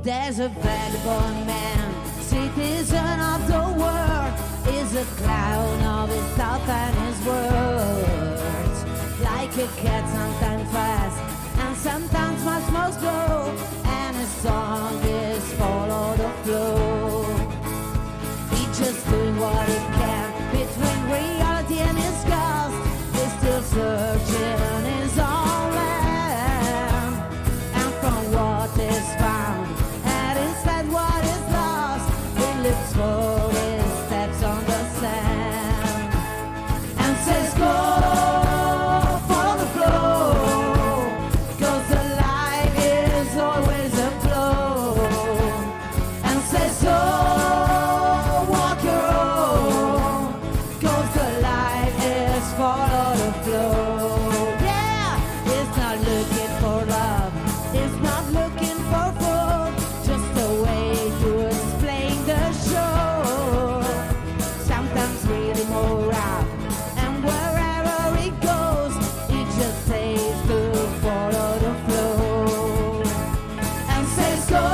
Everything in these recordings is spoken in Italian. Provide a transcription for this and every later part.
There's a vagabond man, citizen of the world, is a clown of his thoughts and his words. Like a cat, sometimes fast and sometimes much more slow, and his song is follow the flow. He's just doing what he can between reality and his ghost. He's still searching his own land, and from what is found and instead what is lost, he looks for his steps on the sand and says go, follow the flow, 'cause the life is always a flow, and says so, walk your own, 'cause the life is follow the flow. Yeah, it's not looking for love, it's not looking for food, just a way to explain the show. Sometimes really more out, and wherever it goes, it just says to follow the flow, and says go,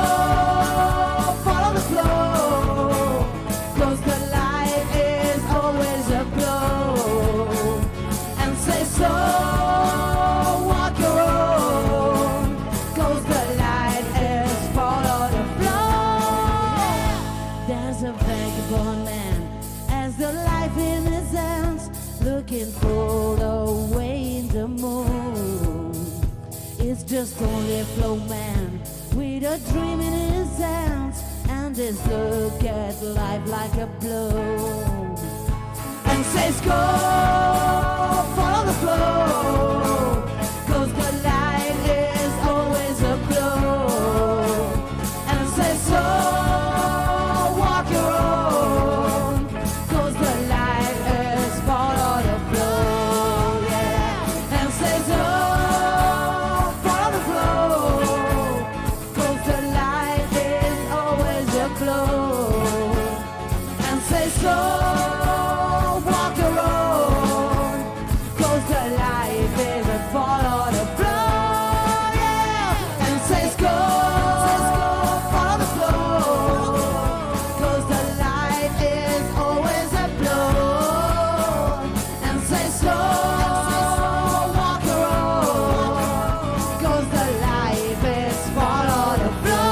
follow the flow, 'cause the life is always a flow, and says so, walk your own, 'cause the life is follow the flow. There's a vagabond man, as the life in his hands, looking for the way in the moon. It's just only a flow man with a dream in his hands, and his look at life like a blow, and says go, follow the flow, 'cause the life is always a flow, and says so, walk your own, 'cause the life is follow the flow, yeah, and says oh, follow the flow, 'cause the life is always a flow, and says so, walk your own, 'cause the life is a follow the flow, yeah, and says go, follow the flow, 'cause the life is always a flow, and says so, walk your own, 'cause the life is follow the flow.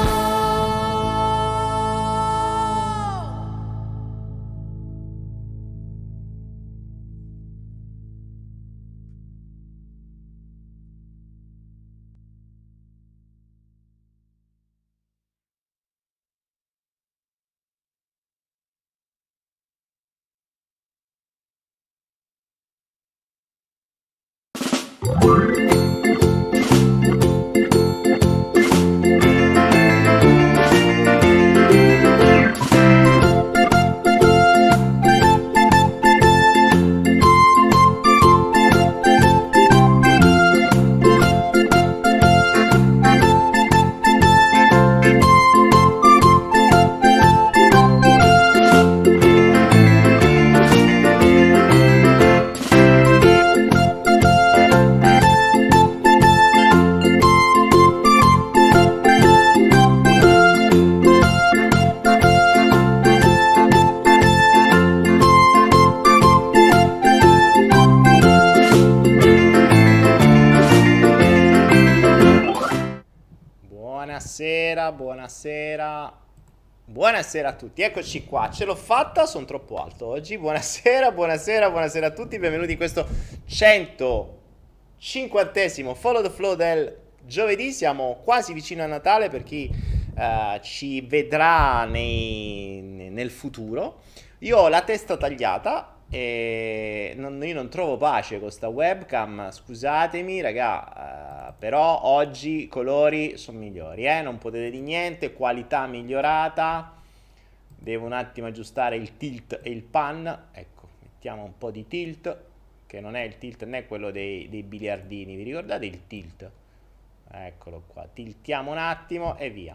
Buonasera a tutti, eccoci qua, ce l'ho fatta, sono troppo alto oggi. Buonasera a tutti, benvenuti in questo 150esimo Follow the Flow del giovedì. Siamo quasi vicino a Natale per chi ci vedrà nel futuro. Io ho la testa tagliata e io non trovo pace con sta webcam, scusatemi raga, però oggi i colori sono migliori, non potete di niente, qualità migliorata. Devo un attimo aggiustare il tilt e il pan, ecco, mettiamo un po' di tilt, che non è il tilt né quello dei biliardini, vi ricordate il tilt? Eccolo qua, tiltiamo un attimo e via.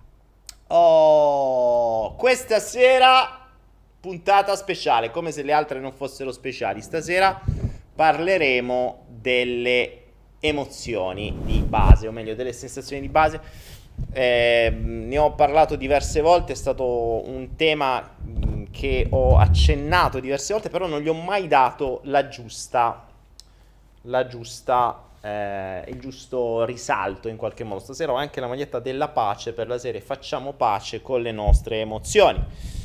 Questa sera puntata speciale, come se le altre non fossero speciali. Stasera parleremo delle emozioni di base, o meglio delle sensazioni di base. ne ho parlato diverse volte, è stato un tema che ho accennato diverse volte, però non gli ho mai dato il giusto risalto in qualche modo. Stasera ho anche la maglietta della pace per la serie Facciamo pace con le nostre emozioni.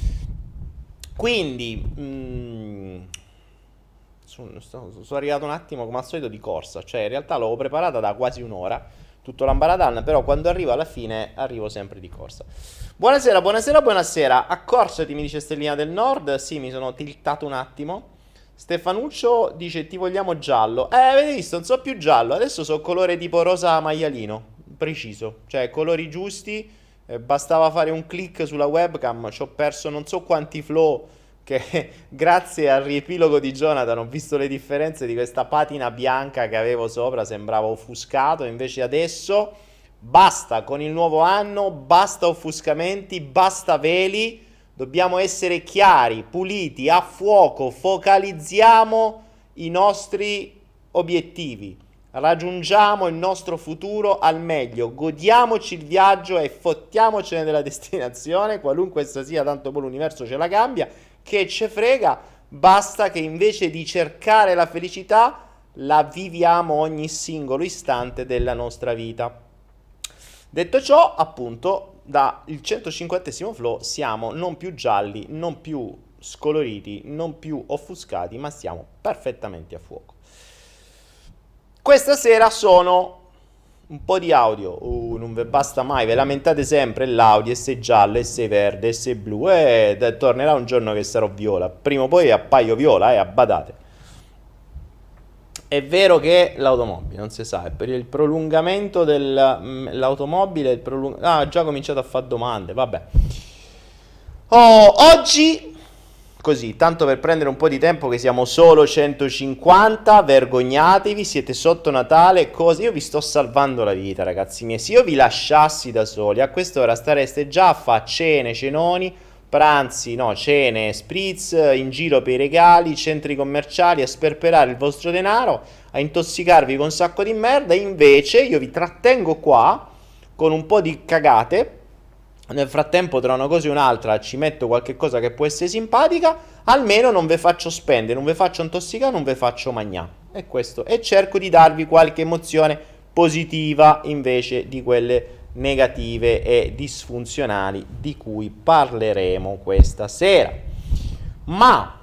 Quindi sono arrivato un attimo come al solito di corsa, cioè in realtà l'avevo preparata da quasi un'ora, tutto l'ambaradan, però quando arrivo alla fine arrivo sempre di corsa. Buonasera, buonasera, buonasera. Accorsati, mi dice Stellina del Nord. Sì, mi sono tiltato un attimo. Stefanuccio dice ti vogliamo giallo. Avete visto, non so più giallo, adesso so colore tipo rosa maialino, preciso, cioè colori giusti. Bastava fare un click sulla webcam, ci ho perso non so quanti flow che grazie al riepilogo di Jonathan ho visto le differenze di questa patina bianca che avevo sopra, sembrava offuscato, invece adesso basta con il nuovo anno, basta offuscamenti, basta veli, dobbiamo essere chiari, puliti, a fuoco, focalizziamo i nostri obiettivi, raggiungiamo il nostro futuro al meglio, godiamoci il viaggio e fottiamocene della destinazione, qualunque essa sia, tanto poi l'universo ce la cambia, che ce frega, basta che invece di cercare la felicità la viviamo ogni singolo istante della nostra vita. Detto ciò, appunto, da il 150° flow siamo non più gialli, non più scoloriti, non più offuscati, ma siamo perfettamente a fuoco. Questa sera sono un po' di audio, non vi basta mai, ve lamentate sempre l'audio, e sei giallo, e sei verde, e sei blu, e tornerà un giorno che sarò viola, prima o poi appaio viola, badate. È vero che l'automobile, non si sa, è per il prolungamento dell'automobile, ha già cominciato a fare domande, vabbè. Oggi... Così, tanto per prendere un po' di tempo, che siamo solo 150, vergognatevi, siete sotto Natale, cose. Io vi sto salvando la vita, ragazzi miei. Se io vi lasciassi da soli, a quest'ora stareste già a fare cene, cenoni, pranzi, no, cene, spritz, in giro per i regali, centri commerciali, a sperperare il vostro denaro, a intossicarvi con un sacco di merda. Invece io vi trattengo qua con un po' di cagate. Nel frattempo, tra una cosa e un'altra, ci metto qualche cosa che può essere simpatica. Almeno non ve faccio spendere, non ve faccio intossicare, non ve faccio magnà. E questo. E cerco di darvi qualche emozione positiva invece di quelle negative e disfunzionali di cui parleremo questa sera. Ma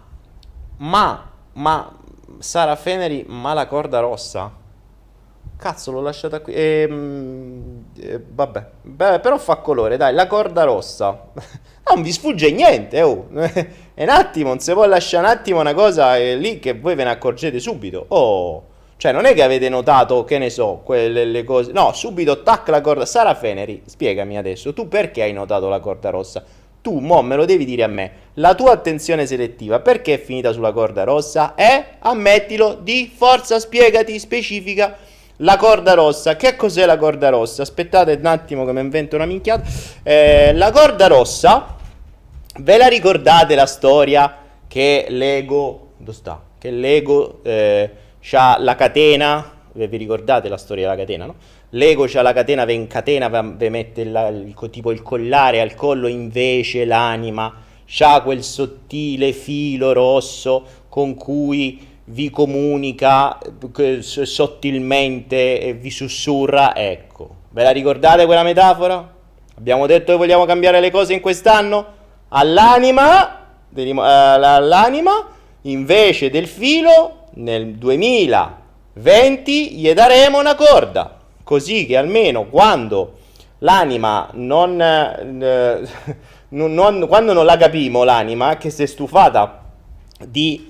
Sara Feneri, ma la corda rossa? Cazzo, l'ho lasciata qui. Vabbè. Beh, però fa colore, dai, la corda rossa. Non vi sfugge niente, oh. È un attimo, non si può lasciare un attimo una cosa lì che voi ve ne accorgete subito. Oh. Cioè, non è che avete notato, che ne so, quelle le cose. No, subito, tac, la corda. Sara Feneri, spiegami adesso, tu perché hai notato la corda rossa? Tu, mo, me lo devi dire a me. La tua attenzione selettiva, perché è finita sulla corda rossa? Ammettilo, di forza, spiegati, specifica. La corda rossa, che cos'è la corda rossa? Aspettate un attimo che mi invento una minchiata. La corda rossa, ve la ricordate la storia che Lego, dove sta? Che Lego c'ha la catena, vi ricordate la storia della catena, no? Lego c'ha la catena, ve incatena, ve mette tipo il collare al collo, invece l'anima c'ha quel sottile filo rosso con cui vi comunica sottilmente e vi sussurra. Ecco, ve la ricordate quella metafora? Abbiamo detto che vogliamo cambiare le cose in quest'anno. All'anima invece del filo nel 2020 gli daremo una corda, così che almeno quando l'anima quando non la capimo, l'anima che si è stufata di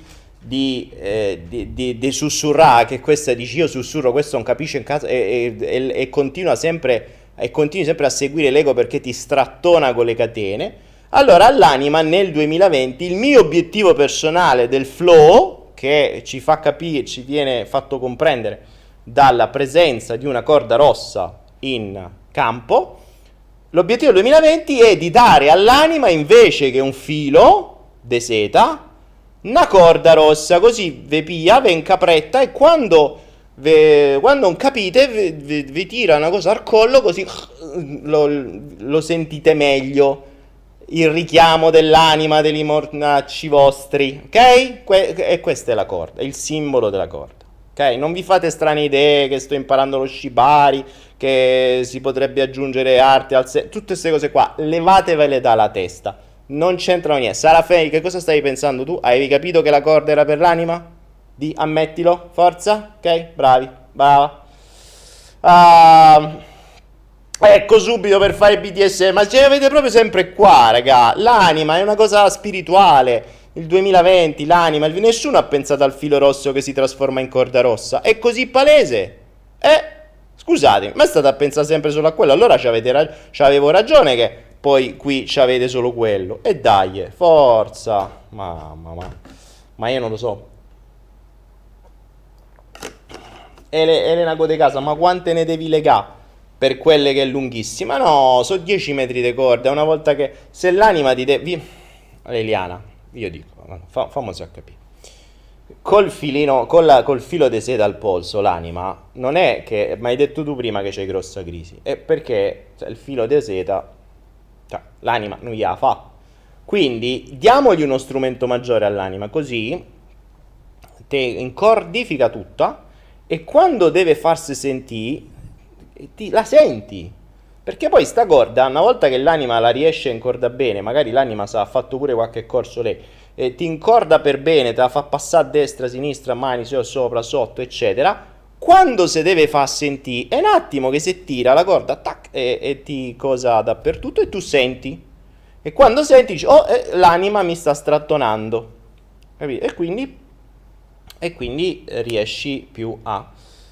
sussurrare, che questa dici io sussurro, questo non capisce in casa e continui sempre a seguire l'ego perché ti strattona con le catene. Allora all'anima nel 2020 il mio obiettivo personale del flow, che ci fa capire, ci viene fatto comprendere dalla presenza di una corda rossa in campo, l'obiettivo del 2020 è di dare all'anima, invece che un filo de seta, una corda rossa, così ve piglia, ve incapretta, e quando non capite vi tira una cosa al collo, così lo sentite meglio il richiamo dell'anima degli mornacci vostri, ok? E questa è la corda, è il simbolo della corda, ok? Non vi fate strane idee che sto imparando lo shibari, che si potrebbe aggiungere arte tutte queste cose qua, levatevele dalla testa, non c'entrano niente. Sarafei, che cosa stavi pensando tu? Avevi capito che la corda era per l'anima? Ammettilo, forza, ok? Bravi, brava. Ecco subito per fare BDSM, ma ce l'avete proprio sempre qua, raga. L'anima è una cosa spirituale. Il 2020, l'anima, nessuno ha pensato al filo rosso che si trasforma in corda rossa. È così palese. Scusatemi, ma state a pensare sempre solo a quello. Allora c'avevo ragione che poi qui c'avete solo quello. E dai, forza. Ma io non lo so. Elena Codecasa, ma quante ne devi legare per quelle che è lunghissima? No, sono 10 metri di corda. Una volta che se l'anima ti devi... Eliana, io dico, famoso a capire. Col filino, col filo di seta al polso, l'anima non è che... Ma hai detto tu prima che c'hai grossa crisi. È perché il filo di seta, cioè, l'anima non gliela fa. Quindi diamogli uno strumento maggiore all'anima, così te incordifica tutta. E quando deve farsi sentire, la senti. Perché poi sta corda, una volta che l'anima la riesce a incordare bene, magari l'anima ha fatto pure qualche corso lei, e ti incorda per bene, te la fa passare a destra, a sinistra, mani, sopra, sotto, eccetera. Quando si deve far sentire, è un attimo che si tira la corda, tac, e ti cosa dappertutto, e tu senti. E quando senti, dici, l'anima mi sta strattonando. Capito? E quindi riesci più a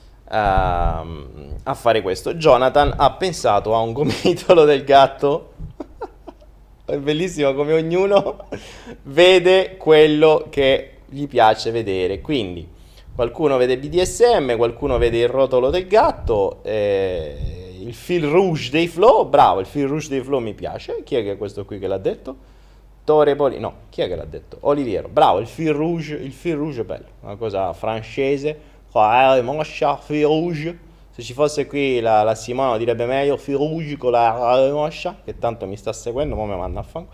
fare questo. Jonathan ha pensato a un gomitolo del gatto. È bellissimo come ognuno vede quello che gli piace vedere. Quindi qualcuno vede BDSM, qualcuno vede il rotolo del gatto, il fil rouge dei flow. Bravo, il fil rouge dei flow mi piace. Chi è che è questo qui che l'ha detto? No, chi è che l'ha detto? Oliviero, bravo, il fil rouge è bello, una cosa francese, moscia, fil rouge. Se ci fosse qui la Simona direbbe meglio fil rouge con la moscia, che tanto mi sta seguendo, ma mi manda a fango.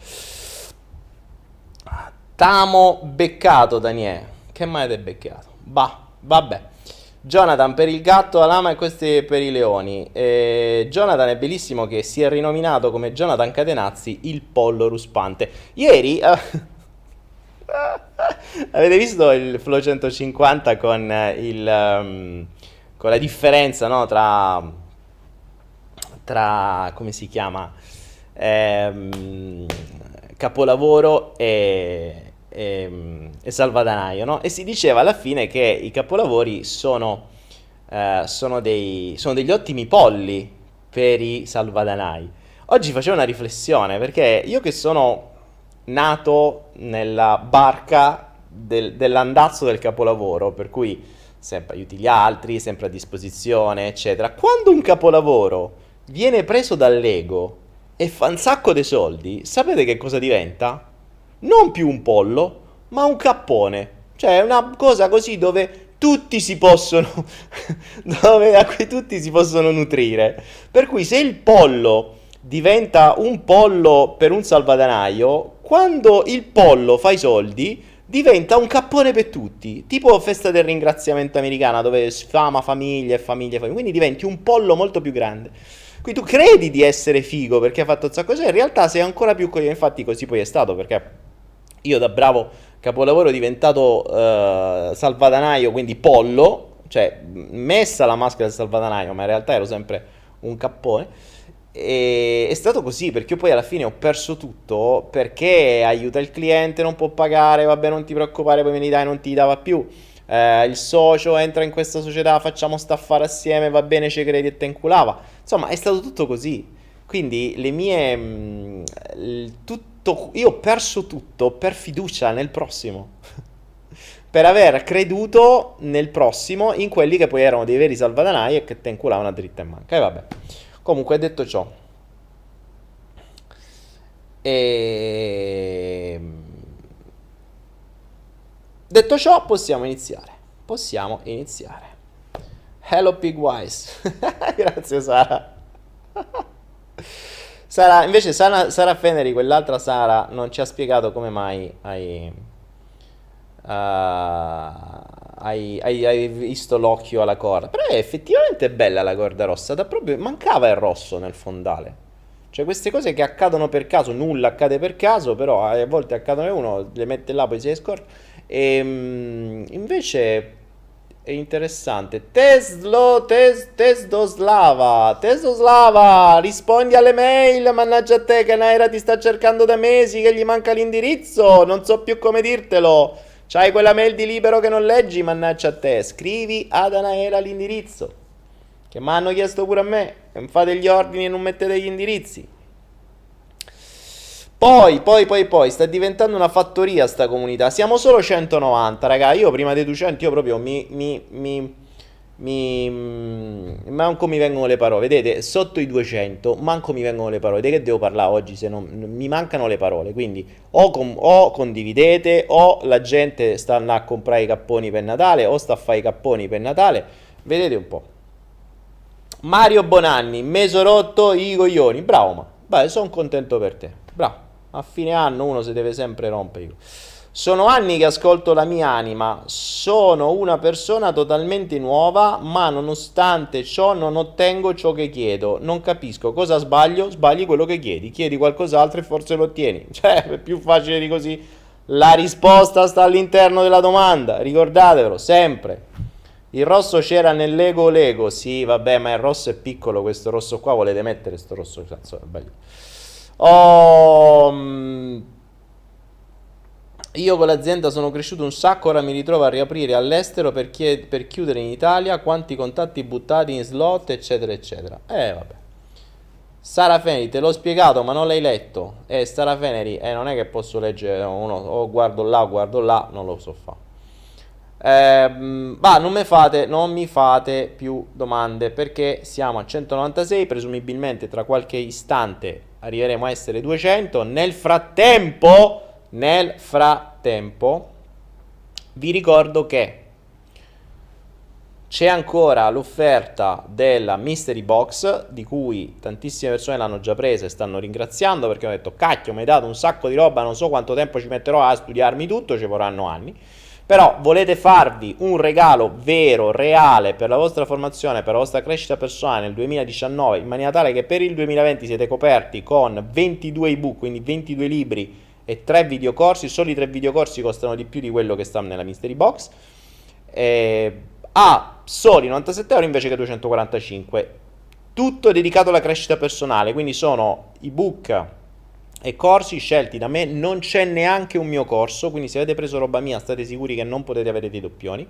T'amo beccato, Daniele, che mai ti è beccato? Vabbè. Jonathan per il gatto, la lama e questi per i leoni. Jonathan è bellissimo che si è rinominato come Jonathan Catenazzi, il pollo ruspante. Ieri avete visto il Flow 150 con con la differenza, no, tra come si chiama, capolavoro e salvadanaio, no? E si diceva alla fine che i capolavori sono degli ottimi polli per i salvadanai. Oggi facevo una riflessione, perché io che sono nato nella barca dell'andazzo del capolavoro, per cui sempre aiuti gli altri, sempre a disposizione, eccetera. Quando un capolavoro viene preso dall'ego e fa un sacco di soldi, sapete che cosa diventa? Non più un pollo, ma un cappone. Cioè una cosa così dove tutti si possono a cui tutti si possono nutrire. Per cui se il pollo diventa un pollo per un salvadanaio, quando il pollo fa i soldi diventa un cappone per tutti, tipo festa del ringraziamento americana dove sfama famiglie e famiglie, quindi diventi un pollo molto più grande. Quindi tu credi di essere figo perché hai fatto un sacco di cose, in realtà sei ancora più coglione. Infatti così poi è stato, perché io da bravo capolavoro diventato salvadanaio, quindi pollo, cioè messa la maschera del salvadanaio, ma in realtà ero sempre un cappone. E è stato così perché io poi alla fine ho perso tutto, perché aiuta il cliente, non può pagare, vabbè non ti preoccupare, poi me li dai, non ti dava più. Il socio entra in questa società, facciamo staffare assieme, va bene, ci credi e te inculava. Insomma è stato tutto così. Quindi le mie... io ho perso tutto per fiducia nel prossimo. Per aver creduto nel prossimo, in quelli che poi erano dei veri salvadanai e che te inculavano a dritta e manca. E vabbè. Comunque detto ciò. Detto ciò, possiamo iniziare. Hello Pigwise. Grazie Sara. Invece Sara Feneri, quell'altra Sara, non ci ha spiegato come mai hai visto l'occhio alla corda. Però è effettivamente bella la corda rossa. Mancava il rosso nel fondale. Cioè queste cose che accadono per caso, nulla accade per caso, però a volte accadono e uno le mette là, poi si scorda. Invece è interessante. Testoslava, rispondi alle mail, mannaggia a te che Naira ti sta cercando da mesi, che gli manca l'indirizzo, non so più come dirtelo. C'hai quella mail di Libero che non leggi, mannaggia a te. Scrivi ad Anaela l'indirizzo, che mi hanno chiesto pure a me, e fate gli ordini e non mettete gli indirizzi. Poi, sta diventando una fattoria sta comunità. Siamo solo 190, raga. Io prima dei 200, io proprio manco mi vengono le parole. Vedete, sotto i 200, manco mi vengono le parole. Di che devo parlare oggi se non mi mancano le parole? Quindi o condividete, o la gente sta a comprare i capponi per Natale, o sta a fare i capponi per Natale. Vedete un po'. Mario Bonanni, meso rotto i coglioni. Bravo, ma beh, sono contento per te. Bravo. A fine anno uno si deve sempre rompere. Sono anni che ascolto la mia anima. Sono una persona totalmente nuova, ma nonostante ciò non ottengo ciò che chiedo. Non capisco cosa sbaglio. Sbagli quello che chiedi. Chiedi qualcos'altro e forse lo ottieni. Cioè, è più facile di così. La risposta sta all'interno della domanda. Ricordatevelo sempre. Il rosso c'era nel Lego. Sì, vabbè, ma il rosso è piccolo. Questo rosso qua volete mettere sto rosso? Cazzo, è bello. Io con l'azienda sono cresciuto un sacco, ora mi ritrovo a riaprire all'estero per chiudere in Italia, quanti contatti buttati in slot, eccetera, eccetera. Vabbè. Sara Feneri, te l'ho spiegato, ma non l'hai letto. Sara Feneri, non è che posso leggere uno, o guardo là, non lo so fare. Non mi fate più domande perché siamo a 196, presumibilmente tra qualche istante arriveremo a essere 200. Nel frattempo vi ricordo che c'è ancora l'offerta della Mystery Box, di cui tantissime persone l'hanno già presa e stanno ringraziando perché hanno detto cacchio, mi hai dato un sacco di roba, non so quanto tempo ci metterò a studiarmi tutto, ci vorranno anni. Però volete farvi un regalo vero, reale per la vostra formazione, per la vostra crescita personale nel 2019, in maniera tale che per il 2020 siete coperti con 22 ebook, quindi 22 libri e 3 videocorsi. Solo i 3 videocorsi costano di più di quello che sta nella Mystery Box, a soli 97 euro invece che 245. Tutto dedicato alla crescita personale, quindi sono ebook e corsi scelti da me. Non c'è neanche un mio corso, quindi se avete preso roba mia state sicuri che non potete avere dei doppioni,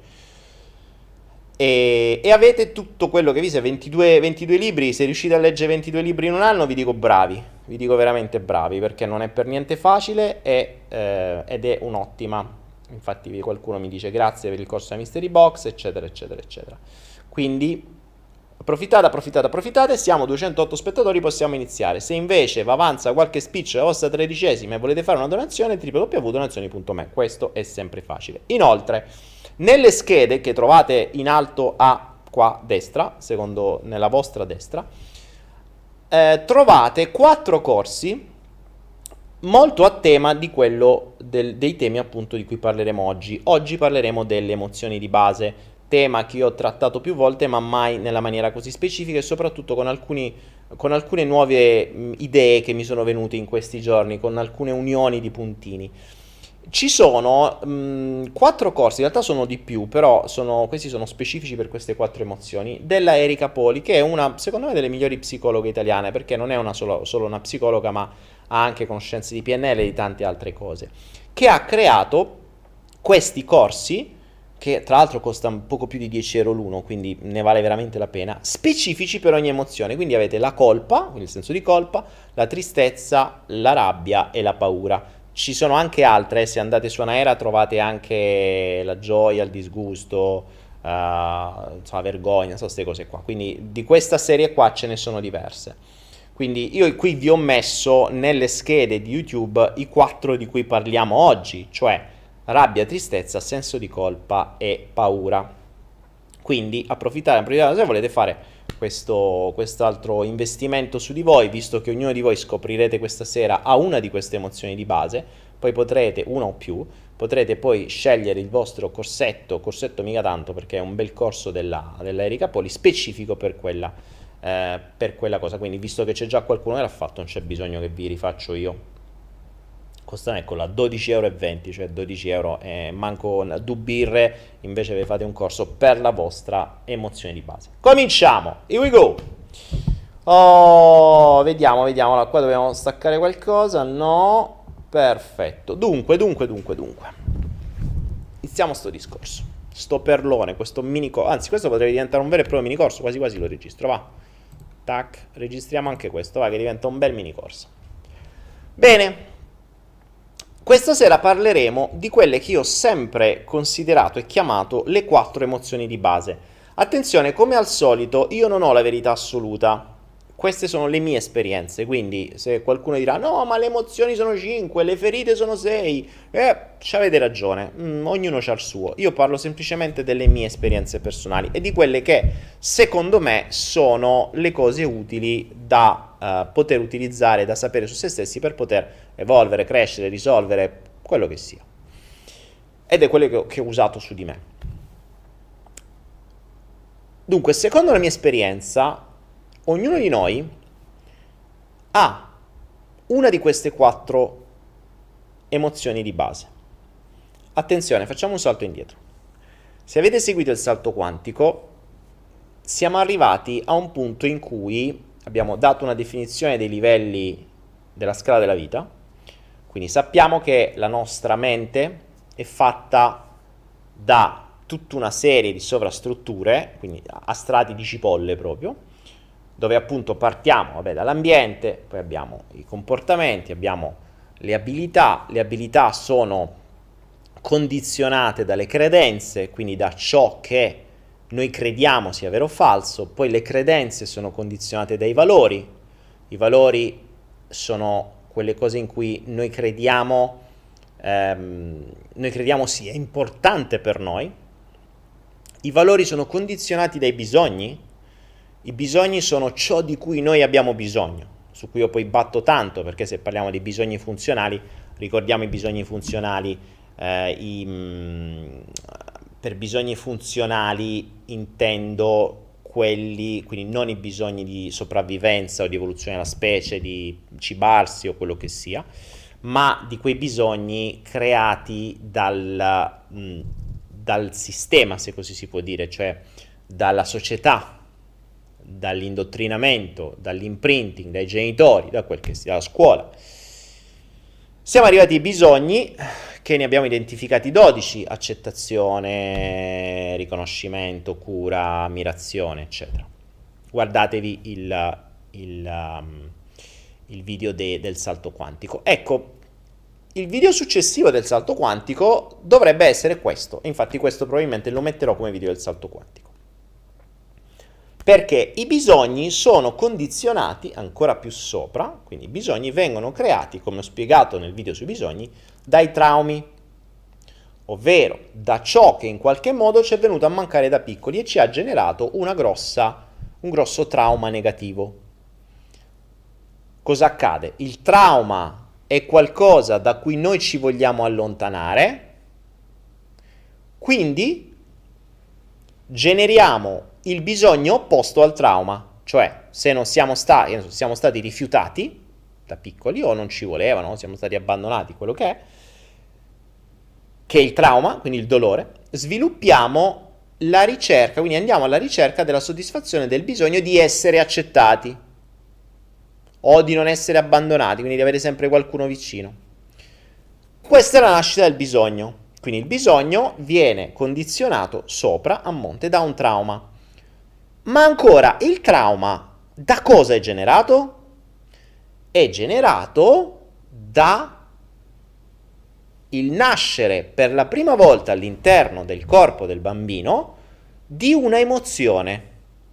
e avete tutto quello che vi serve. 22 libri. Se riuscite a leggere 22 libri in un anno vi dico bravi, vi dico veramente bravi, perché non è per niente facile ed è un'ottima. Infatti qualcuno mi dice grazie per il corso da Mystery Box, eccetera eccetera eccetera. Quindi approfittate, siamo 208 spettatori, possiamo iniziare. Se invece va avanza qualche speech la vostra 13ª e volete fare una donazione, www.donazioni.me, questo è sempre facile. Inoltre, nelle schede che trovate in alto a qua destra, nella vostra destra, trovate 4 corsi molto a tema di quello dei temi appunto di cui parleremo oggi. Oggi parleremo delle emozioni di base, tema che io ho trattato più volte ma mai nella maniera così specifica, e soprattutto con alcune nuove idee che mi sono venute in questi giorni, con alcune unioni di puntini. Ci sono 4 corsi, in realtà sono di più, però questi sono specifici per queste 4 emozioni, della Erika Poli, che è una, secondo me, delle migliori psicologhe italiane, perché non è solo una psicologa, ma ha anche conoscenze di PNL e di tante altre cose, che ha creato questi corsi, che tra l'altro costa un poco più di 10 euro l'uno, quindi ne vale veramente la pena, specifici per ogni emozione. Quindi avete la colpa, quindi il senso di colpa, la tristezza, la rabbia e la paura. Ci sono anche altre, se andate su Anaera trovate anche la gioia, il disgusto, la vergogna, so, queste cose qua. Quindi di questa serie qua ce ne sono diverse. Quindi io qui vi ho messo nelle schede di YouTube i 4 di cui parliamo oggi, cioè rabbia, tristezza, senso di colpa e paura. Quindi approfittate se volete fare quest'altro investimento su di voi, visto che ognuno di voi scoprirete questa sera a una di queste emozioni di base, poi potrete, una o più, potrete poi scegliere il vostro corsetto mica tanto perché è un bel corso dell'Erica Poli specifico per quella cosa, quindi visto che c'è già qualcuno che l'ha fatto non c'è bisogno che vi rifaccio io. Costano eccola 12,20 €, cioè 12 euro e manco due birre, invece vi fate un corso per la vostra emozione di base. Cominciamo, here we go! Oh, vediamo, qua dobbiamo staccare qualcosa, no, perfetto, dunque, iniziamo sto discorso, sto perlone, questo mini corso, anzi questo potrebbe diventare un vero e proprio mini corso, quasi quasi lo registro, va, tac, registriamo anche questo, va, che diventa un bel mini corso. Bene. Questa sera parleremo di quelle che io ho sempre considerato e chiamato le 4 emozioni di base. Attenzione, come al solito, io non ho la verità assoluta. Queste sono le mie esperienze, quindi se qualcuno dirà no, ma le emozioni sono 5, le ferite sono 6, ci avete ragione, ognuno ha il suo. Io parlo semplicemente delle mie esperienze personali e di quelle che, secondo me, sono le cose utili da poter utilizzare, da sapere su se stessi per poter evolvere, crescere, risolvere, quello che sia. Ed è quello che ho usato su di me. Dunque, secondo la mia esperienza, ognuno di noi ha una di queste 4 emozioni di base. Attenzione, facciamo un salto indietro. Se avete seguito il salto quantico, siamo arrivati a un punto in cui abbiamo dato una definizione dei livelli della scala della vita, quindi sappiamo che la nostra mente è fatta da tutta una serie di sovrastrutture, quindi a strati di cipolle proprio, dove appunto partiamo dall'ambiente, poi abbiamo i comportamenti, abbiamo le abilità sono condizionate dalle credenze, quindi da ciò che noi crediamo sia vero o falso, poi le credenze sono condizionate dai valori, i valori sono quelle cose in cui noi crediamo sia importante per noi, i valori sono condizionati dai bisogni, i bisogni sono ciò di cui noi abbiamo bisogno, su cui io poi batto tanto, perché se parliamo di bisogni funzionali, ricordiamo i bisogni funzionali, per bisogni funzionali intendo quelli, quindi non i bisogni di sopravvivenza o di evoluzione della specie, di cibarsi o quello che sia, ma di quei bisogni creati dal sistema, se così si può dire, cioè dalla società, dall'indottrinamento, dall'imprinting, dai genitori, da quel che sia, dalla scuola. Siamo arrivati ai bisogni, che ne abbiamo identificati 12, accettazione, riconoscimento, cura, ammirazione, eccetera. Guardatevi il video del salto quantico. Ecco, il video successivo del salto quantico dovrebbe essere questo, infatti questo probabilmente lo metterò come video del salto quantico. Perché i bisogni sono condizionati ancora più sopra, quindi i bisogni vengono creati, come ho spiegato nel video sui bisogni, dai traumi, ovvero da ciò che in qualche modo ci è venuto a mancare da piccoli e ci ha generato un grosso trauma negativo. Cosa accade? Il trauma è qualcosa da cui noi ci vogliamo allontanare, quindi generiamo il bisogno opposto al trauma, cioè se non siamo stati rifiutati da piccoli o non ci volevano, siamo stati abbandonati, quello che è il trauma, quindi il dolore, sviluppiamo la ricerca, quindi andiamo alla ricerca della soddisfazione del bisogno di essere accettati o di non essere abbandonati, quindi di avere sempre qualcuno vicino. Questa è la nascita del bisogno, quindi il bisogno viene condizionato sopra a monte da un trauma. Ma ancora, il trauma da cosa è generato? È generato da il nascere per la prima volta all'interno del corpo del bambino di una emozione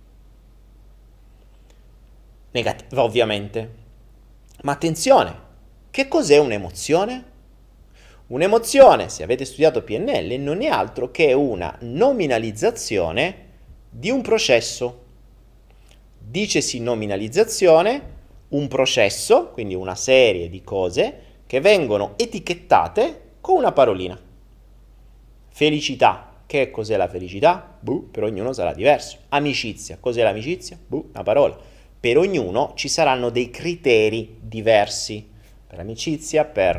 negativa, ovviamente. Ma attenzione, che cos'è un'emozione? Un'emozione, se avete studiato PNL, non è altro che una nominalizzazione di un processo. Dicesi nominalizzazione, un processo, quindi una serie di cose che vengono etichettate con una parolina. Felicità, che cos'è la felicità? Per ognuno sarà diverso. Amicizia, cos'è l'amicizia? Una parola. Per ognuno ci saranno dei criteri diversi, per amicizia, per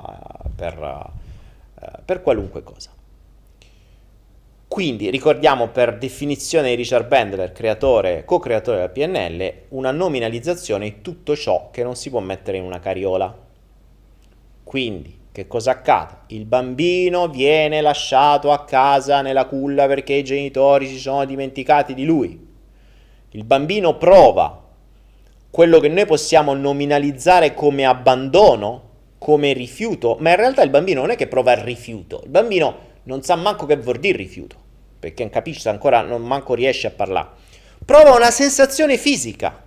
qualunque cosa. Quindi ricordiamo, per definizione di Richard Bandler, co-creatore della PNL, una nominalizzazione è tutto ciò che non si può mettere in una carriola. Quindi, che cosa accade? Il bambino viene lasciato a casa nella culla perché i genitori si sono dimenticati di lui. Il bambino prova quello che noi possiamo nominalizzare come abbandono, come rifiuto, ma in realtà il bambino non è che prova il rifiuto, il bambino non sa manco che vuol dire rifiuto, perché non capisce ancora, non manco riesce a parlare. Prova una sensazione fisica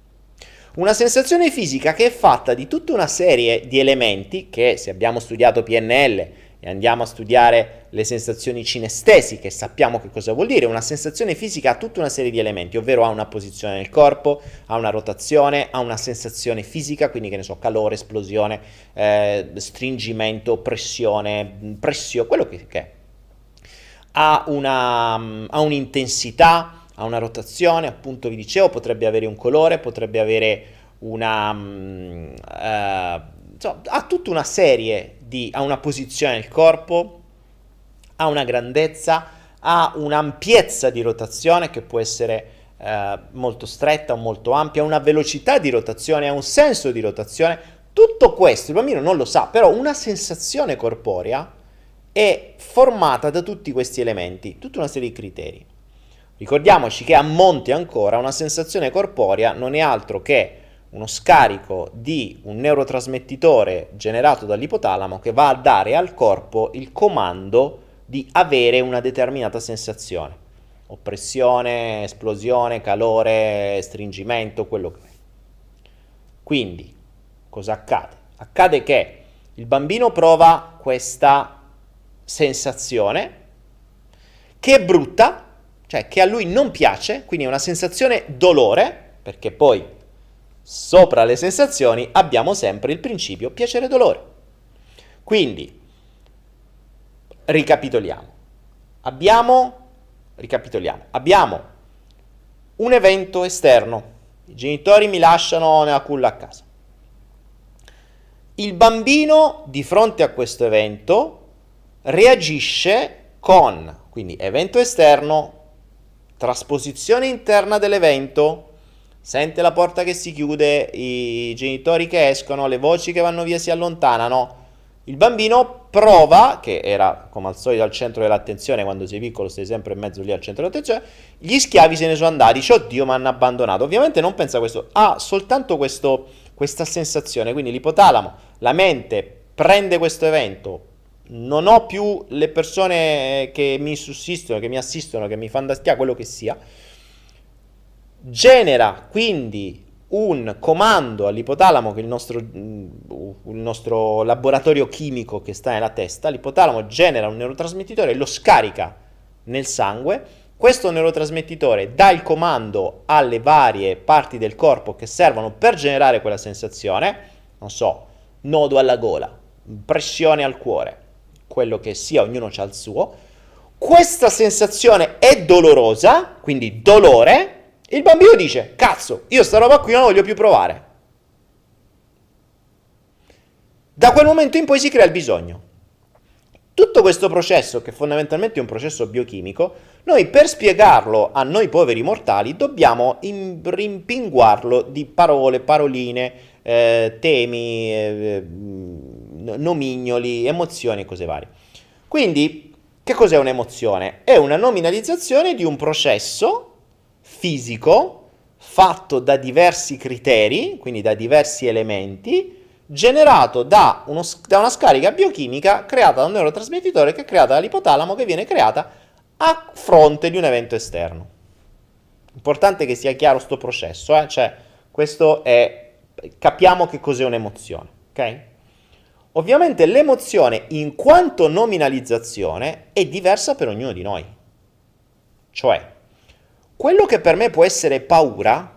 che è fatta di tutta una serie di elementi che, se abbiamo studiato PNL e andiamo a studiare le sensazioni cinestesiche, sappiamo che cosa vuol dire. Una sensazione fisica ha tutta una serie di elementi, ovvero ha una posizione nel corpo, ha una rotazione, ha una sensazione fisica, quindi che ne so, calore, esplosione, stringimento, pressione, quello che è. Ha un'intensità, ha una rotazione, appunto vi dicevo, potrebbe avere un colore, potrebbe avere ha tutta una serie ha una posizione nel corpo, ha una grandezza, ha un'ampiezza di rotazione che può essere molto stretta o molto ampia, una velocità di rotazione, ha un senso di rotazione. Tutto questo il bambino non lo sa, però una sensazione corporea è formata da tutti questi elementi, tutta una serie di criteri. Ricordiamoci che a monte ancora una sensazione corporea non è altro che uno scarico di un neurotrasmettitore generato dall'ipotalamo che va a dare al corpo il comando di avere una determinata sensazione. Oppressione, esplosione, calore, stringimento, quello che è. Quindi, cosa accade? Accade che il bambino prova questa sensazione che è brutta, cioè che a lui non piace, quindi è una sensazione dolore, perché poi sopra le sensazioni abbiamo sempre il principio piacere-dolore. Quindi, ricapitoliamo. Abbiamo un evento esterno. I genitori mi lasciano nella culla a casa. Il bambino, di fronte a questo evento, reagisce con, quindi evento esterno, trasposizione interna dell'evento, sente la porta che si chiude, i genitori che escono, le voci che vanno via si allontanano. Il bambino prova, che era come al solito al centro dell'attenzione, quando sei piccolo stai sempre in mezzo lì al centro dell'attenzione, gli schiavi se ne sono andati, dice oddio mi hanno abbandonato. Ovviamente non pensa a questo, ha soltanto questa sensazione, quindi l'ipotalamo, la mente prende questo evento, non ho più le persone che mi sussistono, che mi assistono, che mi fanno da stia, quello che sia, genera quindi un comando all'ipotalamo, che è il nostro laboratorio chimico che sta nella testa. L'ipotalamo genera un neurotrasmettitore e lo scarica nel sangue. Questo neurotrasmettitore dà il comando alle varie parti del corpo che servono per generare quella sensazione, non so, nodo alla gola, pressione al cuore, quello che sia, ognuno c'ha il suo. Questa sensazione è dolorosa, quindi dolore. Il bambino dice, cazzo, io sta roba qui non la voglio più provare. Da quel momento in poi si crea il bisogno. Tutto questo processo, che fondamentalmente è un processo biochimico, noi per spiegarlo a noi poveri mortali dobbiamo rimpinguarlo di parole, paroline, temi, nomignoli, emozioni e cose varie. Quindi, che cos'è un'emozione? È una nominalizzazione di un processo fisico fatto da diversi criteri, quindi da diversi elementi, generato da una scarica biochimica creata da un neurotrasmettitore che è creata dall'ipotalamo, che viene creata a fronte di un evento esterno. Importante che sia chiaro sto processo, cioè questo è, capiamo che cos'è un'emozione, ok? Ovviamente l'emozione in quanto nominalizzazione è diversa per ognuno di noi. Cioè, quello che per me può essere paura,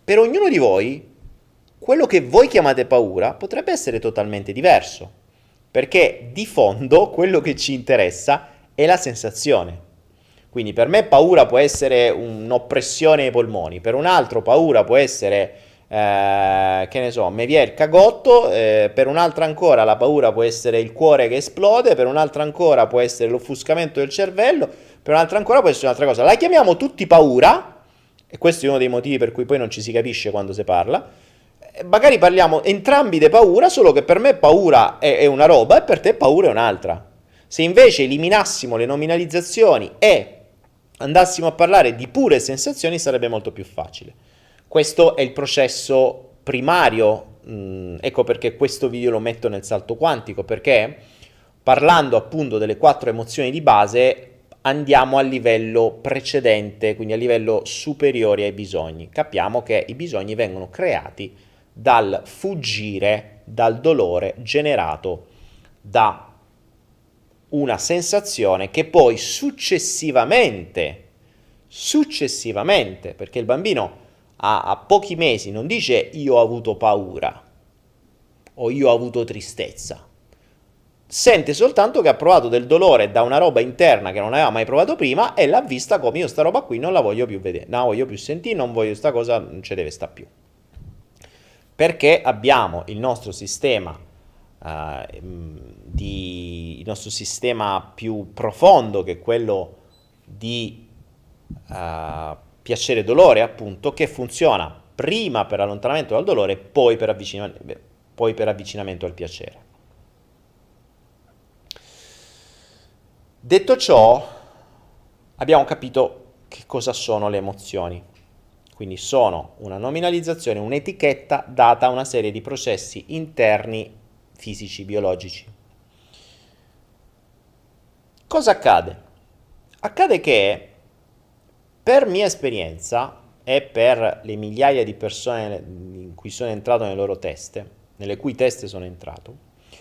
per ognuno di voi, quello che voi chiamate paura potrebbe essere totalmente diverso, perché di fondo quello che ci interessa è la sensazione. Quindi per me paura può essere un'oppressione ai polmoni, per un altro paura può essere, che ne so, mi viene il cagotto, per un'altra ancora la paura può essere il cuore che esplode, per un'altra ancora può essere l'offuscamento del cervello, per un'altra ancora può essere un'altra cosa. La chiamiamo tutti paura, e questo è uno dei motivi per cui poi non ci si capisce quando si parla. Magari parliamo entrambi di paura, solo che per me paura è una roba e per te paura è un'altra. Se invece eliminassimo le nominalizzazioni e andassimo a parlare di pure sensazioni sarebbe molto più facile. Questo è il processo primario, ecco perché questo video lo metto nel salto quantico, perché parlando appunto delle 4 emozioni di base andiamo al livello precedente, quindi a livello superiore ai bisogni. Capiamo che i bisogni vengono creati dal fuggire dal dolore generato da una sensazione che poi successivamente, perché il bambino a pochi mesi non dice io ho avuto paura o io ho avuto tristezza, sente soltanto che ha provato del dolore da una roba interna che non aveva mai provato prima e l'ha vista come io sta roba qui non la voglio più vedere, non la voglio più sentire, non voglio sta cosa, non ci deve sta più. Perché abbiamo il nostro sistema il nostro sistema più profondo, che è quello di piacere e dolore, appunto, che funziona prima per allontanamento dal dolore, poi per avvicinamento al piacere. Detto ciò, abbiamo capito che cosa sono le emozioni. Quindi sono una nominalizzazione, un'etichetta data a una serie di processi interni fisici, biologici. Cosa accade? Accade che per mia esperienza e per le migliaia di persone in cui sono entrato nelle loro teste, nelle cui teste sono entrato,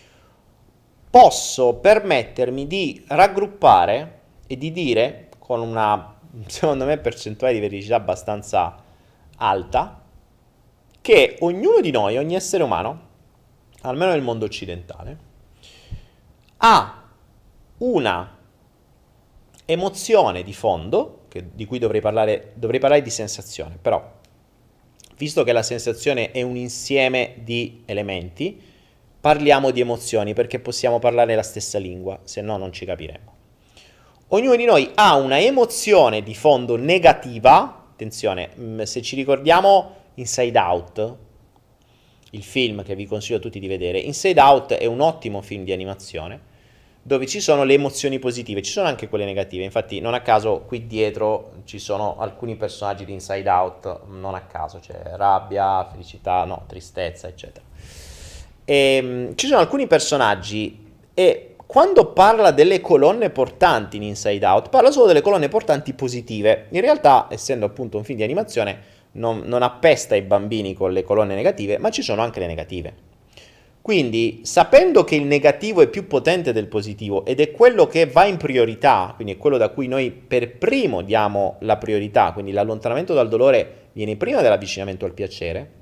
posso permettermi di raggruppare e di dire con una, secondo me, percentuale di veridicità abbastanza alta, che ognuno di noi, ogni essere umano, almeno nel mondo occidentale, ha una emozione di fondo, di cui dovrei parlare di sensazione, però, visto che la sensazione è un insieme di elementi, parliamo di emozioni perché possiamo parlare la stessa lingua, se no non ci capiremo. Ognuno di noi ha una emozione di fondo negativa, attenzione, se ci ricordiamo Inside Out, il film che vi consiglio a tutti di vedere. Inside Out è un ottimo film di animazione dove ci sono le emozioni positive, ci sono anche quelle negative. Infatti non a caso qui dietro ci sono alcuni personaggi di Inside Out, non a caso, c'è rabbia, felicità, no, tristezza, eccetera. Ci sono alcuni personaggi e quando parla delle colonne portanti in Inside Out parla solo delle colonne portanti positive. In realtà, essendo appunto un film di animazione, non appesta i bambini con le colonne negative, ma ci sono anche le negative. Quindi, sapendo che il negativo è più potente del positivo ed è quello che va in priorità, quindi è quello da cui noi per primo diamo la priorità, quindi l'allontanamento dal dolore viene prima dell'avvicinamento al piacere,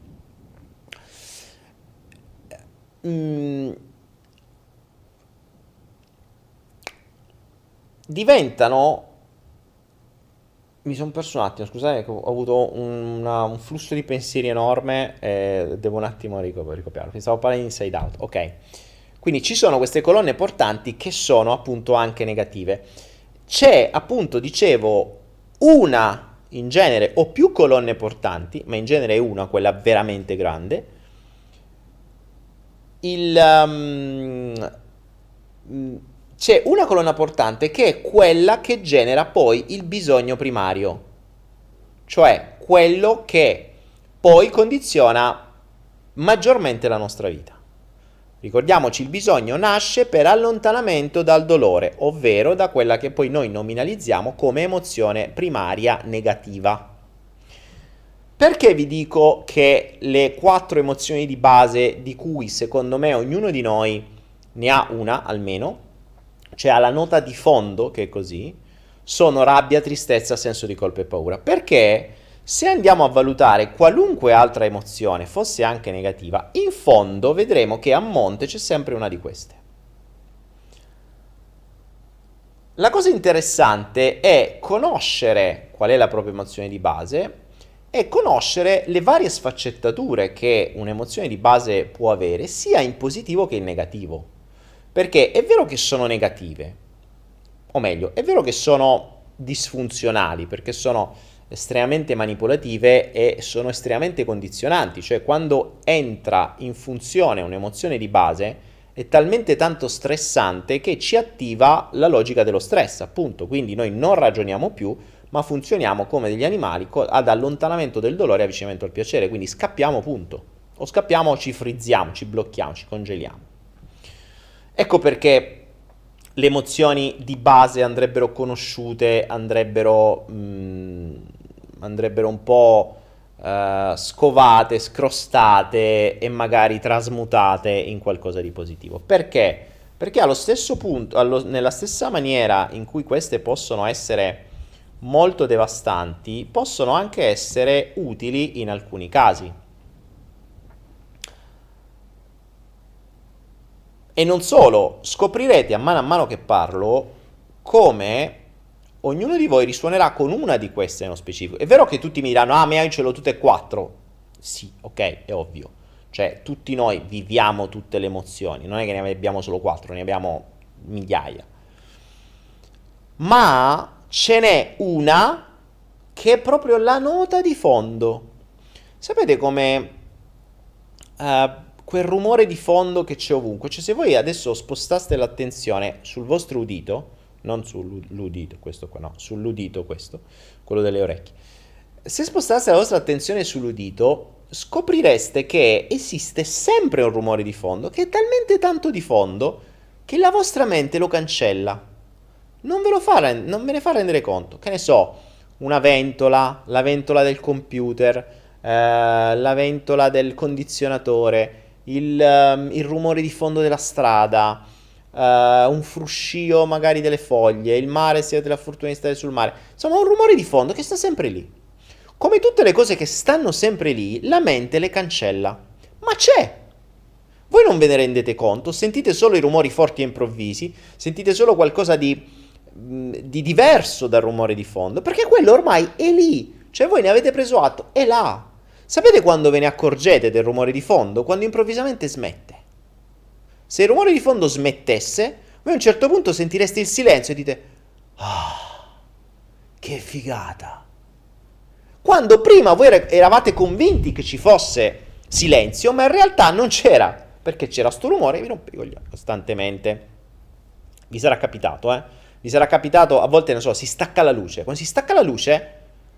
diventano... Mi sono perso un attimo, scusate, ho avuto un flusso di pensieri enorme e devo un attimo ricopiarlo. Stavo parlando di Inside Out, ok. Quindi ci sono queste colonne portanti che sono appunto anche negative. C'è appunto, dicevo, una in genere o più colonne portanti, ma in genere è una, quella veramente grande. C'è una colonna portante che è quella che genera poi il bisogno primario, cioè quello che poi condiziona maggiormente la nostra vita. Ricordiamoci, il bisogno nasce per allontanamento dal dolore, ovvero da quella che poi noi nominalizziamo come emozione primaria negativa. Perché vi dico che le 4 emozioni di base, di cui secondo me ognuno di noi ne ha una almeno, cioè ha la nota di fondo che è così, sono rabbia, tristezza, senso di colpa e paura? Perché Se andiamo a valutare qualunque altra emozione, fosse anche negativa, in fondo vedremo che a monte c'è sempre una di queste. La cosa interessante è conoscere qual è la propria emozione di base e conoscere le varie sfaccettature che un'emozione di base può avere, sia in positivo che in negativo. Perché è vero che sono negative, o meglio, è vero che sono disfunzionali, perché sono estremamente manipolative e sono estremamente condizionanti, cioè quando entra in funzione un'emozione di base è talmente tanto stressante che ci attiva la logica dello stress, appunto, quindi noi non ragioniamo più, ma funzioniamo come degli animali ad allontanamento del dolore e avvicinamento al piacere, quindi scappiamo, punto, o scappiamo, ci frizziamo, ci blocchiamo, ci congeliamo. Ecco perché le emozioni di base andrebbero conosciute, andrebbero un po' scovate, scrostate e magari trasmutate in qualcosa di positivo. Perché? Perché allo stesso punto, nella stessa maniera in cui queste possono essere molto devastanti, possono anche essere utili in alcuni casi. E non solo, scoprirete a mano che parlo come ognuno di voi risuonerà con una di queste nello specifico. È vero che tutti mi diranno, ah, ma io ce l'ho tutte e quattro. Sì, ok, è ovvio. Cioè, tutti noi viviamo tutte le emozioni, non è che ne abbiamo solo quattro, ne abbiamo migliaia. Ma ce n'è una che è proprio la nota di fondo. Sapete come quel rumore di fondo che c'è ovunque? Cioè, se voi adesso spostaste l'attenzione sul vostro udito, non sull'udito, questo qua no, sull'udito questo, quello delle orecchie. Se spostaste la vostra attenzione sull'udito, scoprireste che esiste sempre un rumore di fondo, che è talmente tanto di fondo che la vostra mente lo cancella. Non ve ne fa rendere conto. Che ne so, una ventola, la ventola del computer, la ventola del condizionatore, il rumore di fondo della strada, un fruscio magari delle foglie, il mare, se avete la fortuna di stare sul mare, insomma un rumore di fondo che sta sempre lì. Come tutte le cose che stanno sempre lì, la mente le cancella, ma c'è. Voi non ve ne rendete conto, sentite solo i rumori forti e improvvisi, sentite solo qualcosa di diverso dal rumore di fondo, perché quello ormai è lì, cioè voi ne avete preso atto, è là. Sapete quando ve ne accorgete del rumore di fondo? Quando improvvisamente smette. Se il rumore di fondo smettesse, voi a un certo punto sentireste il silenzio e dite ah, che figata. Quando prima voi eravate convinti che ci fosse silenzio, ma in realtà non c'era, perché c'era sto rumore e vi rompevi i coglioni costantemente. Vi sarà capitato, Vi sarà capitato, a volte, non so, si stacca la luce. Quando si stacca la luce,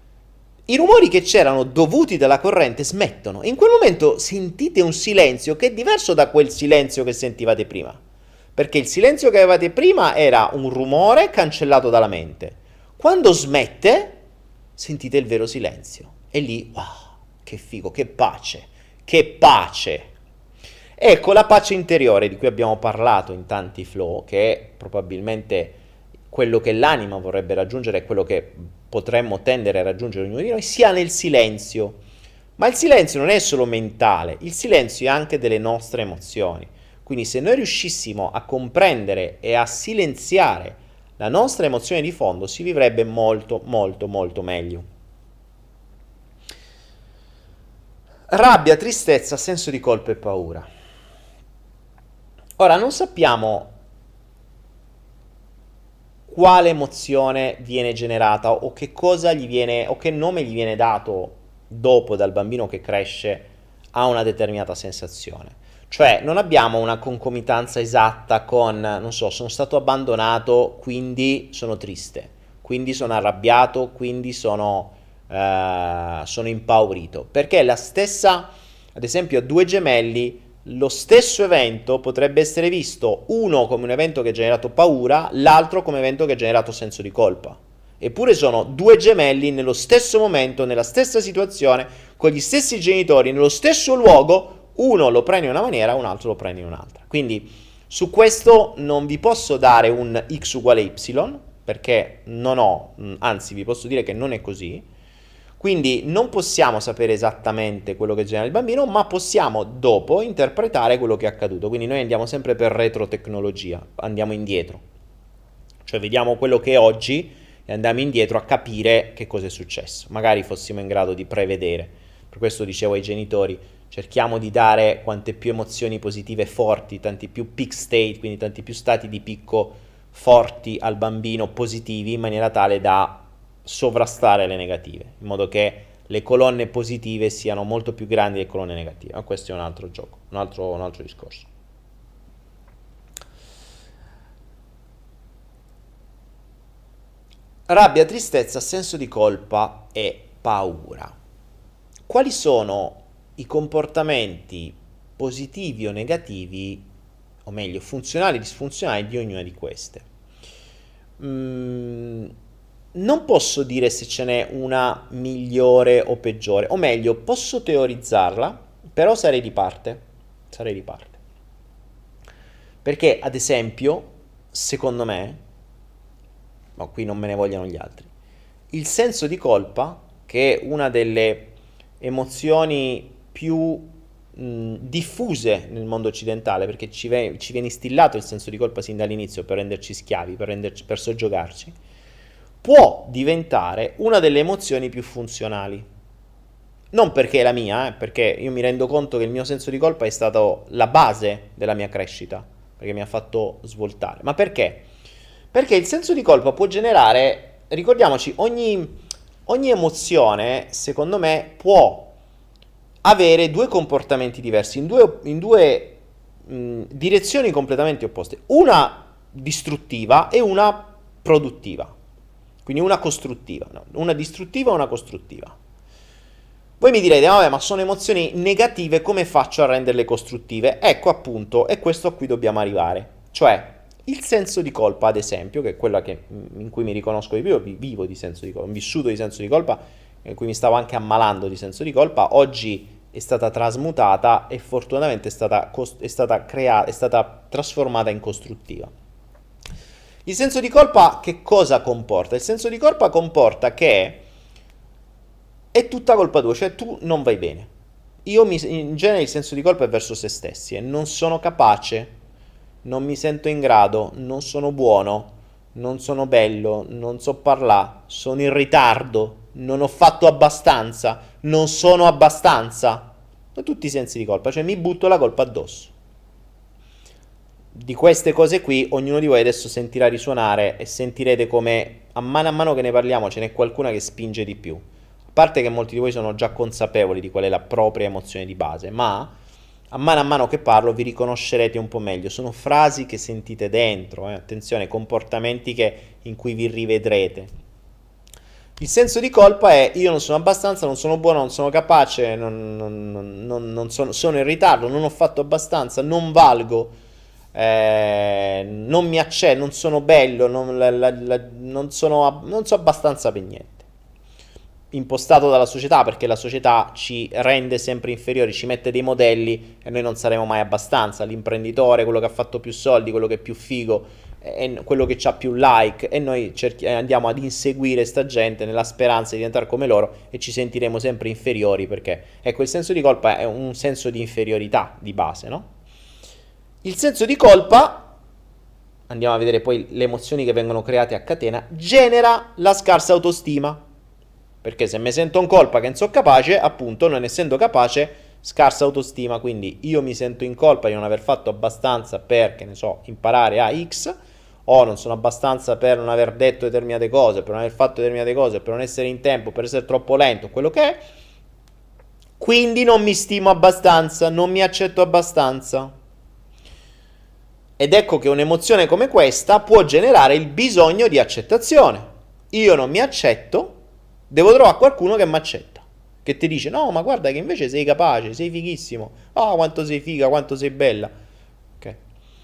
i rumori che c'erano dovuti dalla corrente smettono. E in quel momento sentite un silenzio che è diverso da quel silenzio che sentivate prima. Perché il silenzio che avevate prima era un rumore cancellato dalla mente. Quando smette, sentite il vero silenzio. E lì, wow, che figo, che pace, che pace. Ecco la pace interiore di cui abbiamo parlato in tanti flow, che è probabilmente quello che l'anima vorrebbe raggiungere, è quello che potremmo tendere a raggiungere ognuno di noi, sia nel silenzio. Ma il silenzio non è solo mentale, il silenzio è anche delle nostre emozioni. Quindi se noi riuscissimo a comprendere e a silenziare la nostra emozione di fondo, si vivrebbe molto, molto, molto meglio. Rabbia, tristezza, senso di colpa e paura. Ora, non sappiamo quale emozione viene generata o che cosa gli viene o che nome gli viene dato dopo dal bambino che cresce a una determinata sensazione. Cioè non abbiamo una concomitanza esatta con, non so, sono stato abbandonato, quindi sono triste, quindi sono arrabbiato, quindi sono impaurito. Perché la stessa, ad esempio, a due gemelli, lo stesso evento potrebbe essere visto uno come un evento che ha generato paura, l'altro come evento che ha generato senso di colpa. Eppure sono due gemelli nello stesso momento, nella stessa situazione, con gli stessi genitori, nello stesso luogo, uno lo prende in una maniera, un altro lo prende in un'altra. Quindi su questo non vi posso dare un x uguale y, perché non ho, anzi vi posso dire che non è così. Quindi non possiamo sapere esattamente quello che genera il bambino, ma possiamo dopo interpretare quello che è accaduto. Quindi noi andiamo sempre per retrotecnologia, andiamo indietro. Cioè vediamo quello che è oggi e andiamo indietro a capire che cosa è successo. Magari fossimo in grado di prevedere. Per questo dicevo ai genitori, cerchiamo di dare quante più emozioni positive forti, tanti più peak state, quindi tanti più stati di picco forti al bambino positivi, in maniera tale da sovrastare le negative, in modo che le colonne positive siano molto più grandi delle colonne negative. Ma questo è un altro gioco, un altro discorso. Rabbia, tristezza, senso di colpa e paura. Quali sono i comportamenti positivi o negativi, o meglio, funzionali o disfunzionali di ognuna di queste? Non posso dire se ce n'è una migliore o peggiore, o meglio, posso teorizzarla, però sarei di parte. Sarei di parte. Perché, ad esempio, secondo me, ma qui non me ne vogliano gli altri, il senso di colpa, che è una delle emozioni più diffuse nel mondo occidentale, perché ci viene instillato il senso di colpa sin dall'inizio per renderci schiavi, per soggiogarci, può diventare una delle emozioni più funzionali. Non perché è la mia, perché io mi rendo conto che il mio senso di colpa è stato la base della mia crescita, perché mi ha fatto svoltare. Ma perché? Perché il senso di colpa può generare, ricordiamoci, ogni emozione, secondo me, può avere due comportamenti diversi, in due direzioni completamente opposte. Una distruttiva e una produttiva. Quindi una costruttiva, no? Una distruttiva e una costruttiva. Voi mi direte, vabbè, ma sono emozioni negative, come faccio a renderle costruttive? Ecco appunto, è questo a cui dobbiamo arrivare. Cioè, il senso di colpa, ad esempio, che è quella in cui mi riconosco di più, vivo di senso di colpa, ho vissuto di senso di colpa, in cui mi stavo anche ammalando di senso di colpa, oggi è stata trasmutata e fortunatamente è stata trasformata in costruttiva. Il senso di colpa che cosa comporta? Il senso di colpa comporta che è tutta colpa tua, cioè tu non vai bene. In genere il senso di colpa è verso se stessi e non sono capace, non mi sento in grado, non sono buono, non sono bello, non so parlare, sono in ritardo, non ho fatto abbastanza, non sono abbastanza. Sono tutti i sensi di colpa, cioè mi butto la colpa addosso. Di queste cose qui ognuno di voi adesso sentirà risuonare e sentirete come a mano che ne parliamo ce n'è qualcuna che spinge di più. A parte che molti di voi sono già consapevoli di qual è la propria emozione di base, ma a mano che parlo vi riconoscerete un po' meglio. Sono frasi che sentite dentro, attenzione, comportamenti in cui vi rivedrete. Il senso di colpa è io non sono abbastanza, non sono buono, non sono capace, sono in ritardo, non ho fatto abbastanza, non valgo. Non mi accetto, non sono bello, non so abbastanza per niente. Impostato dalla società, perché la società ci rende sempre inferiori, ci mette dei modelli e noi non saremo mai abbastanza. L'imprenditore, quello che ha fatto più soldi, quello che è più figo, quello che ha più like, e noi andiamo ad inseguire sta gente nella speranza di diventare come loro e ci sentiremo sempre inferiori, perché ecco, il senso di colpa è un senso di inferiorità di base, no? Il senso di colpa, andiamo a vedere poi le emozioni che vengono create a catena, genera la scarsa autostima. Perché se mi sento in colpa che non sono capace, appunto, non essendo capace, scarsa autostima. Quindi io mi sento in colpa di non aver fatto abbastanza per, che ne so, imparare a X, o non sono abbastanza per non aver detto determinate cose, per non aver fatto determinate cose, per non essere in tempo, per essere troppo lento, quello che è. Quindi non mi stimo abbastanza, non mi accetto abbastanza. Ed ecco che un'emozione come questa può generare il bisogno di accettazione. Io non mi accetto, devo trovare qualcuno che mi accetta, che ti dice no, ma guarda che invece sei capace, sei fighissimo, oh quanto sei figa, quanto sei bella. Ok.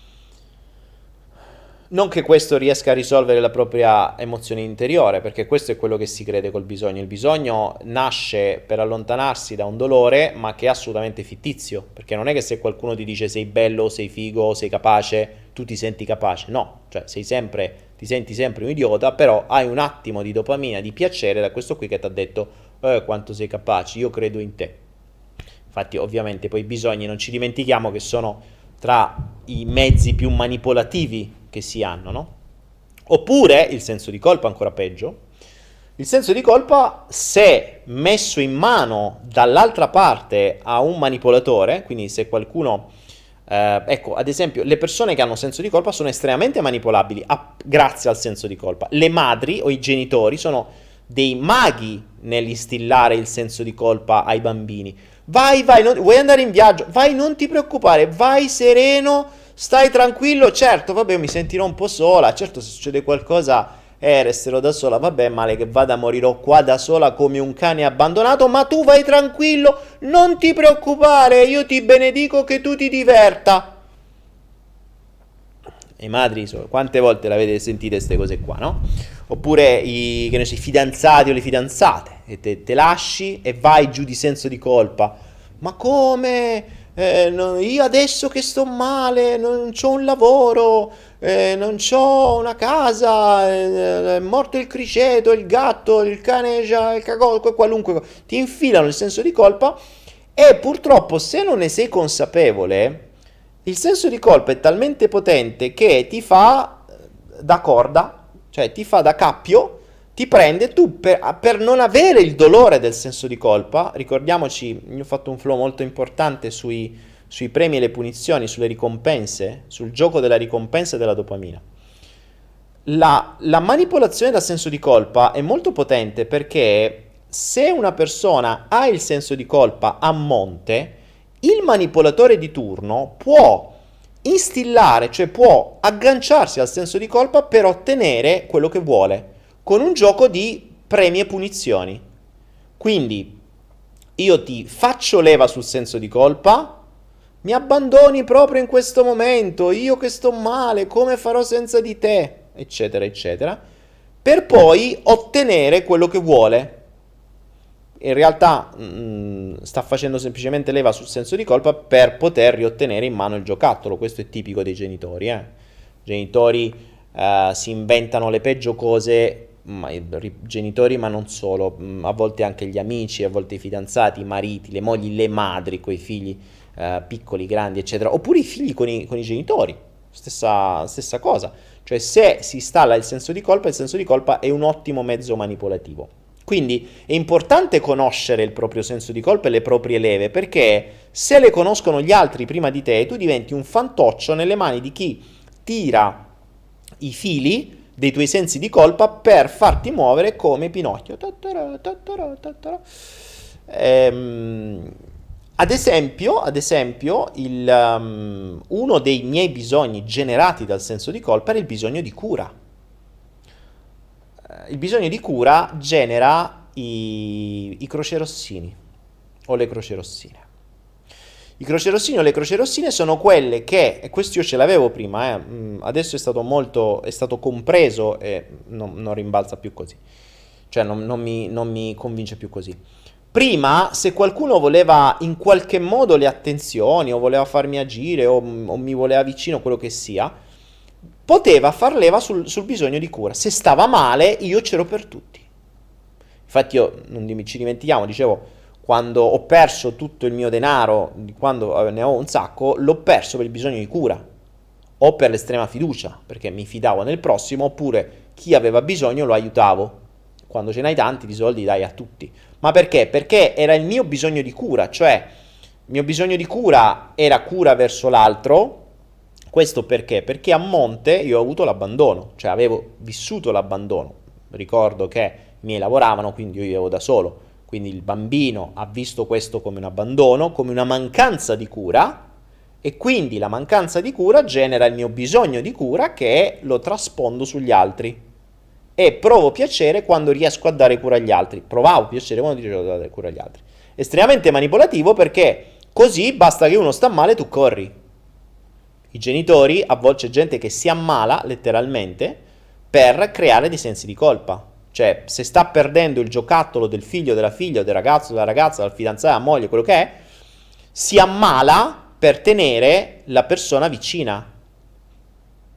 Non che questo riesca a risolvere la propria emozione interiore, perché questo è quello che si crede col bisogno. Il bisogno nasce per allontanarsi da un dolore, ma che è assolutamente fittizio, perché non è che se qualcuno ti dice sei bello, sei figo, sei capace, tu ti senti capace. No, cioè ti senti sempre un idiota, però hai un attimo di dopamina, di piacere da questo qui che ti ha detto quanto sei capace, io credo in te. Infatti ovviamente poi i bisogni non ci dimentichiamo che sono tra i mezzi più manipolativi che si hanno, no? Oppure il senso di colpa, ancora peggio. Il senso di colpa, se messo in mano dall'altra parte a un manipolatore, quindi se qualcuno, ecco, ad esempio, le persone che hanno senso di colpa sono estremamente manipolabili grazie al senso di colpa. Le madri o i genitori sono dei maghi nell'instillare il senso di colpa ai bambini. Vai, vuoi andare in viaggio? Vai, non ti preoccupare, vai sereno, stai tranquillo. Certo, vabbè, mi sentirò un po' sola. Certo, se succede qualcosa, resterò da sola. Vabbè, male che vada, morirò qua da sola come un cane abbandonato. Ma tu vai tranquillo, non ti preoccupare, io ti benedico che tu ti diverta. I madri, quante volte l'avete sentite queste cose qua, no? Oppure i fidanzati o le fidanzate, e te lasci e vai giù di senso di colpa. Ma come? Io adesso che sto male, non c'ho un lavoro, non c'ho una casa, è morto il criceto, il gatto, il cane, il cagò, qualunque cosa. Ti infilano il senso di colpa e purtroppo, se non ne sei consapevole, il senso di colpa è talmente potente che ti fa da corda, cioè ti fa da cappio, ti prende tu per non avere il dolore del senso di colpa. Ricordiamoci, io ho fatto un flow molto importante sui premi e le punizioni, sulle ricompense, sul gioco della ricompensa e della dopamina. La manipolazione da senso di colpa è molto potente perché se una persona ha il senso di colpa a monte, il manipolatore di turno può instillare, cioè può agganciarsi al senso di colpa per ottenere quello che vuole, con un gioco di premi e punizioni. Quindi io ti faccio leva sul senso di colpa, mi abbandoni proprio in questo momento, io che sto male, come farò senza di te, eccetera, eccetera, per poi ottenere quello che vuole. In realtà sta facendo semplicemente leva sul senso di colpa per poter riottenere in mano il giocattolo. Questo è tipico dei genitori. I genitori si inventano le peggio cose, genitori ma non solo, a volte anche gli amici, a volte i fidanzati, i mariti, le mogli, le madri coi figli piccoli, grandi, eccetera, oppure i figli con i genitori, stessa cosa. Cioè se si installa il senso di colpa è un ottimo mezzo manipolativo. Quindi è importante conoscere il proprio senso di colpa e le proprie leve, perché se le conoscono gli altri prima di te, tu diventi un fantoccio nelle mani di chi tira i fili dei tuoi sensi di colpa per farti muovere come Pinocchio. Ad esempio uno dei miei bisogni generati dal senso di colpa era il bisogno di cura. Il bisogno di cura genera i crocerossini o le crocerossine. I crocerossini o le crocerossine sono quelle che, e questo io ce l'avevo prima, adesso è stato compreso e non rimbalza più così, cioè non mi convince più così. Prima, se qualcuno voleva in qualche modo le attenzioni o voleva farmi agire o mi voleva vicino, quello che sia, poteva far leva sul bisogno di cura. Se stava male, io c'ero per tutti. Infatti io, non ci dimentichiamo, dicevo, quando ho perso tutto il mio denaro, quando ne ho un sacco, l'ho perso per il bisogno di cura, o per l'estrema fiducia, perché mi fidavo nel prossimo, oppure chi aveva bisogno lo aiutavo. Quando ce n'hai tanti di soldi dai a tutti. Ma perché? Perché era il mio bisogno di cura, cioè il mio bisogno di cura era cura verso l'altro. Questo perché? Perché a monte io ho avuto l'abbandono, cioè avevo vissuto l'abbandono. Ricordo che i miei lavoravano, quindi io vivevo da solo. Quindi il bambino ha visto questo come un abbandono, come una mancanza di cura, e quindi la mancanza di cura genera il mio bisogno di cura che lo traspondo sugli altri. E provo piacere quando riesco a dare cura agli altri. Provavo piacere quando riesco a dare cura agli altri. Estremamente manipolativo, perché così basta che uno sta male, tu corri. I genitori, a volte c'è gente che si ammala letteralmente per creare dei sensi di colpa. Cioè, se sta perdendo il giocattolo del figlio, della figlia, del ragazzo, della ragazza, dal fidanzato, della moglie, quello che è, si ammala per tenere la persona vicina.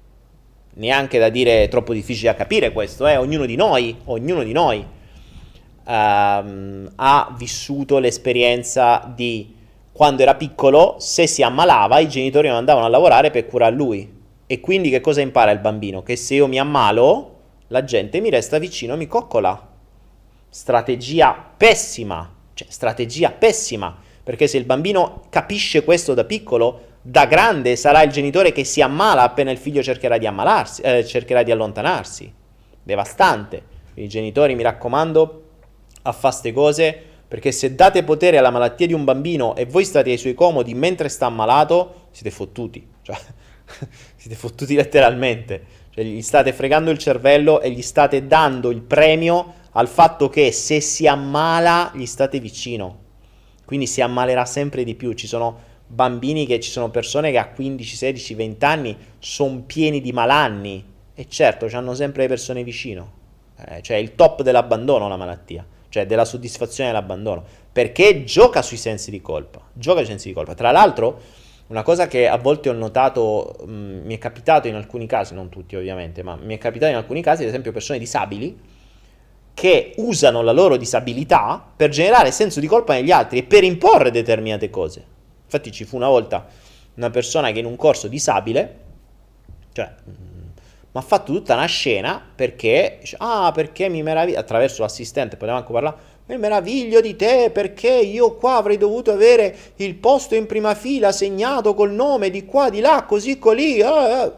Neanche da dire troppo difficile da capire questo, ognuno di noi. ha vissuto l'esperienza di quando era piccolo, se si ammalava, i genitori non andavano a lavorare per curare lui. E quindi che cosa impara il bambino? Che se io mi ammalo, la gente mi resta vicino e mi coccola. Strategia pessima, perché se il bambino capisce questo da piccolo, da grande sarà il genitore che si ammala appena il figlio cercherà di ammalarsi, cercherà di allontanarsi. Devastante. I genitori, mi raccomando, a fare ste cose, perché se date potere alla malattia di un bambino e voi state ai suoi comodi mentre sta ammalato, siete fottuti. Cioè, siete fottuti letteralmente. Cioè, gli state fregando il cervello e gli state dando il premio al fatto che se si ammala gli state vicino. Quindi si ammalerà sempre di più. Ci sono ci sono persone che a 15, 16, 20 anni sono pieni di malanni e certo hanno sempre le persone vicino. Cioè il top dell'abbandono la malattia, cioè della soddisfazione dell'abbandono, perché gioca sui sensi di colpa. Tra l'altro, una cosa che a volte ho notato, mi è capitato in alcuni casi, non tutti ovviamente, ma mi è capitato in alcuni casi, ad esempio persone disabili, che usano la loro disabilità per generare senso di colpa negli altri e per imporre determinate cose. Infatti ci fu una volta una persona che in un corso disabile, cioè, mi ha fatto tutta una scena perché, perché mi meraviglio, attraverso l'assistente poteva anche parlare, mi meraviglio di te perché io qua avrei dovuto avere il posto in prima fila segnato col nome di qua, di là, così, colì. La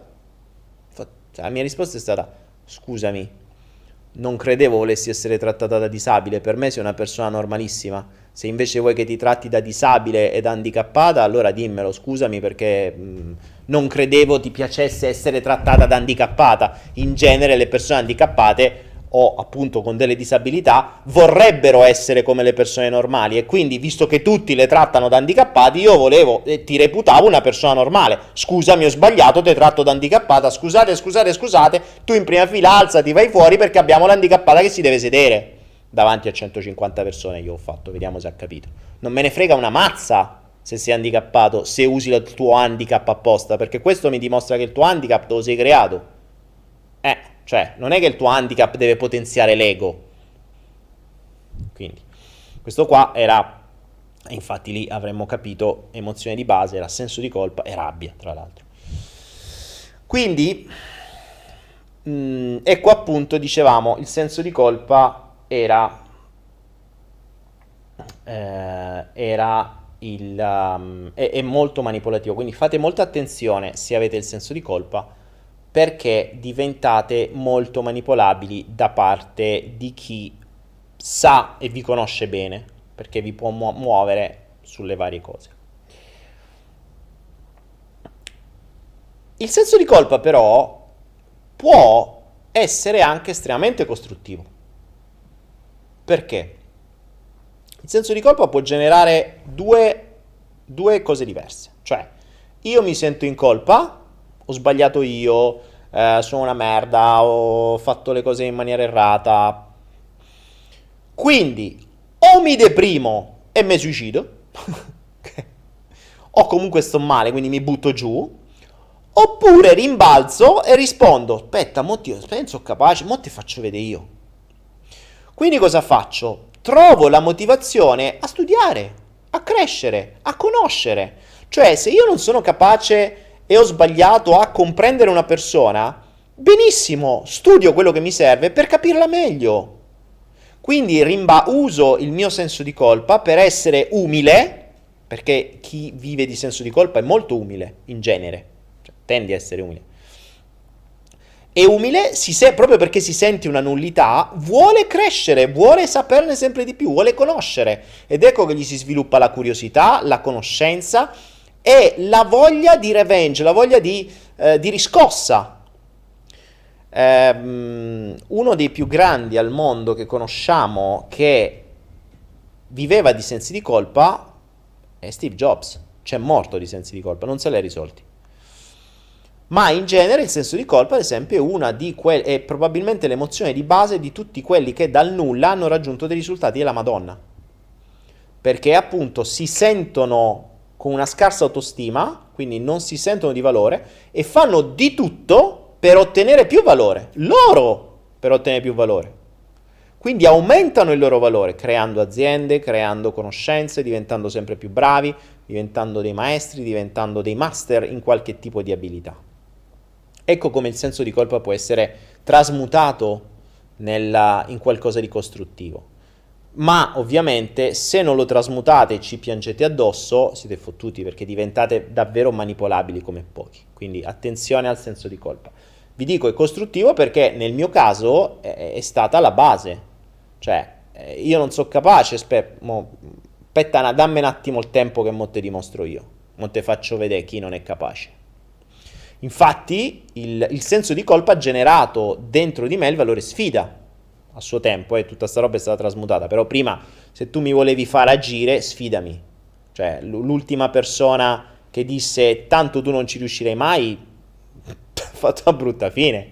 mia risposta è stata, scusami, non credevo volessi essere trattata da disabile, per me sei una persona normalissima. Se invece vuoi che ti tratti da disabile e da handicappata, allora dimmelo, scusami, perché non credevo ti piacesse essere trattata da handicappata. In genere le persone handicappate o appunto con delle disabilità vorrebbero essere come le persone normali e quindi, visto che tutti le trattano da handicappati, io volevo e ti reputavo una persona normale. Scusami, ho sbagliato, ti tratto da handicappata. Scusate, tu in prima fila alzati, vai fuori perché abbiamo l'handicappata che si deve sedere. Davanti a 150 persone io ho fatto, vediamo se ha capito. Non me ne frega una mazza se sei handicappato, se usi il tuo handicap apposta, perché questo mi dimostra che il tuo handicap te lo sei creato. Cioè, non è che il tuo handicap deve potenziare l'ego. Quindi, questo qua era, infatti lì avremmo capito, emozione di base, era senso di colpa e rabbia, tra l'altro. Quindi, ecco appunto, dicevamo, il senso di colpa era è molto manipolativo, quindi fate molta attenzione se avete il senso di colpa, perché diventate molto manipolabili da parte di chi sa e vi conosce bene, perché vi può muovere sulle varie cose. Il senso di colpa però può essere anche estremamente costruttivo. Perché? Il senso di colpa può generare due cose diverse. Cioè, io mi sento in colpa, ho sbagliato io, sono una merda, ho fatto le cose in maniera errata. Quindi, o mi deprimo e mi suicido, o comunque sto male, quindi mi butto giù, oppure rimbalzo e rispondo, aspetta, mo penso capace, mo ti faccio vedere io. Quindi cosa faccio? Trovo la motivazione a studiare, a crescere, a conoscere. Cioè, se io non sono capace e ho sbagliato a comprendere una persona, benissimo, studio quello che mi serve per capirla meglio. Quindi uso il mio senso di colpa per essere umile, perché chi vive di senso di colpa è molto umile, in genere, cioè, tende a essere umile. E umile proprio perché si sente una nullità, vuole crescere, vuole saperne sempre di più, vuole conoscere. Ed ecco che gli si sviluppa la curiosità, la conoscenza e la voglia di revenge, la voglia di riscossa. Uno dei più grandi al mondo che conosciamo che viveva di sensi di colpa è Steve Jobs. C'è morto di sensi di colpa, non se l'è risolti. Ma in genere il senso di colpa, ad esempio, è una di è probabilmente l'emozione di base di tutti quelli che dal nulla hanno raggiunto dei risultati della Madonna. Perché appunto si sentono con una scarsa autostima, quindi non si sentono di valore, e fanno di tutto per ottenere più valore. Loro per ottenere più valore. Quindi aumentano il loro valore, creando aziende, creando conoscenze, diventando sempre più bravi, diventando dei maestri, diventando dei master in qualche tipo di abilità. Ecco come il senso di colpa può essere trasmutato in qualcosa di costruttivo. Ma ovviamente se non lo trasmutate e ci piangete addosso, siete fottuti perché diventate davvero manipolabili come pochi. Quindi attenzione al senso di colpa. Vi dico è costruttivo perché nel mio caso è stata la base. Cioè, io non sono capace, aspetta, dammi un attimo il tempo che mo te dimostro io. Mo te faccio vedere chi non è capace. Infatti il senso di colpa ha generato dentro di me il valore sfida a suo tempo, e tutta sta roba è stata trasmutata, però prima se tu mi volevi far agire sfidami, cioè l'ultima persona che disse tanto tu non ci riuscirai mai ha fatto una brutta fine,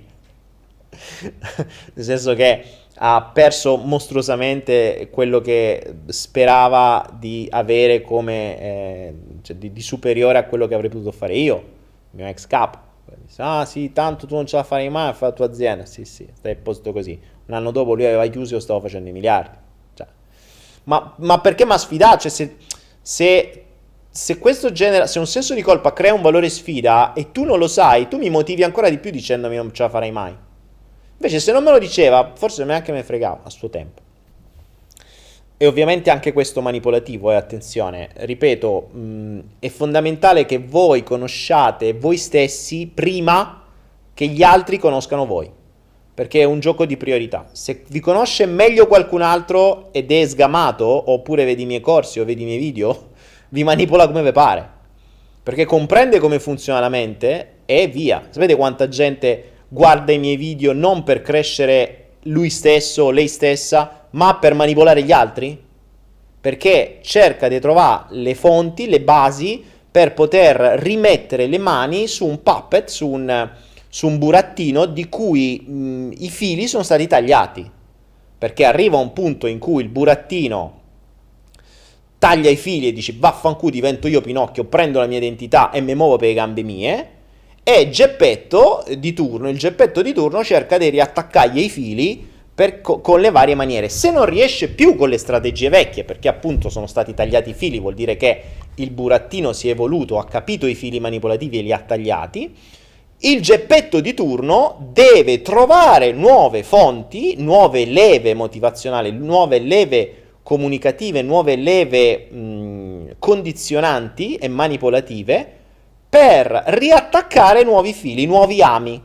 nel senso che ha perso mostruosamente quello che sperava di avere come cioè di superiore a quello che avrei potuto fare io, il mio ex capo. Ah sì, tanto tu non ce la farai mai a fare la tua azienda. Sì, stai a posto così. Un anno dopo lui aveva chiuso e io stavo facendo i miliardi. Cioè, ma perché mi ha sfidato? Cioè, se questo genera, se un senso di colpa crea un valore sfida e tu non lo sai, tu mi motivi ancora di più dicendomi non ce la farai mai. Invece se non me lo diceva, forse neanche me fregava a suo tempo. E ovviamente anche questo manipolativo, attenzione, ripeto, è fondamentale che voi conosciate voi stessi prima che gli altri conoscano voi, perché è un gioco di priorità. Se vi conosce meglio qualcun altro ed è sgamato, oppure vedi i miei corsi o vedi i miei video, vi manipola come vi pare, perché comprende come funziona la mente e via. Sapete quanta gente guarda i miei video non per crescere lui stesso o lei stessa, ma per manipolare gli altri? Perché cerca di trovare le fonti, le basi per poter rimettere le mani su un puppet, su un burattino di cui i fili sono stati tagliati. Perché arriva un punto in cui il burattino taglia i fili e dice vaffanculo, divento io Pinocchio, prendo la mia identità e mi muovo per le gambe mie, e il geppetto di turno cerca di riattaccargli i fili con le varie maniere. Se non riesce più con le strategie vecchie, perché appunto sono stati tagliati i fili, vuol dire che il burattino si è evoluto, ha capito i fili manipolativi e li ha tagliati, il geppetto di turno deve trovare nuove fonti, nuove leve motivazionali, nuove leve comunicative, nuove leve condizionanti e manipolative per riattaccare nuovi fili, nuovi ami.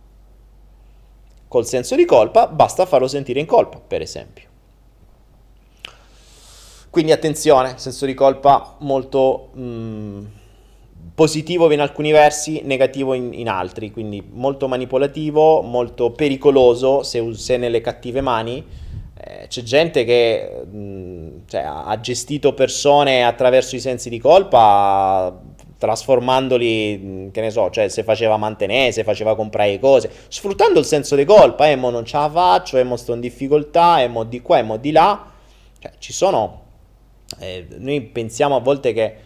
Col senso di colpa basta farlo sentire in colpa, per esempio. Quindi attenzione, senso di colpa molto positivo in alcuni versi, negativo in altri, quindi molto manipolativo, molto pericoloso se nelle cattive mani. C'è gente che ha gestito persone attraverso i sensi di colpa, trasformandoli, che ne so, cioè se faceva mantenere, se faceva comprare cose, sfruttando il senso di colpa, mo non ce la faccio, mo sto in difficoltà, mo di qua, mo di là. Cioè, ci sono, noi pensiamo a volte che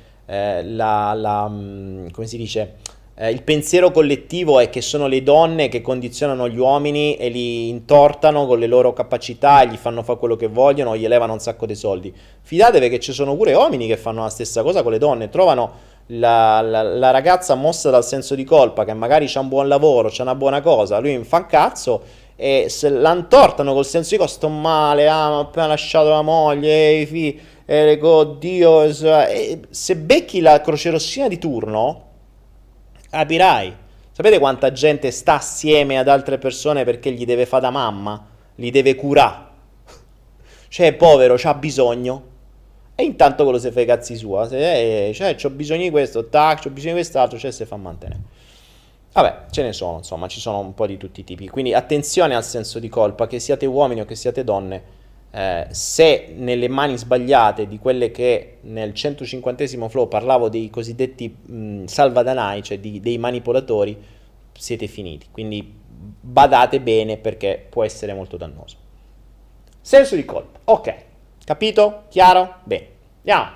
come si dice, il pensiero collettivo è che sono le donne che condizionano gli uomini e li intortano con le loro capacità e gli fanno fare quello che vogliono, gli elevano un sacco di soldi. Fidatevi che ci sono pure uomini che fanno la stessa cosa con le donne, trovano la ragazza mossa dal senso di colpa, che magari c'ha un buon lavoro, c'ha una buona cosa, lui mi fa un cazzo, e se la intortano col senso di colpa, sto male, mi ha appena lasciato la moglie, i figli, oddio, e se becchi la crocerossina di turno, capirai. Sapete quanta gente sta assieme ad altre persone perché gli deve fare da mamma, li deve curare, cioè povero, c'ha bisogno. E intanto quello si fa i cazzi sua, cioè c'ho bisogno di questo, tac, c'ho bisogno di quest'altro, cioè si fa mantenere. Vabbè, ce ne sono, insomma, ci sono un po' di tutti i tipi. Quindi attenzione al senso di colpa, che siate uomini o che siate donne, se nelle mani sbagliate di quelle che nel 150esimo flow parlavo dei cosiddetti salvadanai, cioè dei manipolatori, siete finiti. Quindi badate bene perché può essere molto dannoso. Senso di colpa, ok. Capito? Chiaro? Bene, andiamo.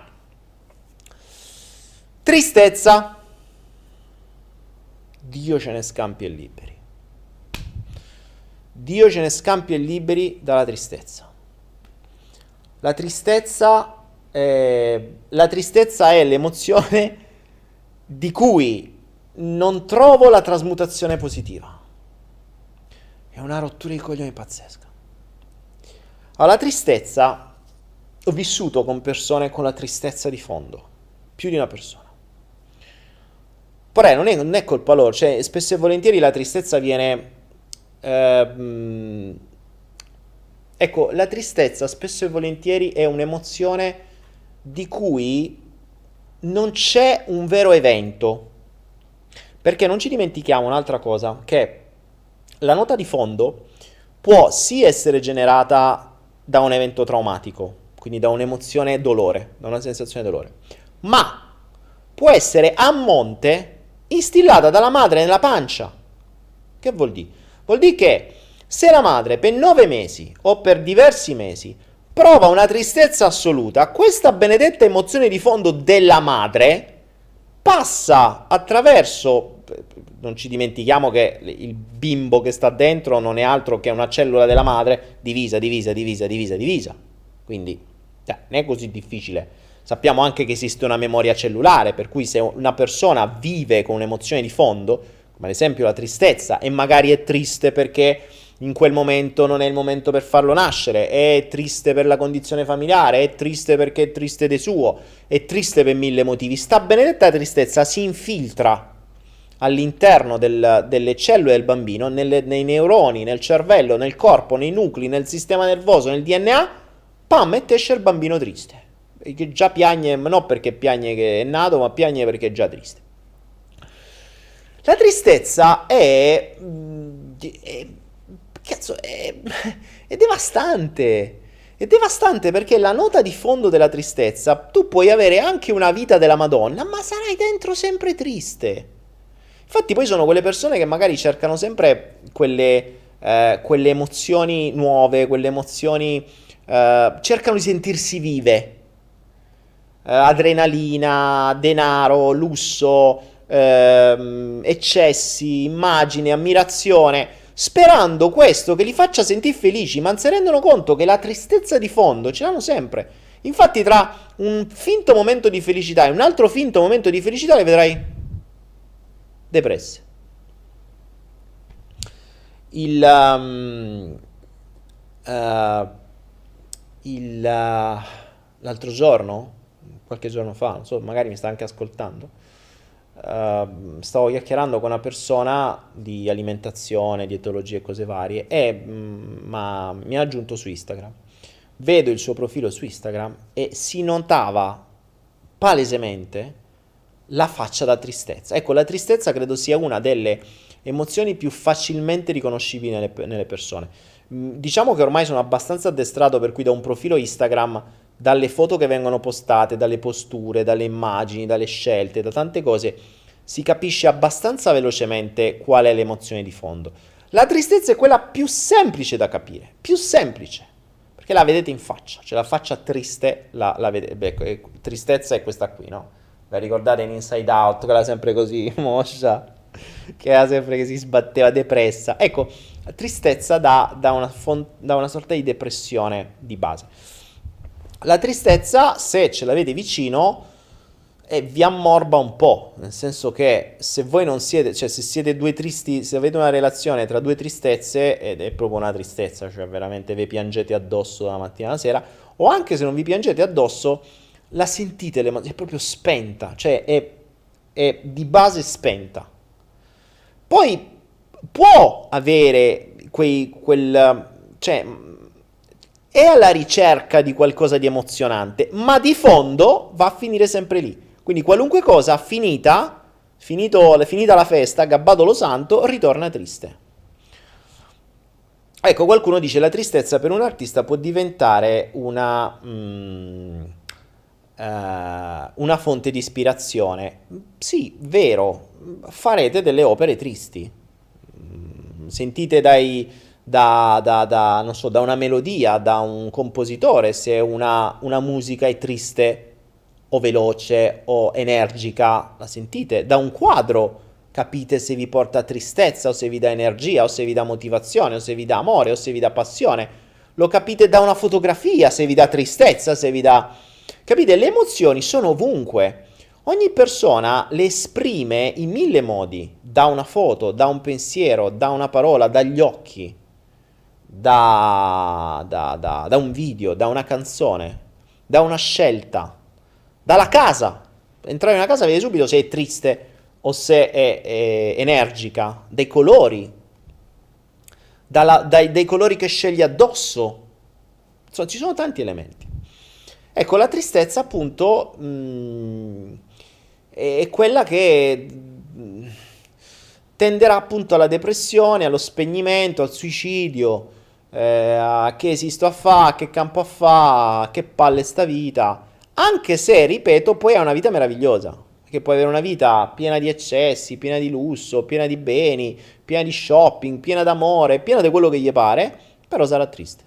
Tristezza. Dio ce ne scampi e liberi. Dio ce ne scampi e liberi dalla tristezza. La tristezza è l'emozione di cui non trovo la trasmutazione positiva. È una rottura di coglioni pazzesca. Allora, la tristezza, ho vissuto con persone con la tristezza di fondo, più di una persona. Però non è colpa loro, cioè spesso e volentieri la tristezza viene... ecco, la tristezza spesso e volentieri è un'emozione di cui non c'è un vero evento. Perché non ci dimentichiamo un'altra cosa, che la nota di fondo può sì essere generata da un evento traumatico, quindi da un'emozione dolore, da una sensazione dolore, ma può essere a monte instillata dalla madre nella pancia. Che vuol dire? Vuol dire che se la madre per 9 mesi o per diversi mesi prova una tristezza assoluta, questa benedetta emozione di fondo della madre passa attraverso, non ci dimentichiamo che il bimbo che sta dentro non è altro che una cellula della madre divisa. Quindi non è così difficile. Sappiamo anche che esiste una memoria cellulare, per cui se una persona vive con un'emozione di fondo, come ad esempio la tristezza, e magari è triste perché in quel momento non è il momento per farlo nascere, è triste per la condizione familiare, è triste perché è triste di suo, è triste per 1000 motivi, sta benedetta tristezza si infiltra all'interno delle cellule del bambino, nei neuroni, nel cervello, nel corpo, nei nuclei, nel sistema nervoso, nel DNA, pam, e esce il bambino triste, che già piagne, non perché piagne che è nato, ma piagne perché è già triste. La tristezza è devastante. È devastante perché la nota di fondo della tristezza, tu puoi avere anche una vita della Madonna, ma sarai dentro sempre triste. Infatti poi sono quelle persone che magari cercano sempre quelle emozioni nuove, quelle emozioni, cercano di sentirsi vive. Adrenalina, denaro, lusso, eccessi, immagine, ammirazione, sperando questo che li faccia sentire felici, ma non si rendono conto che la tristezza di fondo ce l'hanno sempre. Infatti tra un finto momento di felicità e un altro finto momento di felicità le vedrai depresse. L'altro giorno, qualche giorno fa, non so, magari mi sta anche ascoltando, stavo chiacchierando con una persona di alimentazione, dietologia e cose varie e ma mi ha aggiunto su Instagram. Vedo il suo profilo su Instagram e si notava palesemente la faccia da tristezza. Ecco, la tristezza credo sia una delle emozioni più facilmente riconoscibili nelle persone. Diciamo che ormai sono abbastanza addestrato per cui da un profilo Instagram, dalle foto che vengono postate, dalle posture, dalle immagini, dalle scelte, da tante cose, si capisce abbastanza velocemente qual è l'emozione di fondo. La tristezza è quella più semplice da capire, più semplice, perché la vedete in faccia, cioè la faccia triste, tristezza è questa qui, no? La ricordate in Inside Out, quella sempre così moscia, che era sempre che si sbatteva depressa. Ecco, tristezza da una sorta di depressione di base. La tristezza, se ce l'avete vicino, vi ammorba un po', nel senso che se voi non siete, cioè se siete due tristi, se avete una relazione tra due tristezze, ed è proprio una tristezza, cioè veramente vi piangete addosso dalla mattina alla sera, o anche se non vi piangete addosso, la sentite, è proprio spenta, cioè è di base spenta. Poi può avere cioè è alla ricerca di qualcosa di emozionante, ma di fondo va a finire sempre lì. Quindi qualunque cosa finita la festa, gabbato lo santo, ritorna triste. Ecco, qualcuno dice la tristezza per un artista può diventare una fonte di ispirazione. Sì, vero, farete delle opere tristi. Sentite non so, da una melodia, da un compositore, se una musica è triste o veloce o energica, la sentite. Da un quadro capite se vi porta tristezza o se vi dà energia o se vi dà motivazione o se vi dà amore o se vi dà passione. lo capite da una fotografia, se vi dà tristezza, se vi dà... Capite? Le emozioni sono ovunque. Ogni persona le esprime in mille modi, da una foto, da un pensiero, da una parola, dagli occhi, da un video, da una canzone, da una scelta, dalla casa. Entrare in una casa vede subito se è triste o se è energica, dai colori, dai colori che scegli addosso. Insomma, ci sono tanti elementi. Ecco, la tristezza appunto è quella che tenderà appunto alla depressione, allo spegnimento, al suicidio, a che esisto a fa, a che campo a fa, che palle sta vita, anche se, ripeto, poi è una vita meravigliosa, perché puoi avere una vita piena di eccessi, piena di lusso, piena di beni, piena di shopping, piena d'amore, piena di quello che gli pare, però sarà triste.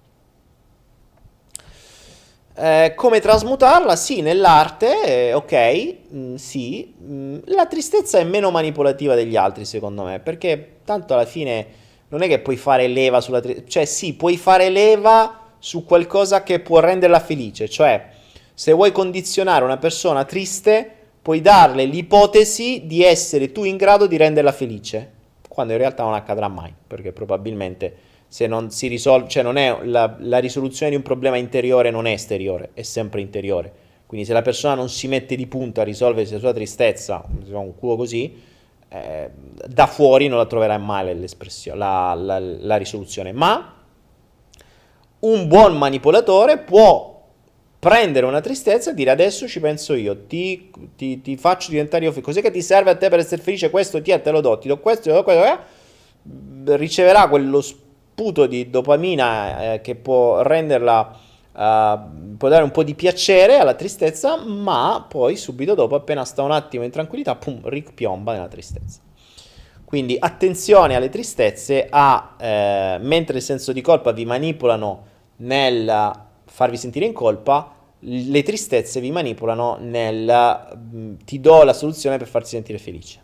Come trasmutarla? Sì, nell'arte, ok, sì, la tristezza è meno manipolativa degli altri secondo me, perché tanto alla fine non è che puoi fare leva sulla tristezza, cioè sì, puoi fare leva su qualcosa che può renderla felice, cioè se vuoi condizionare una persona triste, puoi darle l'ipotesi di essere tu in grado di renderla felice, quando in realtà non accadrà mai, perché probabilmente se non si risolve, cioè non è la risoluzione di un problema interiore non è esteriore, è sempre interiore. Quindi se la persona non si mette di punto a risolvere la sua tristezza, un culo così, da fuori non la troverai mai l'espressione, la risoluzione. Ma un buon manipolatore può prendere una tristezza e dire adesso ci penso io, ti faccio diventare io felice, cos'è che ti serve a te per essere felice? Questo te lo do, ti do questo, ti do questo, riceverà quello sputo di dopamina che può renderla, può dare un po' di piacere alla tristezza, ma poi subito dopo, appena sta un attimo in tranquillità, pum, ripiomba nella tristezza. Quindi attenzione alle tristezze, mentre il senso di colpa vi manipolano nel farvi sentire in colpa, le tristezze vi manipolano nel ti do la soluzione per farti sentire felice.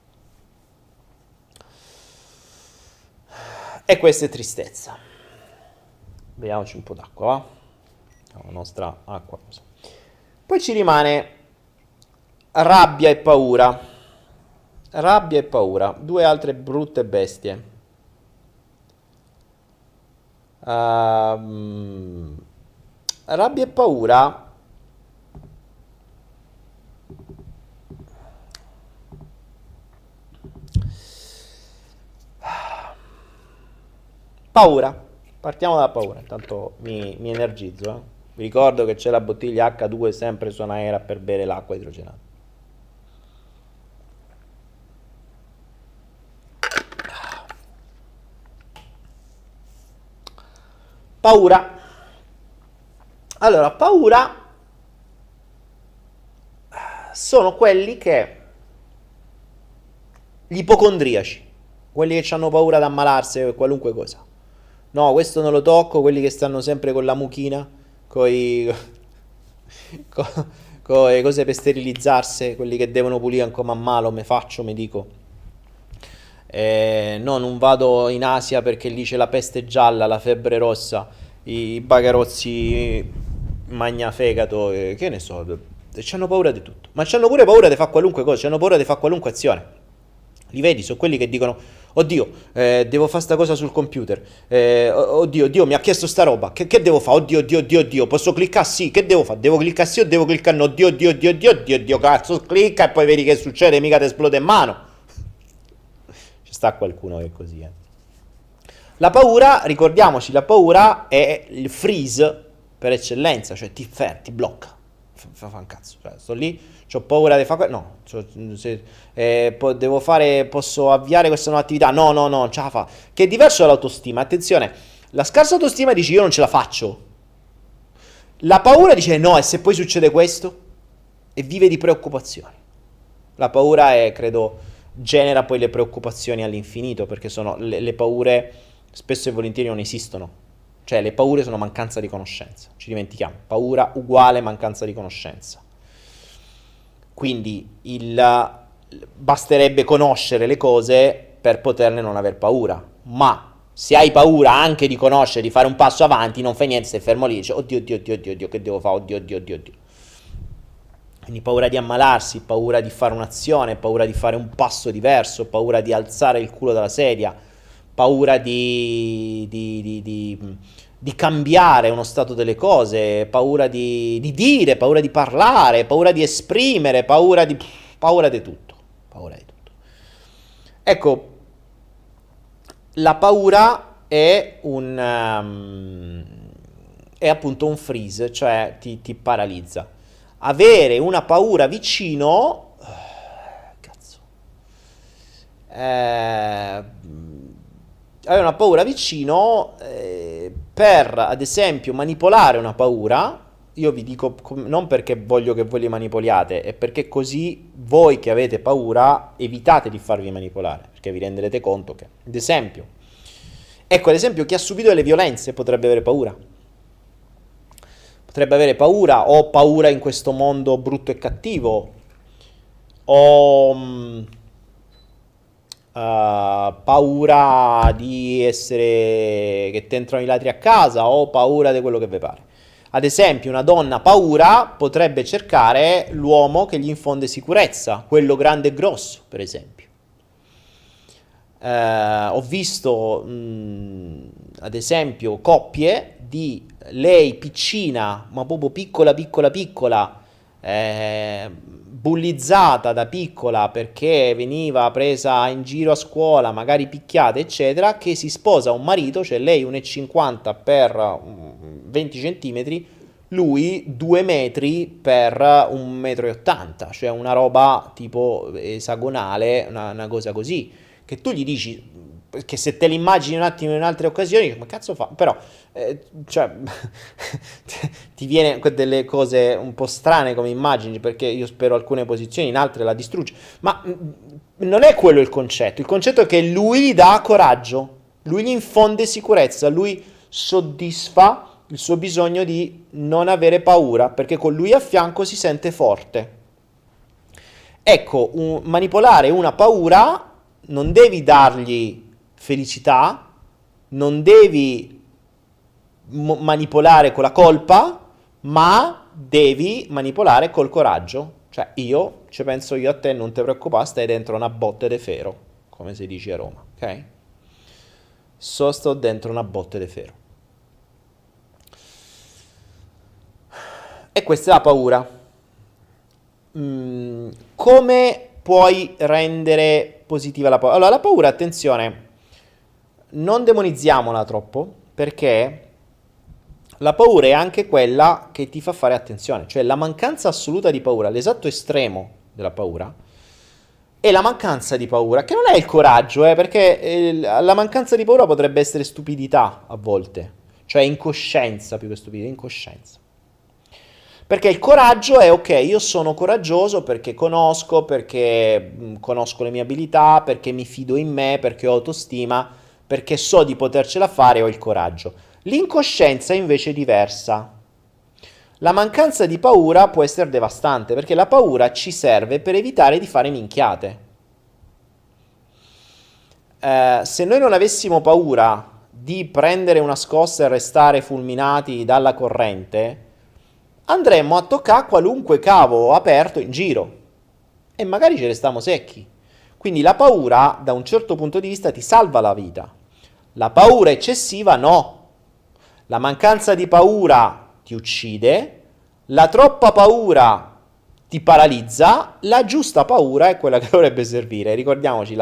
E questa è tristezza. Beviamoci un po' d'acqua, va? La nostra acqua. Poi ci rimane rabbia e paura. Rabbia e paura, due altre brutte bestie. Rabbia e paura paura, partiamo dalla paura, intanto mi energizzo. Vi ricordo che c'è la bottiglia H2 sempre su Anaera per bere l'acqua idrogenata. Paura. Allora, paura sono quelli che gli ipocondriaci, quelli che hanno paura di ammalarsi o qualunque cosa. No, questo non lo tocco, quelli che stanno sempre con la mucchina, con le cose per sterilizzarsi, quelli che devono pulire ancora man mano, me faccio, me dico. No, non vado in Asia perché lì c'è la peste gialla, la febbre rossa, i bagarozzi magnafegato, che ne so, c'hanno paura di tutto, ma c'hanno pure paura di fare qualunque cosa, c'hanno paura di fare qualunque azione. Li vedi, sono quelli che dicono oddio, devo fare sta cosa sul computer, oddio, Dio mi ha chiesto sta roba, che devo fare? Oddio, posso cliccare? Sì, che devo fare? Devo cliccare sì o devo cliccare no? Oddio, cazzo, clicca e poi vedi che succede, mica ti esplode in mano. Ci sta qualcuno che è così, La paura, ricordiamoci, la paura è il freeze per eccellenza, cioè ti blocca, fa un cazzo, cioè, sto lì, c'ho paura di fare no, devo fare, posso avviare questa nuova attività, no, non ce la fa, che è diverso dall'autostima. Attenzione, la scarsa autostima dice io non ce la faccio, la paura dice no, e se poi succede questo, e vive di preoccupazioni. La paura credo, genera poi le preoccupazioni all'infinito, perché sono le paure spesso e volentieri non esistono. Cioè le paure sono mancanza di conoscenza, ci dimentichiamo, paura uguale mancanza di conoscenza. Quindi basterebbe conoscere le cose per poterne non aver paura, ma Se hai paura anche di conoscere, di fare un passo avanti, non fai niente, stai fermo lì, dici, oddio, oddio, oddio, oddio, oddio, che devo fare, oddio, oddio, oddio, oddio. Quindi paura di ammalarsi, paura di fare un'azione, paura di fare un passo diverso, paura di alzare il culo dalla sedia, paura di cambiare uno stato delle cose, paura di dire, paura di parlare, paura di esprimere, paura di tutto, paura di tutto. Ecco, la paura è è appunto un freeze, cioè ti paralizza. Avere una paura vicino, cazzo, avere una paura vicino per, ad esempio, manipolare una paura. Io vi dico non perché voglio che voi li manipoliate, è perché così voi che avete paura evitate di farvi manipolare, perché vi renderete conto che, ad esempio, ecco, ad esempio, chi ha subito delle violenze potrebbe avere paura. Potrebbe avere paura, o paura in questo mondo brutto e cattivo, o paura di essere che ti entrano i ladri a casa, o paura di quello che vi pare. Ad esempio, una donna paura potrebbe cercare l'uomo che gli infonde sicurezza, quello grande e grosso, per esempio. Ho visto, ad esempio, coppie di lei piccina, ma proprio piccola, piccola, piccola, bullizzata da piccola perché veniva presa in giro a scuola, magari picchiata, eccetera, che si sposa un marito, cioè lei 1,50 per 20 centimetri, lui 2 metri per 1,80 m, cioè una roba tipo esagonale, una cosa così, che tu gli dici, che se te l'immagini un attimo in altre occasioni, ma cazzo fa? Però, cioè, ti viene delle cose un po' strane come immagini, perché io spero alcune posizioni, in altre la distrugge. Ma non è quello il concetto è che lui gli dà coraggio, lui gli infonde sicurezza, lui soddisfa il suo bisogno di non avere paura, perché con lui a fianco si sente forte. Ecco, manipolare una paura, non devi dargli felicità, non devi manipolare con la colpa, ma devi manipolare col coraggio. Cioè, io ci penso io a te, non ti preoccupare, stai dentro una botte de ferro, come si dice a Roma, ok? Sto dentro una botte de ferro. E questa è la paura. Come puoi rendere positiva la paura? Allora, la paura, attenzione, non demonizziamola troppo, perché la paura è anche quella che ti fa fare attenzione, cioè la mancanza assoluta di paura, l'esatto estremo della paura, è la mancanza di paura, che non è il coraggio, perché la mancanza di paura potrebbe essere stupidità a volte, cioè incoscienza più che stupidità, incoscienza. Perché il coraggio è, ok, io sono coraggioso perché conosco le mie abilità, perché mi fido in me, perché ho autostima, perché so di potercela fare e ho il coraggio. L'incoscienza invece è diversa. La mancanza di paura può essere devastante, perché la paura ci serve per evitare di fare minchiate. Se noi non avessimo paura di prendere una scossa e restare fulminati dalla corrente, andremmo a toccare qualunque cavo aperto in giro e magari ci restiamo secchi. Quindi la paura, da un certo punto di vista, ti salva la vita. La paura eccessiva no. La mancanza di paura ti uccide, la troppa paura ti paralizza, la giusta paura è quella che dovrebbe servire. Ricordiamoci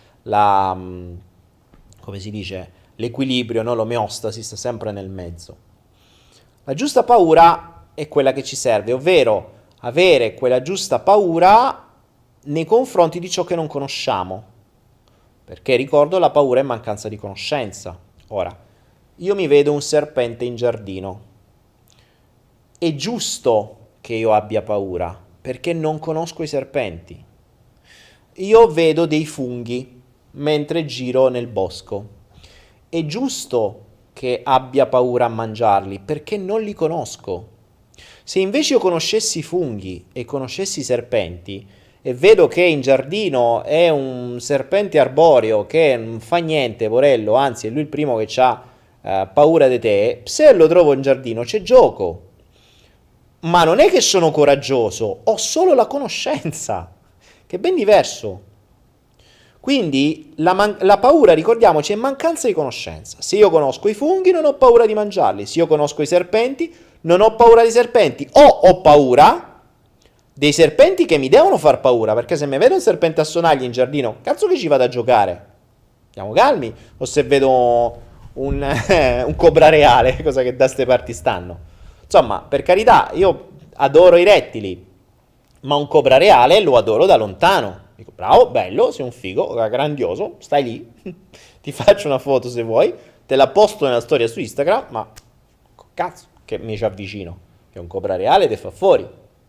come si dice, l'equilibrio, no? L'omeostasi sta sempre nel mezzo. La giusta paura è quella che ci serve, ovvero avere quella giusta paura nei confronti di ciò che non conosciamo. Perché ricordo, la paura è mancanza di conoscenza. Ora, io mi vedo un serpente in giardino. È giusto che io abbia paura, perché non conosco i serpenti. Io vedo dei funghi mentre giro nel bosco. È giusto che abbia paura a mangiarli, perché non li conosco. Se invece io conoscessi i funghi e conoscessi i serpenti, e vedo che in giardino è un serpente arboreo che non fa niente, porello, anzi è lui il primo che ha paura di te, se lo trovo in giardino c'è gioco. Ma non è che sono coraggioso, ho solo la conoscenza, che è ben diverso. Quindi la paura, ricordiamoci, è mancanza di conoscenza. Se io conosco i funghi non ho paura di mangiarli, se io conosco i serpenti non ho paura dei serpenti, o ho paura dei serpenti che mi devono far paura, perché se mi vedo un serpente a sonagli in giardino, cazzo che ci vado a giocare? Stiamo calmi, o se vedo un cobra reale, cosa che da ste parti stanno. Insomma, per carità, io adoro i rettili, ma un cobra reale lo adoro da lontano. Dico, bravo, bello, sei un figo, grandioso, stai lì, ti faccio una foto se vuoi, te la posto nella storia su Instagram, ma cazzo che mi ci avvicino, che è un cobra reale te fa fuori.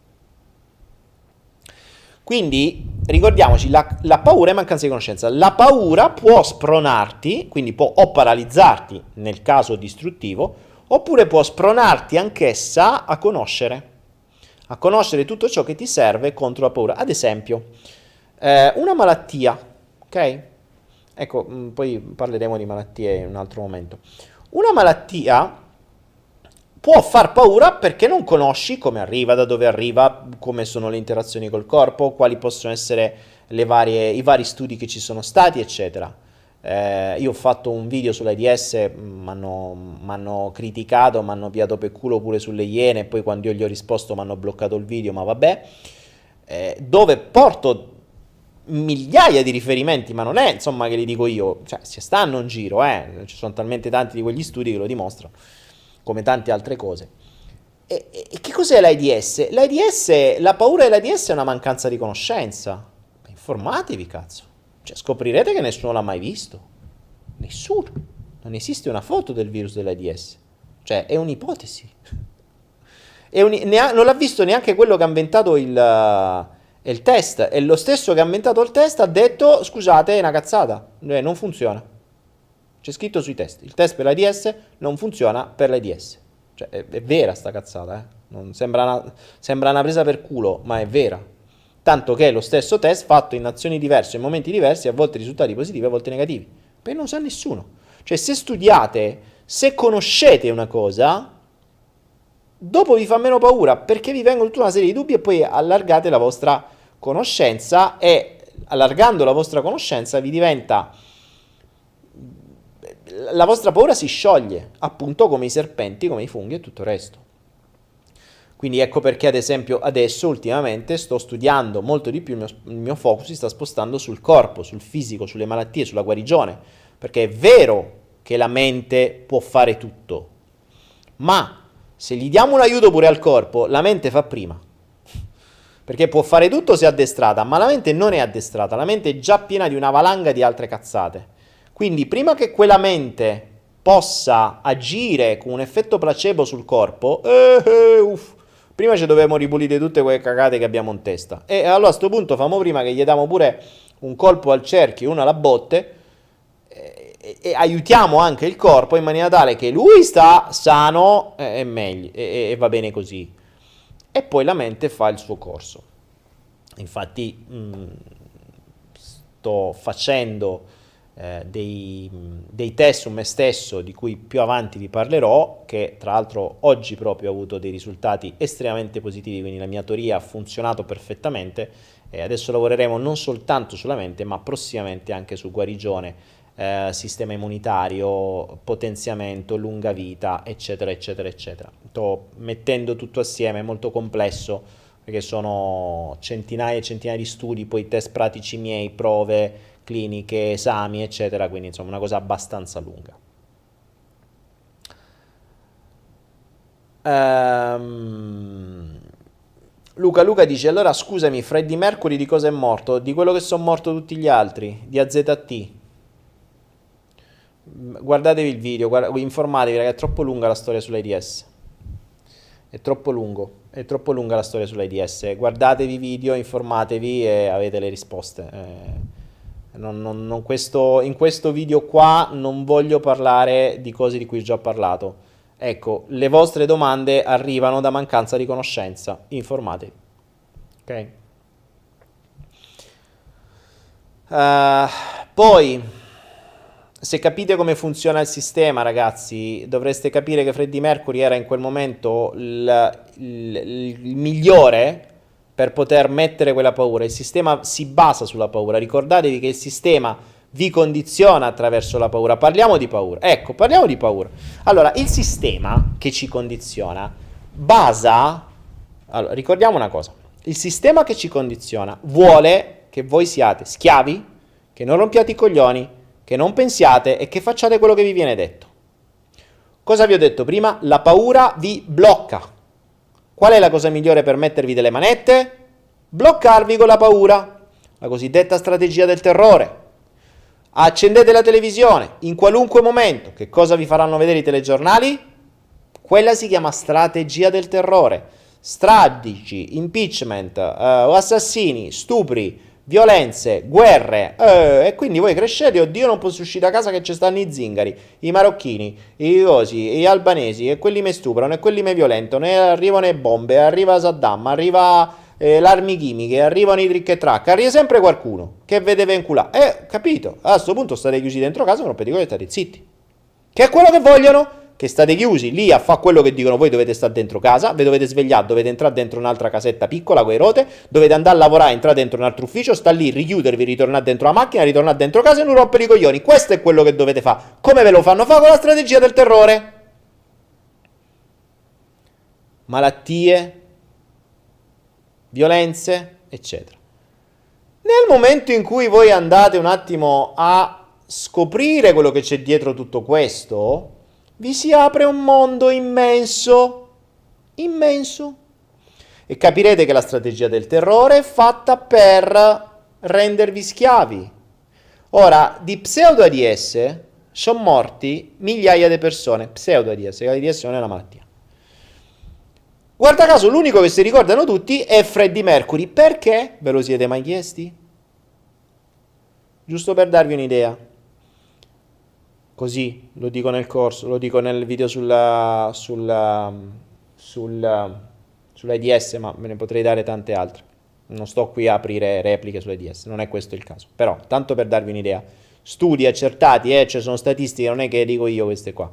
Quindi ricordiamoci, la paura è mancanza di conoscenza. La paura può spronarti, quindi può o paralizzarti nel caso distruttivo, oppure può spronarti anch'essa a conoscere tutto ciò che ti serve contro la paura. Ad esempio, una malattia, ok? Ecco, poi parleremo di malattie in un altro momento. Una malattia può far paura perché non conosci come arriva, da dove arriva, come sono le interazioni col corpo, quali possono essere i vari studi che ci sono stati, eccetera. Io ho fatto un video sull'AIDS, mi hanno criticato, mi hanno piato per culo pure sulle Iene, e poi quando io gli ho risposto mi hanno bloccato il video, ma vabbè, dove porto migliaia di riferimenti, ma non è insomma che li dico io, cioè si stanno in giro, ci sono talmente tanti di quegli studi che lo dimostrano, come tante altre cose. E che cos'è l'AIDS? L'AIDS, la paura dell'AIDS è una mancanza di conoscenza. Informatevi, cazzo. Cioè, scoprirete che nessuno l'ha mai visto. Nessuno. Non esiste una foto del virus dell'AIDS. Cioè, è un'ipotesi. Non l'ha visto neanche quello che ha inventato il test. E lo stesso che ha inventato il test ha detto, scusate, è una cazzata. Non funziona. C'è scritto sui test. Il test per l'AIDS non funziona per l'AIDS. Cioè, è vera sta cazzata, Non sembra una presa per culo, ma è vera. Tanto che è lo stesso test fatto in nazioni diverse, in momenti diversi, a volte risultati positivi, a volte negativi. Perché non sa nessuno. Cioè, se studiate, se conoscete una cosa, dopo vi fa meno paura, perché vi vengono tutta una serie di dubbi e poi allargate la vostra conoscenza e allargando la vostra conoscenza vi diventa... La vostra paura si scioglie, appunto come i serpenti, come i funghi e tutto il resto. Quindi ecco perché ad esempio adesso ultimamente sto studiando molto di più, il mio focus si sta spostando sul corpo, sul fisico, sulle malattie, sulla guarigione, perché è vero che la mente può fare tutto, ma se gli diamo un aiuto pure al corpo, la mente fa prima, perché può fare tutto se è addestrata, ma la mente non è addestrata, la mente è già piena di una valanga di altre cazzate, quindi prima che quella mente possa agire con un effetto placebo sul corpo, prima ci dobbiamo ripulire tutte quelle cagate che abbiamo in testa. E allora a sto punto famo prima che gli diamo pure un colpo al cerchio, uno alla botte, e aiutiamo anche il corpo in maniera tale che lui sta sano e meglio, e va bene così. E poi la mente fa il suo corso. Infatti sto facendo dei test su me stesso di cui più avanti vi parlerò, che tra l'altro oggi proprio ho avuto dei risultati estremamente positivi, quindi la mia teoria ha funzionato perfettamente e adesso lavoreremo non soltanto sulla mente ma prossimamente anche su guarigione, sistema immunitario, potenziamento, lunga vita, eccetera eccetera eccetera. Sto mettendo tutto assieme, è molto complesso perché sono centinaia e centinaia di studi, poi test pratici miei, prove cliniche, esami, eccetera, quindi insomma una cosa abbastanza lunga. Luca dice, allora scusami, Freddie Mercury di cosa è morto? Di quello che sono morto tutti gli altri, di AZT. Guardatevi il video, informatevi, ragazzi, è troppo lunga la storia sull'AIDS. È troppo lunga la storia sull'AIDS. Guardatevi i video, informatevi e avete le risposte. In questo video qua non voglio parlare di cose di cui ho già parlato. Ecco, le vostre domande arrivano da mancanza di conoscenza. Informatevi. Ok? Poi, se capite come funziona il sistema, ragazzi, dovreste capire che Freddie Mercury era in quel momento il migliore per poter mettere quella paura. Il sistema si basa sulla paura. Ricordatevi che il sistema vi condiziona attraverso la paura. Parliamo di paura. Ecco, parliamo di paura. Allora, il sistema che ci condiziona basa... Allora, ricordiamo una cosa. Il sistema che ci condiziona vuole che voi siate schiavi, che non rompiate i coglioni, che non pensiate e che facciate quello che vi viene detto. Cosa vi ho detto prima? La paura vi blocca. Qual è la cosa migliore per mettervi delle manette? Bloccarvi con la paura. La cosiddetta strategia del terrore. Accendete la televisione in qualunque momento. Che cosa vi faranno vedere i telegiornali? Quella si chiama strategia del terrore. Stradici, impeachment, assassini, stupri, violenze, guerre, e quindi voi crescete, oddio non posso uscire da casa che ci stanno i zingari, i marocchini, i cosi, gli albanesi, e quelli mi stuprano, e quelli mi violentano, e arrivano le bombe, arriva Saddam, arriva le armi chimiche, arrivano i trick e track, arriva sempre qualcuno che vedeva inculare, capito? A questo punto state chiusi dentro casa, non rompete i coglioni e state zitti, che è quello che vogliono. Che state chiusi lì a fare quello che dicono, voi dovete stare dentro casa, vi dovete svegliare, dovete entrare dentro un'altra casetta piccola con le rote, dovete andare a lavorare, entrare dentro un altro ufficio, sta lì, richiudervi, ritornare dentro la macchina, ritornare dentro casa e non rompere i coglioni. Questo è quello che dovete fare. Come ve lo fanno fare? Con la strategia del terrore. Malattie, violenze, eccetera. Nel momento in cui voi andate un attimo a scoprire quello che c'è dietro tutto questo, vi si apre un mondo immenso, immenso, e capirete che la strategia del terrore è fatta per rendervi schiavi. Ora, di pseudo-AIDS sono morti migliaia di persone, pseudo-AIDS, l'AIDS non è una malattia. Guarda caso, l'unico che si ricordano tutti è Freddie Mercury. Perché? Ve lo siete mai chiesti? Giusto per darvi un'idea. Così, lo dico nel corso, lo dico nel video sull'AIDS, ma me ne potrei dare tante altre. Non sto qui a aprire repliche sull'AIDS, non è questo il caso. Però, tanto per darvi un'idea, studi accertati, ci sono statistiche, non è che dico io queste qua.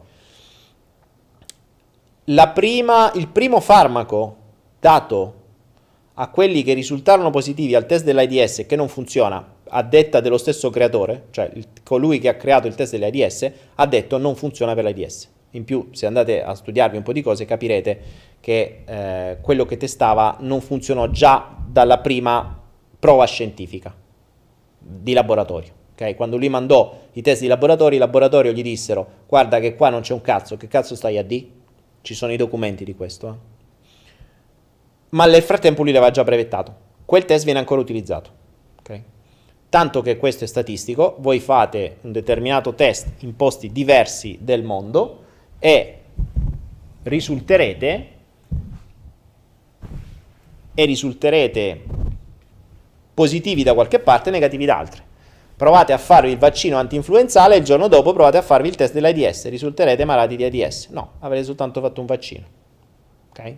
Il primo farmaco dato a quelli che risultarono positivi al test dell'AIDS e che non funziona, a detta dello stesso creatore, cioè colui che ha creato il test dell'AIDS, ha detto non funziona per l'AIDS. In più, se andate a studiarvi un po' di cose, capirete che quello che testava non funzionò già dalla prima prova scientifica di laboratorio. Okay? Quando lui mandò i test di laboratorio, il laboratorio gli dissero guarda che qua non c'è un cazzo, che cazzo stai a di? Ci sono i documenti di questo. Ma nel frattempo lui l'aveva già brevettato. Quel test viene ancora utilizzato. Okay? Tanto che questo è statistico, voi fate un determinato test in posti diversi del mondo e risulterete positivi da qualche parte e negativi da altre. Provate a farvi il vaccino anti-influenzale e il giorno dopo provate a farvi il test dell'AIDS, risulterete malati di AIDS. No, avrete soltanto fatto un vaccino. Ok?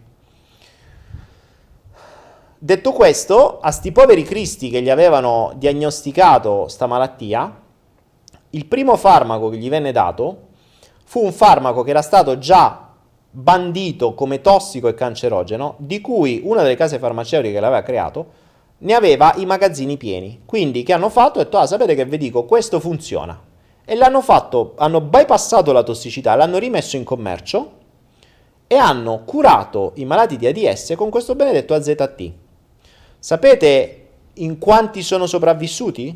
Detto questo, a sti poveri cristi che gli avevano diagnosticato sta malattia, il primo farmaco che gli venne dato fu un farmaco che era stato già bandito come tossico e cancerogeno, di cui una delle case farmaceutiche che l'aveva creato ne aveva i magazzini pieni. Quindi che hanno fatto? Hanno detto, sapete che vi dico, questo funziona. E l'hanno fatto, hanno bypassato la tossicità, l'hanno rimesso in commercio e hanno curato i malati di AIDS con questo benedetto AZT. Sapete in quanti sono sopravvissuti?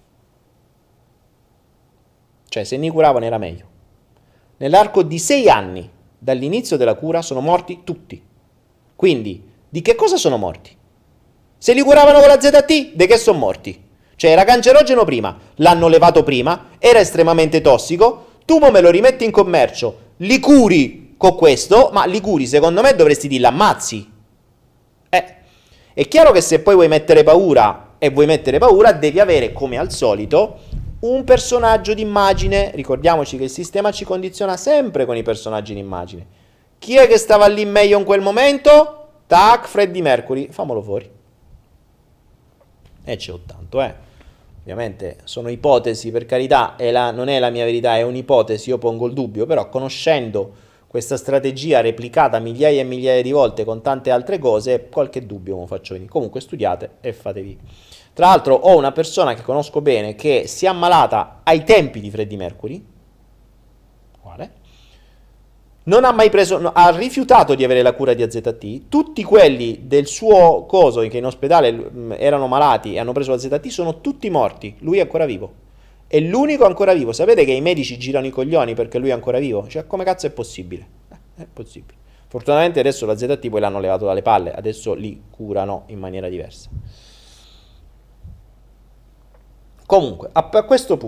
Cioè, se ne curavano era meglio. Nell'arco di 6 anni dall'inizio della cura sono morti tutti. Quindi, di che cosa sono morti? Se li curavano con la ZT, di che sono morti? Cioè, era cancerogeno prima, l'hanno levato prima, era estremamente tossico, tu me lo rimetti in commercio, li curi con questo, ma li curi, secondo me dovresti dire l'ammazzi. È chiaro che se poi vuoi mettere paura devi avere, come al solito, un personaggio d'immagine. Ricordiamoci che il sistema ci condiziona sempre con i personaggi d'immagine. Chi è che stava lì meglio in quel momento? Tac, Freddie Mercury, famolo fuori. E c'è 80, ovviamente sono ipotesi, per carità, non è la mia verità, è un'ipotesi, io pongo il dubbio, però conoscendo questa strategia replicata migliaia e migliaia di volte con tante altre cose, qualche dubbio me lo faccio venire. Comunque studiate e fatevi. Tra l'altro ho una persona che conosco bene che si è ammalata ai tempi di Freddie Mercury, quale? Non ha mai preso, no, ha rifiutato di avere la cura di AZT. Tutti quelli del suo coso che in ospedale erano malati e hanno preso la ZT sono tutti morti. Lui è ancora vivo. È l'unico ancora vivo. Sapete che i medici girano i coglioni perché lui è ancora vivo? Cioè, come cazzo è possibile? È possibile. Fortunatamente adesso la ZT poi l'hanno levato dalle palle. Adesso li curano in maniera diversa. Comunque, a questo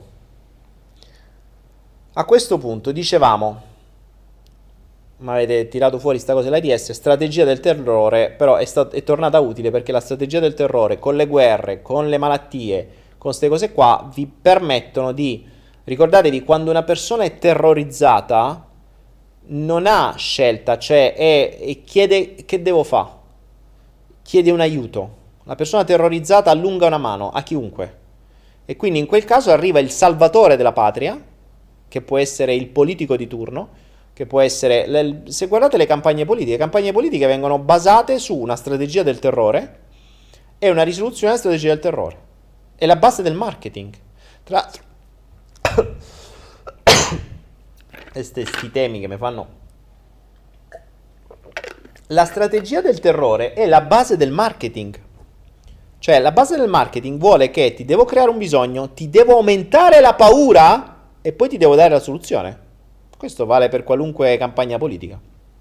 punto dicevamo, ma avete tirato fuori sta cosa dell'AIDS, strategia del terrore, però è tornata utile perché la strategia del terrore con le guerre, con le malattie, con queste cose qua vi permettono di, ricordatevi, quando una persona è terrorizzata non ha scelta, cioè e chiede che devo fare, chiede un aiuto. La persona terrorizzata allunga una mano a chiunque e quindi in quel caso arriva il salvatore della patria, che può essere il politico di turno, che può essere, se guardate le campagne politiche vengono basate su una strategia del terrore e una risoluzione della strategia del terrore. È la base del marketing. Tra l'altro, questi temi che mi fanno... La strategia del terrore è la base del marketing. Cioè, la base del marketing vuole che ti devo creare un bisogno, ti devo aumentare la paura e poi ti devo dare la soluzione. Questo vale per qualunque campagna politica.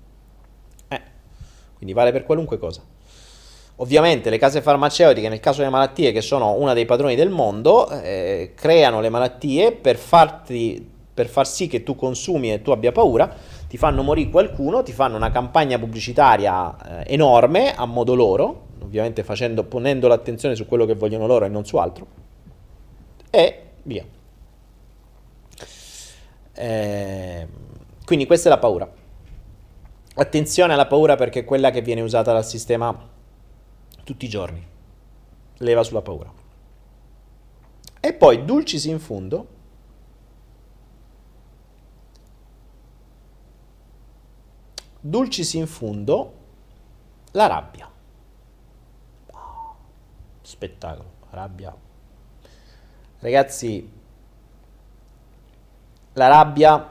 Quindi vale per qualunque cosa. Ovviamente le case farmaceutiche, nel caso delle malattie, che sono una dei padroni del mondo, creano le malattie per far sì che tu consumi e tu abbia paura, ti fanno morire qualcuno, ti fanno una campagna pubblicitaria enorme a modo loro, ovviamente ponendo l'attenzione su quello che vogliono loro e non su altro, e via. Quindi questa è la paura. Attenzione alla paura perché è quella che viene usata dal sistema tutti i giorni. Leva sulla paura. E poi dulcis in fundo la rabbia. Spettacolo, rabbia. Ragazzi, la rabbia,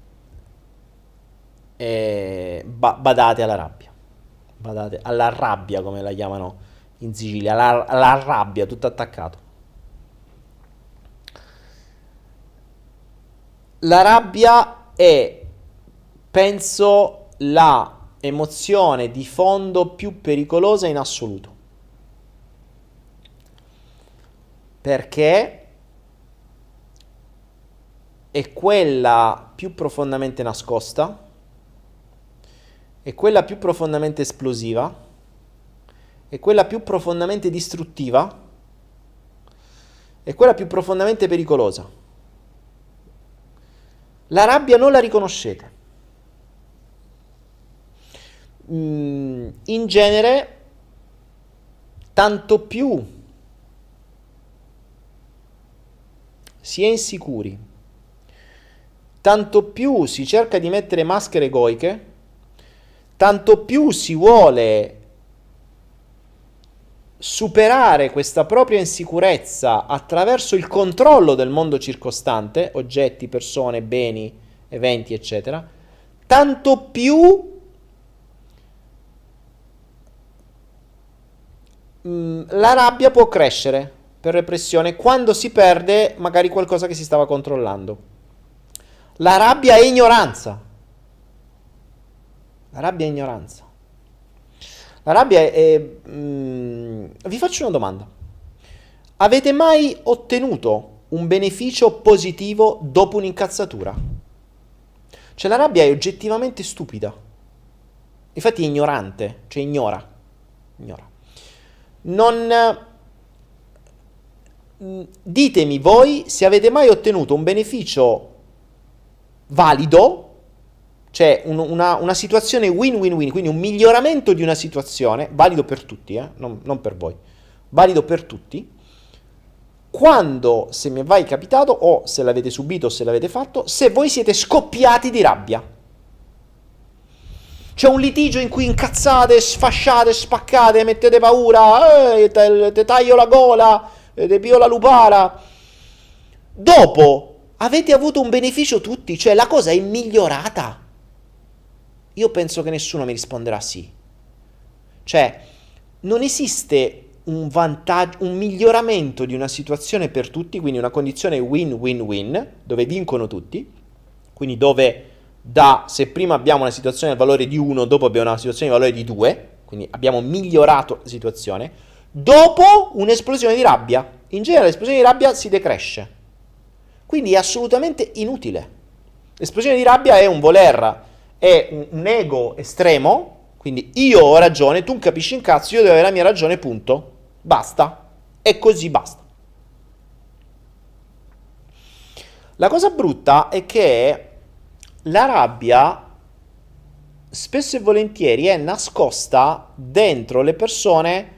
badate alla rabbia, badate alla rabbia come la chiamano in Sicilia, alla rabbia, tutto attaccato. La rabbia è, penso, la emozione di fondo più pericolosa in assoluto, perché è quella più profondamente nascosta, è quella più profondamente esplosiva, è quella più profondamente distruttiva, è quella più profondamente pericolosa. La rabbia non la riconoscete. In genere, tanto più si è insicuri, tanto più si cerca di mettere maschere egoiche, tanto più si vuole superare questa propria insicurezza attraverso il controllo del mondo circostante, oggetti, persone, beni, eventi, eccetera, tanto più la rabbia può crescere per repressione quando si perde magari qualcosa che si stava controllando. La rabbia è ignoranza. La rabbia è ignoranza. La rabbia è... Vi faccio una domanda. Avete mai ottenuto un beneficio positivo dopo un'incazzatura? Cioè la rabbia è oggettivamente stupida. Infatti è ignorante, cioè ignora. Non... Ditemi voi se avete mai ottenuto un beneficio valido, cioè una situazione win-win-win, quindi un miglioramento di una situazione, valido per tutti, non per voi, valido per tutti, quando, se mi è mai capitato, o se l'avete subito o se l'avete fatto, se voi siete scoppiati di rabbia. C'è un litigio in cui incazzate, sfasciate, spaccate, mettete paura, te taglio la gola, te pio la lupara. Dopo avete avuto un beneficio tutti, cioè la cosa è migliorata. Io penso che nessuno mi risponderà sì. Cioè, non esiste un vantaggio, un miglioramento di una situazione per tutti, quindi una condizione win-win-win, dove vincono tutti, quindi dove se prima abbiamo una situazione al valore di 1, dopo abbiamo una situazione al valore di 2, quindi abbiamo migliorato la situazione, dopo un'esplosione di rabbia. In genere l'esplosione di rabbia si decresce, quindi è assolutamente inutile. L'esplosione di rabbia è è un ego estremo, quindi io ho ragione, tu capisci un cazzo, io devo avere la mia ragione, punto. Basta. E così basta. La cosa brutta è che la rabbia spesso e volentieri è nascosta dentro le persone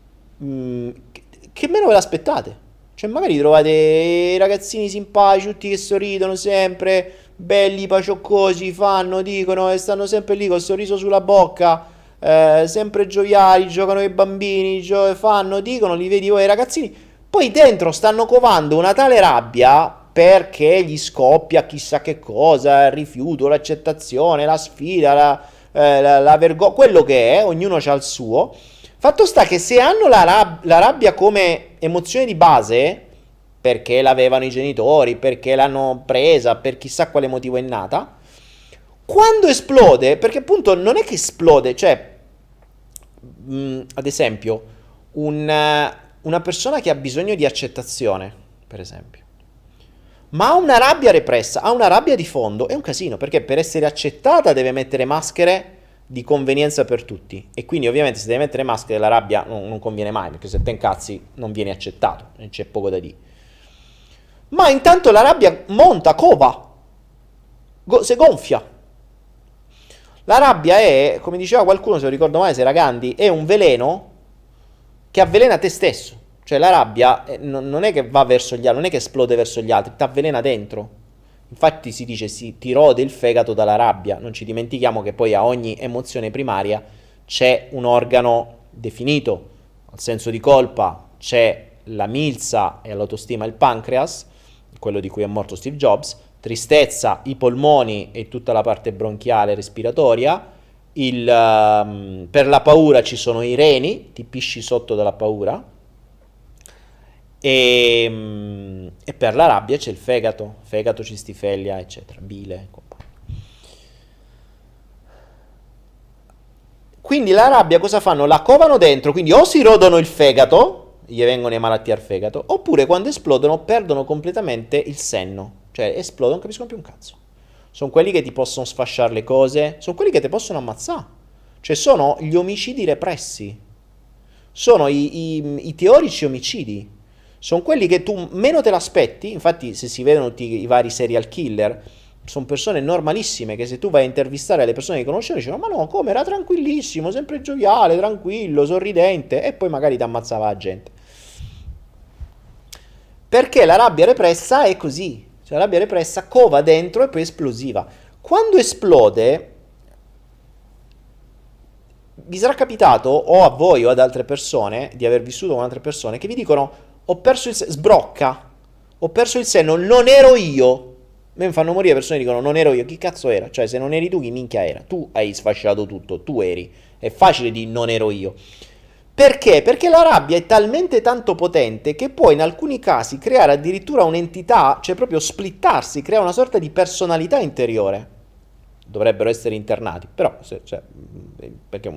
che meno ve l'aspettate. Cioè magari trovate i ragazzini simpatici, tutti che sorridono sempre, belli, pacioccosi, fanno, dicono e stanno sempre lì col sorriso sulla bocca, sempre gioviali, giocano i bambini, fanno, dicono, li vedi voi i ragazzini, poi dentro stanno covando una tale rabbia perché gli scoppia chissà che cosa, il rifiuto, l'accettazione, la sfida, la vergogna, quello che è, ognuno ha il suo. Fatto sta che se hanno la rabbia come emozione di base, perché l'avevano i genitori, perché l'hanno presa, per chissà quale motivo è nata, quando esplode, perché appunto non è che esplode, cioè, ad esempio, una persona che ha bisogno di accettazione, per esempio, ma ha una rabbia repressa, ha una rabbia di fondo, è un casino, perché per essere accettata deve mettere maschere di convenienza per tutti, e quindi ovviamente se deve mettere maschere la rabbia non conviene mai, perché se te incazzi non vieni accettato, c'è poco da dire. Ma intanto la rabbia monta, cova, si gonfia. La rabbia è, come diceva qualcuno, se lo ricordo male, se era Gandhi, è un veleno che avvelena te stesso. Cioè la rabbia non è che va verso gli altri, non è che esplode verso gli altri, ti avvelena dentro. Infatti si dice ti rode il fegato dalla rabbia. Non ci dimentichiamo che poi a ogni emozione primaria c'è un organo definito. Al senso di colpa c'è la milza e l'autostima il pancreas, quello di cui è morto Steve Jobs. Tristezza, i polmoni e tutta la parte bronchiale respiratoria. Per la paura ci sono i reni, ti pisci sotto dalla paura. E per la rabbia c'è il fegato, cistifellea, eccetera, bile. Quindi la rabbia cosa fanno? La covano dentro, quindi o si rodono il fegato, gli vengono le malattie al fegato, oppure quando esplodono perdono completamente il senno, cioè esplodono, non capiscono più un cazzo. Sono quelli che ti possono sfasciare le cose, sono quelli che ti possono ammazzare, cioè sono gli omicidi repressi, sono i teorici omicidi. Sono quelli che tu meno te l'aspetti. Infatti se si vedono tutti i vari serial killer, sono persone normalissime che se tu vai a intervistare le persone che conoscono dicono ma no, come, era tranquillissimo, sempre gioviale, tranquillo, sorridente, e poi magari ti ammazzava la gente. Perché la rabbia repressa è così, cioè la rabbia repressa cova dentro e poi è esplosiva. Quando esplode, vi sarà capitato o a voi o ad altre persone di aver vissuto con altre persone che vi dicono ho perso il senno, sbrocca, ho perso il senno, non ero io. Mi fanno morire persone che dicono non ero io, chi cazzo era? Cioè se non eri tu chi minchia era? Tu hai sfasciato tutto, tu eri. È facile di non ero io. Perché? Perché la rabbia è talmente tanto potente che può in alcuni casi creare addirittura un'entità, cioè proprio splittarsi, crea una sorta di personalità interiore. Dovrebbero essere internati, però cioè, perché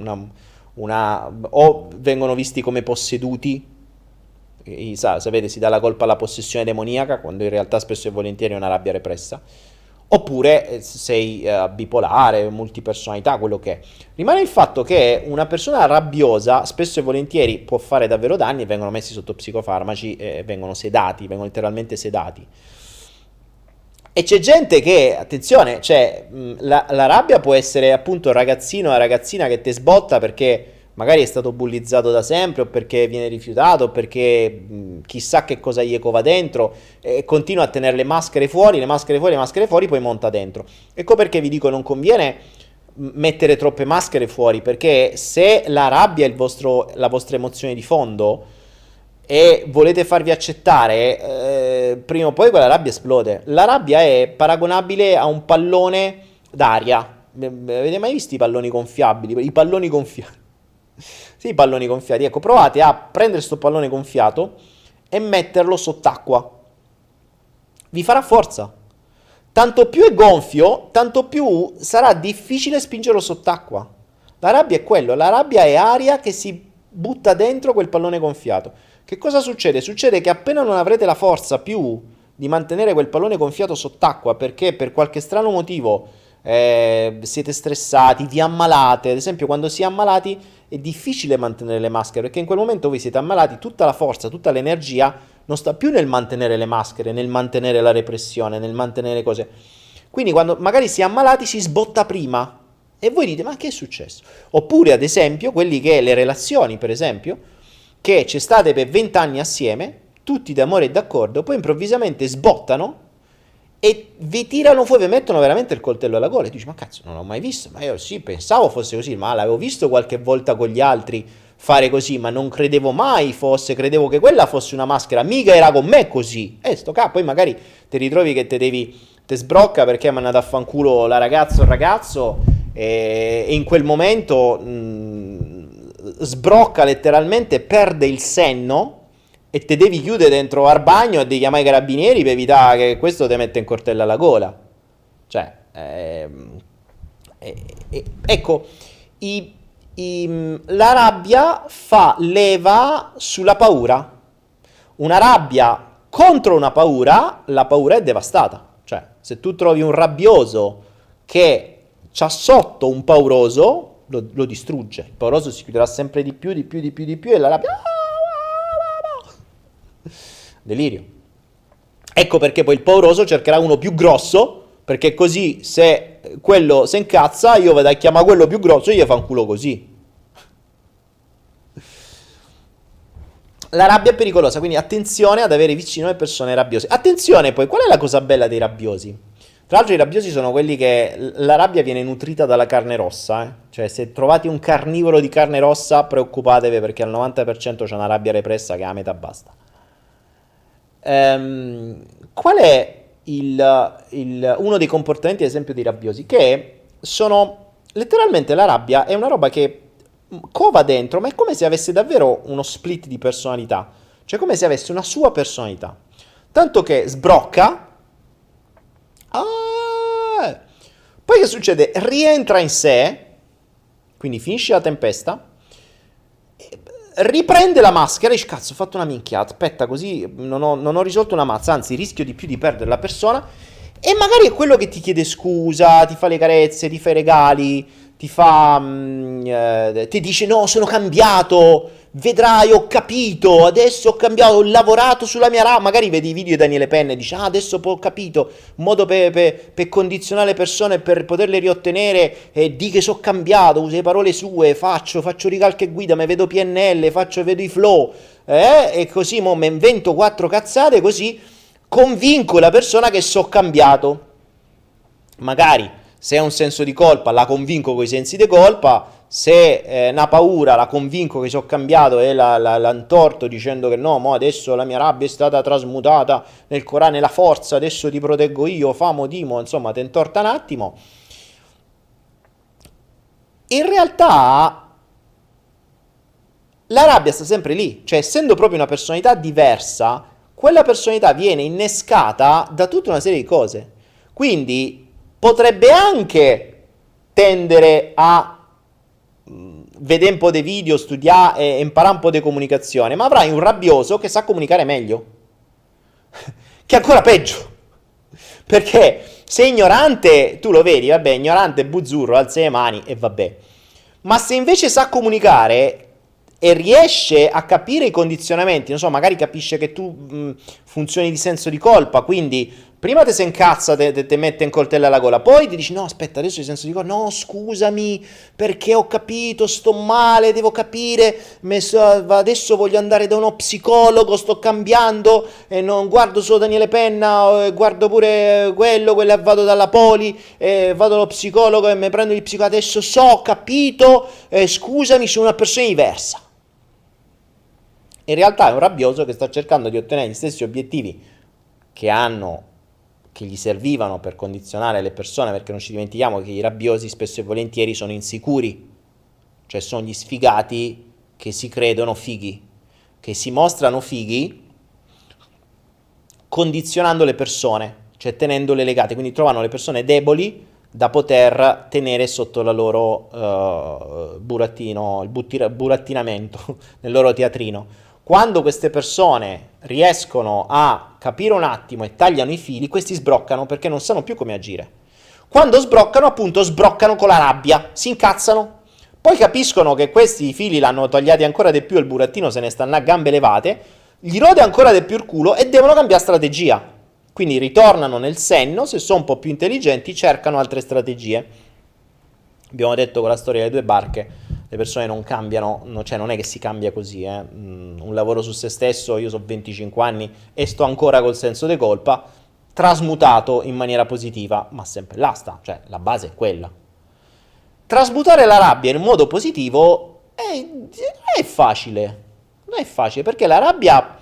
o vengono visti come posseduti. Sapete, si dà la colpa alla possessione demoniaca quando in realtà spesso e volentieri è una rabbia repressa, oppure sei bipolare, multipersonalità, quello che è. Rimane il fatto che una persona rabbiosa spesso e volentieri può fare davvero danni e vengono messi sotto psicofarmaci e vengono sedati, vengono letteralmente sedati. E c'è gente che, attenzione, cioè la rabbia può essere appunto il ragazzino o la ragazzina che ti sbotta perché magari è stato bullizzato da sempre, o perché viene rifiutato, o perché chissà che cosa gli cova dentro, e continua a tenere le maschere fuori, le maschere fuori, le maschere fuori, poi monta dentro. Ecco perché vi dico, non conviene mettere troppe maschere fuori, perché se la rabbia è la vostra emozione di fondo e volete farvi accettare, prima o poi quella rabbia esplode. La rabbia è paragonabile a un pallone d'aria. Avete mai visto i palloni gonfiabili? I palloni gonfiati. Sì, i palloni gonfiati. Ecco, provate a prendere questo pallone gonfiato e metterlo sott'acqua. Vi farà forza. Tanto più è gonfio, tanto più sarà difficile spingerlo sott'acqua. La rabbia è quello, la rabbia è aria che si butta dentro quel pallone gonfiato. Che cosa succede? Succede che appena non avrete la forza più di mantenere quel pallone gonfiato sott'acqua, perché per qualche strano motivo siete stressati, vi ammalate. Ad esempio, quando si è ammalati è difficile mantenere le maschere, perché in quel momento voi siete ammalati, tutta la forza, tutta l'energia non sta più nel mantenere le maschere, nel mantenere la repressione, nel mantenere cose. Quindi quando magari si è ammalati si sbotta prima e voi dite: ma che è successo? Oppure, ad esempio, quelli che le relazioni, per esempio, che ci state per 20 anni assieme, tutti d'amore e d'accordo, poi improvvisamente sbottano e vi tirano fuori, vi mettono veramente il coltello alla gola e dici: ma cazzo, non l'ho mai visto, ma io sì, pensavo fosse così, ma l'avevo visto qualche volta con gli altri fare così, ma non credevo mai fosse, credevo che quella fosse una maschera, mica era con me così. Sto qua, poi magari ti ritrovi che te sbrocca perché mi ha mandato a fanculo la ragazza o il ragazzo, e in quel momento sbrocca letteralmente, perde il senno e te devi chiudere dentro al bagno e devi chiamare i carabinieri per evitare che questo ti mette in coltello alla gola. Cioè, ecco, la rabbia fa leva sulla paura. Una rabbia contro una paura, la paura è devastata. Cioè, se tu trovi un rabbioso che c'ha sotto un pauroso, lo distrugge. Il pauroso si chiuderà sempre di più e la rabbia... Delirio. Ecco perché poi il pauroso cercherà uno più grosso, perché così se quello si incazza io vado a chiamare quello più grosso e gli fa un culo così. La rabbia è pericolosa, quindi attenzione ad avere vicino le persone rabbiose. Attenzione poi, qual è la cosa bella dei rabbiosi? Tra l'altro i rabbiosi sono quelli che la rabbia viene nutrita dalla carne rossa, Cioè se trovate un carnivoro di carne rossa preoccupatevi, perché al 90% c'è una rabbia repressa che a metà basta. Qual è uno dei comportamenti, ad esempio, dei rabbiosi? Che sono letteralmente, la rabbia è una roba che cova dentro, ma è come se avesse davvero uno split di personalità, cioè come se avesse una sua personalità, tanto che sbrocca, poi che succede? Rientra in sé, quindi finisce la tempesta, riprende la maschera e dice: cazzo, ho fatto una minchiata, aspetta, così non ho risolto una mazza, anzi rischio di più di perdere la persona. E magari è quello che ti chiede scusa, ti fa le carezze, ti fa i regali, ti dice: no, sono cambiato, vedrai, ho capito, adesso ho cambiato, ho lavorato sulla mia rabbia. Magari vedi i video di Daniele Penna e dici: adesso ho capito, un modo per condizionare le persone, per poterle riottenere, e di che sono cambiato, uso le parole sue, faccio ricalche guida, mi vedo PNL, vedo i flow, e così mi invento 4 cazzate, così convinco la persona che so cambiato. Magari se ha un senso di colpa la convinco con i sensi di colpa, se una paura la convinco che so cambiato e la intorto dicendo che no, mo adesso la mia rabbia è stata trasmutata nel Corano, nella forza, adesso ti proteggo io, famo, dimo, insomma te intorta un attimo. In realtà la rabbia sta sempre lì, cioè essendo proprio una personalità diversa, quella personalità viene innescata da tutta una serie di cose. Quindi potrebbe anche tendere a vedere un po' dei video, studiare e imparare un po' di comunicazione, ma avrai un rabbioso che sa comunicare meglio, che è ancora peggio, perché se ignorante, tu lo vedi, vabbè, ignorante, buzzurro, alza le mani e vabbè, ma se invece sa comunicare e riesce a capire i condizionamenti, non so, magari capisce che tu funzioni di senso di colpa, quindi Prima ti si incazza, te mette in coltello alla gola, poi ti dici no aspetta adesso hai senso di colpa, no scusami perché ho capito, sto male, devo capire, adesso voglio andare da uno psicologo, sto cambiando e non guardo solo Daniele Penna, guardo pure quello vado dalla Poli, vado allo psicologo e mi prendo il psicologo, adesso ho capito, scusami sono una persona diversa. In realtà è un rabbioso che sta cercando di ottenere gli stessi obiettivi che gli servivano per condizionare le persone, perché non ci dimentichiamo che i rabbiosi spesso e volentieri sono insicuri, cioè sono gli sfigati che si credono fighi, che si mostrano fighi condizionando le persone, cioè tenendole legate, quindi trovano le persone deboli da poter tenere sotto la loro burattino, burattinamento nel loro teatrino. Quando queste persone riescono a capire un attimo e tagliano i fili, questi sbroccano perché non sanno più come agire. Quando sbroccano, appunto, sbroccano con la rabbia, si incazzano, poi capiscono che questi fili l'hanno tagliati ancora di più e il burattino se ne stanno a gambe levate, gli rode ancora di più il culo e devono cambiare strategia. Quindi ritornano nel senno, se sono un po' più intelligenti, cercano altre strategie. Abbiamo detto con la storia delle 2 barche, le persone non cambiano, cioè non è che si cambia così, un lavoro su se stesso, io so 25 anni e sto ancora col senso di colpa, trasmutato in maniera positiva, ma sempre là sta, cioè la base è quella. Trasmutare la rabbia in un modo positivo è facile, non è facile, perché la rabbia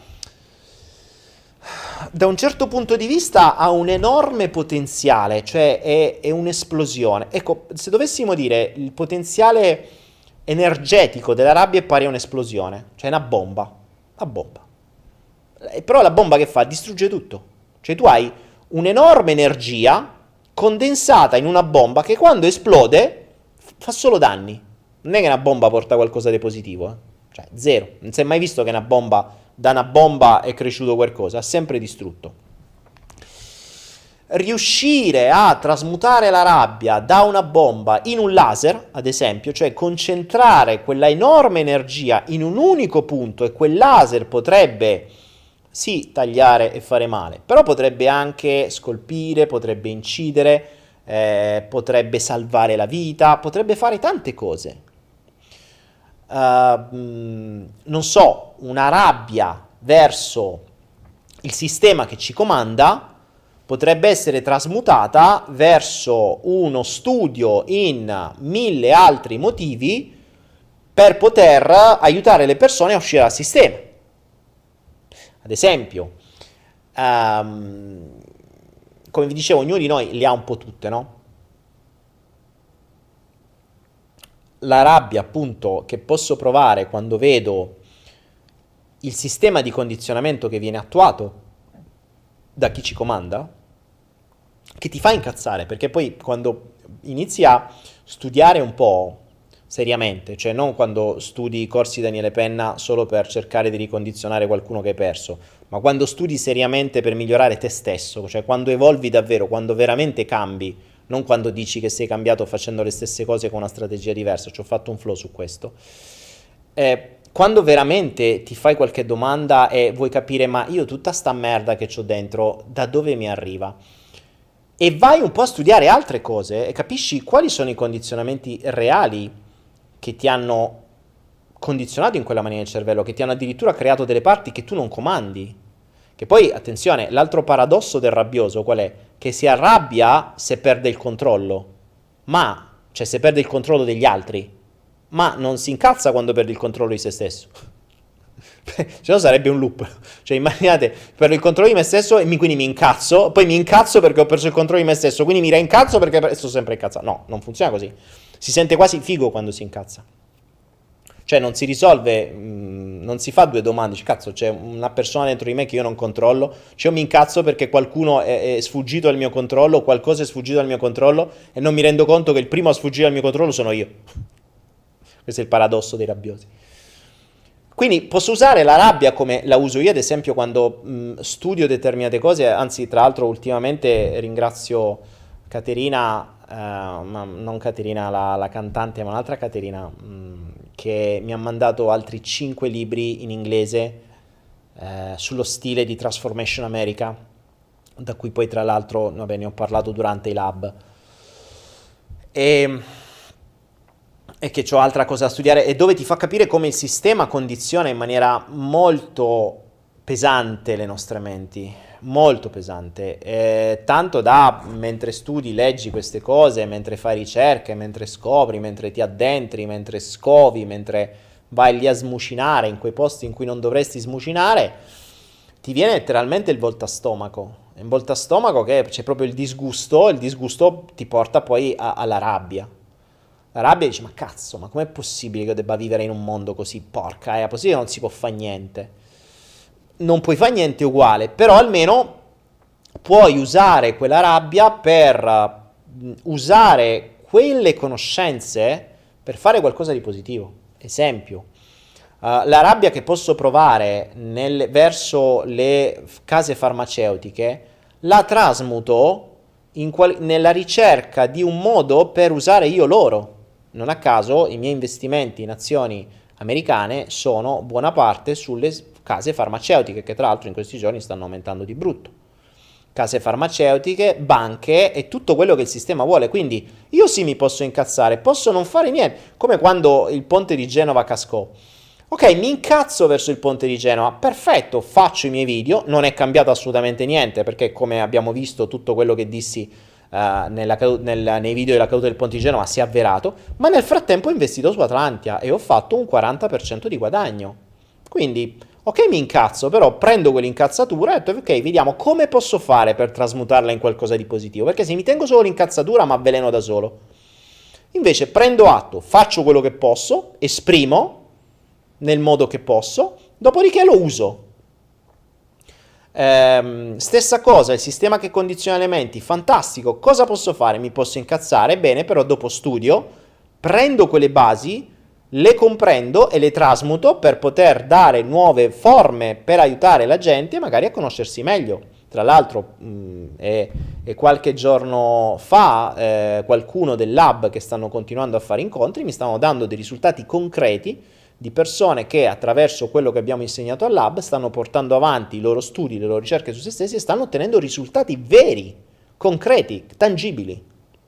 da un certo punto di vista ha un enorme potenziale, cioè è un'esplosione. Ecco, se dovessimo dire il potenziale energetico della rabbia è pari a un'esplosione, cioè una bomba. Però la bomba che fa? Distrugge tutto. Cioè tu hai un'enorme energia condensata in una bomba che quando esplode fa solo danni. Non è che una bomba porta qualcosa di positivo, cioè zero. Non si è mai visto che da una bomba è cresciuto qualcosa, ha sempre distrutto. Riuscire a trasmutare la rabbia da una bomba in un laser, ad esempio, cioè concentrare quella enorme energia in un unico punto, e quel laser potrebbe sì tagliare e fare male, però potrebbe anche scolpire, potrebbe incidere, potrebbe salvare la vita, potrebbe fare tante cose. Non so, una rabbia verso il sistema che ci comanda potrebbe essere trasmutata verso uno studio in 1000 altri motivi per poter aiutare le persone a uscire dal sistema. Ad esempio, come vi dicevo, ognuno di noi le ha un po' tutte, no? La rabbia, appunto, che posso provare quando vedo il sistema di condizionamento che viene attuato da chi ci comanda, che ti fa incazzare, perché poi quando inizi a studiare un po' seriamente, cioè non quando studi i corsi Daniele Penna solo per cercare di ricondizionare qualcuno che hai perso, ma quando studi seriamente per migliorare te stesso, cioè quando evolvi davvero, quando veramente cambi, non quando dici che sei cambiato facendo le stesse cose con una strategia diversa. Ci ho fatto un flow su questo. Quando veramente ti fai qualche domanda e vuoi capire, ma io tutta sta merda che c'ho dentro, da dove mi arriva? E vai un po' a studiare altre cose e capisci quali sono i condizionamenti reali che ti hanno condizionato in quella maniera il cervello, che ti hanno addirittura creato delle parti che tu non comandi. Che poi, attenzione, l'altro paradosso del rabbioso qual è? Che si arrabbia se perde il controllo, cioè se perde il controllo degli altri, ma non si incazza quando perde il controllo di se stesso. Se no sarebbe un loop. Cioè immaginate, perdo il controllo di me stesso e quindi mi incazzo, poi mi incazzo perché ho perso il controllo di me stesso, quindi mi reincazzo perché sto sempre incazzato. No, non funziona così. Si sente quasi figo quando si incazza. Cioè non si risolve, non si fa 2 domande, cioè, cazzo c'è una persona dentro di me che io non controllo, cioè io mi incazzo perché qualcuno è sfuggito al mio controllo, qualcosa è sfuggito al mio controllo e non mi rendo conto che il primo a sfuggire al mio controllo sono io. Questo è il paradosso dei rabbiosi. Quindi posso usare la rabbia come la uso io, ad esempio quando studio determinate cose, anzi tra l'altro ultimamente ringrazio Caterina, non Caterina la cantante, ma un'altra Caterina, che mi ha mandato altri 5 libri in inglese sullo stile di Transformation America, da cui poi tra l'altro, vabbè, ne ho parlato durante i lab. E che c'ho altra cosa da studiare, e dove ti fa capire come il sistema condiziona in maniera molto pesante le nostre menti, molto pesante, tanto da, mentre studi, leggi queste cose, mentre fai ricerche, mentre scopri, mentre ti addentri, mentre scovi, mentre vai lì a smucinare in quei posti in cui non dovresti smucinare, ti viene letteralmente il voltastomaco. Il voltastomaco, che c'è proprio il disgusto ti porta poi alla rabbia. La rabbia dice: ma cazzo, ma com'è possibile che io debba vivere in un mondo così, porca, è possibile che non si può fare niente. Non puoi fare niente uguale, però almeno puoi usare quella rabbia per usare quelle conoscenze per fare qualcosa di positivo. Esempio, la rabbia che posso provare verso le case farmaceutiche la trasmuto nella ricerca di un modo per usare io loro. Non a caso i miei investimenti in azioni americane sono buona parte sulle case farmaceutiche, che tra l'altro in questi giorni stanno aumentando di brutto. Case farmaceutiche, banche e tutto quello che il sistema vuole. Quindi io sì, mi posso incazzare, posso non fare niente, come quando il ponte di Genova cascò. Ok, mi incazzo verso il ponte di Genova, perfetto, faccio i miei video, non è cambiato assolutamente niente, perché come abbiamo visto tutto quello che dissi nei video della caduta del ponte di Genova si è avverato, ma nel frattempo ho investito su Atlantia e ho fatto un 40% di guadagno. Quindi, ok, mi incazzo, però prendo quell'incazzatura e ho detto: ok, vediamo come posso fare per trasmutarla in qualcosa di positivo, perché se mi tengo solo l'incazzatura mi avveleno da solo. Invece prendo atto, faccio quello che posso, esprimo nel modo che posso, dopodiché lo uso. Stessa cosa, il sistema che condiziona le menti, fantastico. Cosa posso fare? Mi posso incazzare, bene, però dopo studio, prendo quelle basi, le comprendo e le trasmuto per poter dare nuove forme per aiutare la gente magari a conoscersi meglio. Tra l'altro qualche giorno fa qualcuno del lab che stanno continuando a fare incontri mi stavano dando dei risultati concreti di persone che attraverso quello che abbiamo insegnato al lab stanno portando avanti i loro studi, le loro ricerche su se stessi e stanno ottenendo risultati veri, concreti, tangibili.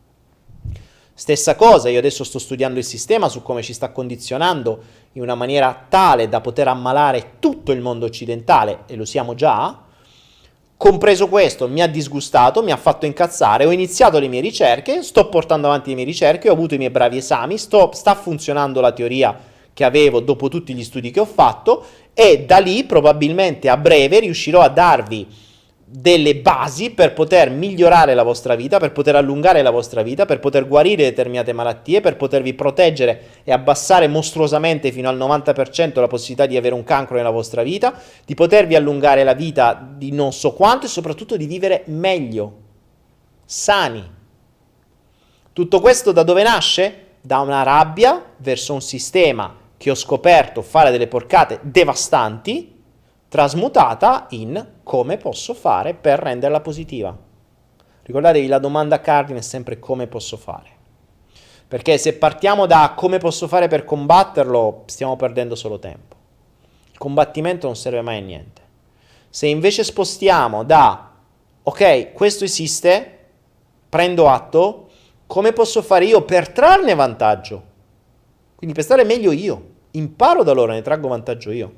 Stessa cosa, io adesso sto studiando il sistema su come ci sta condizionando in una maniera tale da poter ammalare tutto il mondo occidentale, e lo siamo già. Compreso questo, mi ha disgustato, mi ha fatto incazzare, ho iniziato le mie ricerche, sto portando avanti le mie ricerche, ho avuto i miei bravi esami, sta funzionando la teoria che avevo dopo tutti gli studi che ho fatto, e da lì probabilmente a breve riuscirò a darvi delle basi per poter migliorare la vostra vita, per poter allungare la vostra vita, per poter guarire determinate malattie, per potervi proteggere e abbassare mostruosamente fino al 90% la possibilità di avere un cancro nella vostra vita, di potervi allungare la vita di non so quanto e soprattutto di vivere meglio, sani. Tutto questo da dove nasce? Da una rabbia verso un sistema che ho scoperto fare delle porcate devastanti, trasmutata in come posso fare per renderla positiva. Ricordatevi, la domanda cardine è sempre come posso fare. Perché se partiamo da come posso fare per combatterlo, stiamo perdendo solo tempo. Il combattimento non serve mai a niente. Se invece spostiamo da ok, questo esiste, prendo atto, come posso fare io per trarne vantaggio? Quindi per stare meglio io, imparo da loro, ne traggo vantaggio io.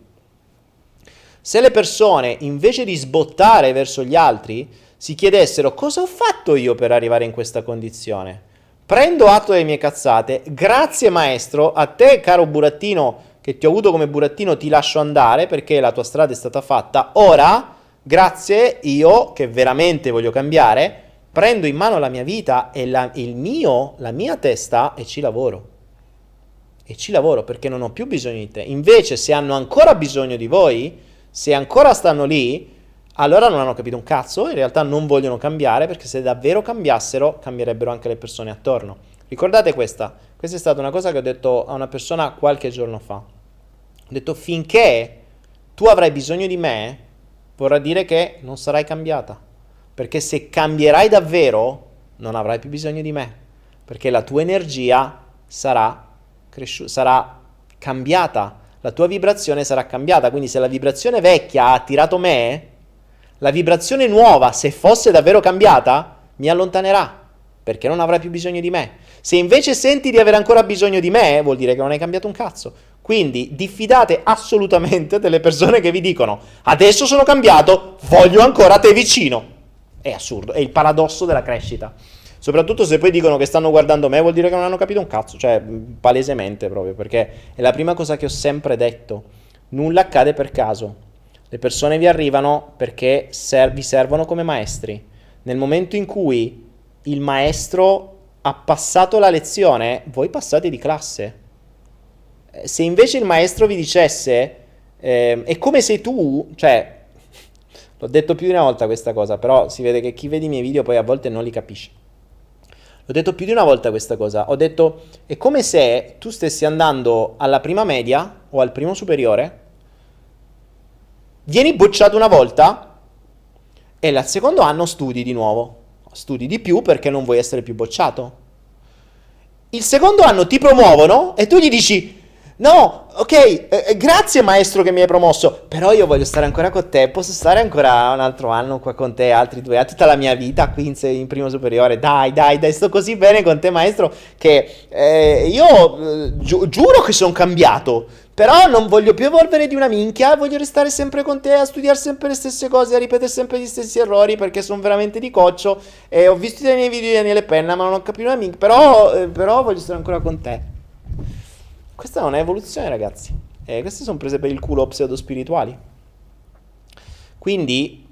Se le persone, invece di sbottare verso gli altri, si chiedessero cosa ho fatto io per arrivare in questa condizione, prendo atto delle mie cazzate, grazie maestro, a te caro burattino, che ti ho avuto come burattino, ti lascio andare perché la tua strada è stata fatta, ora, grazie, io che veramente voglio cambiare, prendo in mano la mia vita e la mia testa e ci lavoro. E ci lavoro perché non ho più bisogno di te. Invece, se hanno ancora bisogno di voi, se ancora stanno lì, allora non hanno capito un cazzo, in realtà non vogliono cambiare, perché se davvero cambiassero, cambierebbero anche le persone attorno. Ricordate questa è stata una cosa che ho detto a una persona qualche giorno fa. Ho detto: finché tu avrai bisogno di me, vorrà dire che non sarai cambiata. Perché se cambierai davvero, non avrai più bisogno di me. Perché la tua energia sarà cambiata, la tua vibrazione sarà cambiata. Quindi se la vibrazione vecchia ha attirato me, La vibrazione nuova, se fosse davvero cambiata, mi allontanerà, perché non avrai più bisogno di me. Se invece senti di avere ancora bisogno di me, vuol dire che non hai cambiato un cazzo. Quindi diffidate assolutamente delle persone che vi dicono adesso sono cambiato, voglio ancora te vicino. È assurdo, è il paradosso della crescita. Soprattutto se poi dicono che stanno guardando me, vuol dire che non hanno capito un cazzo, cioè palesemente proprio, perché è la prima cosa che ho sempre detto. Nulla accade per caso. Le persone vi arrivano perché vi servono come maestri. Nel momento in cui il maestro ha passato la lezione, voi passate di classe. Se invece il maestro vi dicesse è come se tu, cioè, l'ho detto più di una volta questa cosa, però si vede che chi vede i miei video poi a volte non li capisce. L'ho detto più di una volta questa cosa, ho detto è come se tu stessi andando alla prima media o al primo superiore, vieni bocciato una volta e al secondo anno studi di nuovo, studi di più perché non vuoi essere più bocciato. Il secondo anno ti promuovono e tu gli dici no, ok, grazie maestro che mi hai promosso, però io voglio stare ancora con te, posso stare ancora un altro anno qua con te, altri 2 anni, tutta la mia vita qui in primo superiore, dai, sto così bene con te maestro che io giuro che sono cambiato, però non voglio più evolvere di una minchia, voglio restare sempre con te a studiare sempre le stesse cose, a ripetere sempre gli stessi errori perché sono veramente di coccio e ho visto i miei video di Daniele Penna ma non ho capito una minchia, però voglio stare ancora con te. Questa non è evoluzione, ragazzi. Queste sono prese per il culo pseudo-spirituali. Quindi,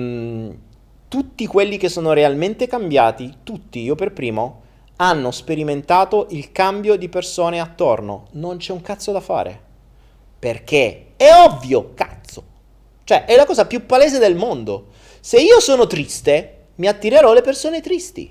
tutti quelli che sono realmente cambiati, tutti, io per primo, hanno sperimentato il cambio di persone attorno. Non c'è un cazzo da fare. Perché? È ovvio, cazzo. Cioè, è la cosa più palese del mondo. Se io sono triste, mi attirerò le persone tristi.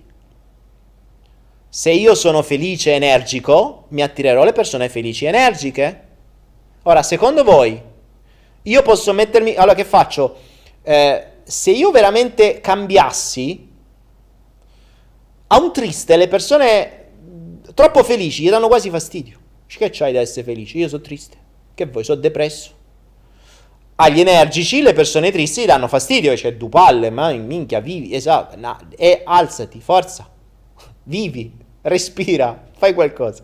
Se io sono felice e energico, mi attirerò le persone felici e energiche. Ora, secondo voi, io posso mettermi... Allora, che faccio? Se io veramente cambiassi, a un triste le persone troppo felici gli danno quasi fastidio. Che c'hai da essere felice? Io sono triste. Che vuoi? Sono depresso. Agli energici le persone tristi gli danno fastidio. C'è due palle, ma minchia, vivi. Esatto. E alzati, forza. Vivi. Respira, fai qualcosa.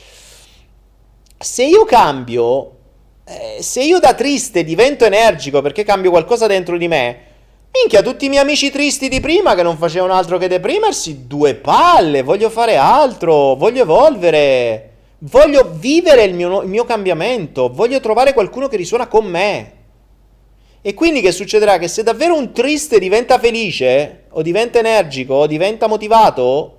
Se io cambio, se io da triste divento energico perché cambio qualcosa dentro di me, minchia, tutti i miei amici tristi di prima che non facevano altro che deprimersi, 2 palle, voglio fare altro, voglio evolvere, voglio vivere il mio cambiamento, voglio trovare qualcuno che risuona con me. E quindi che succederà? Che se davvero un triste diventa felice, o diventa energico, o diventa motivato...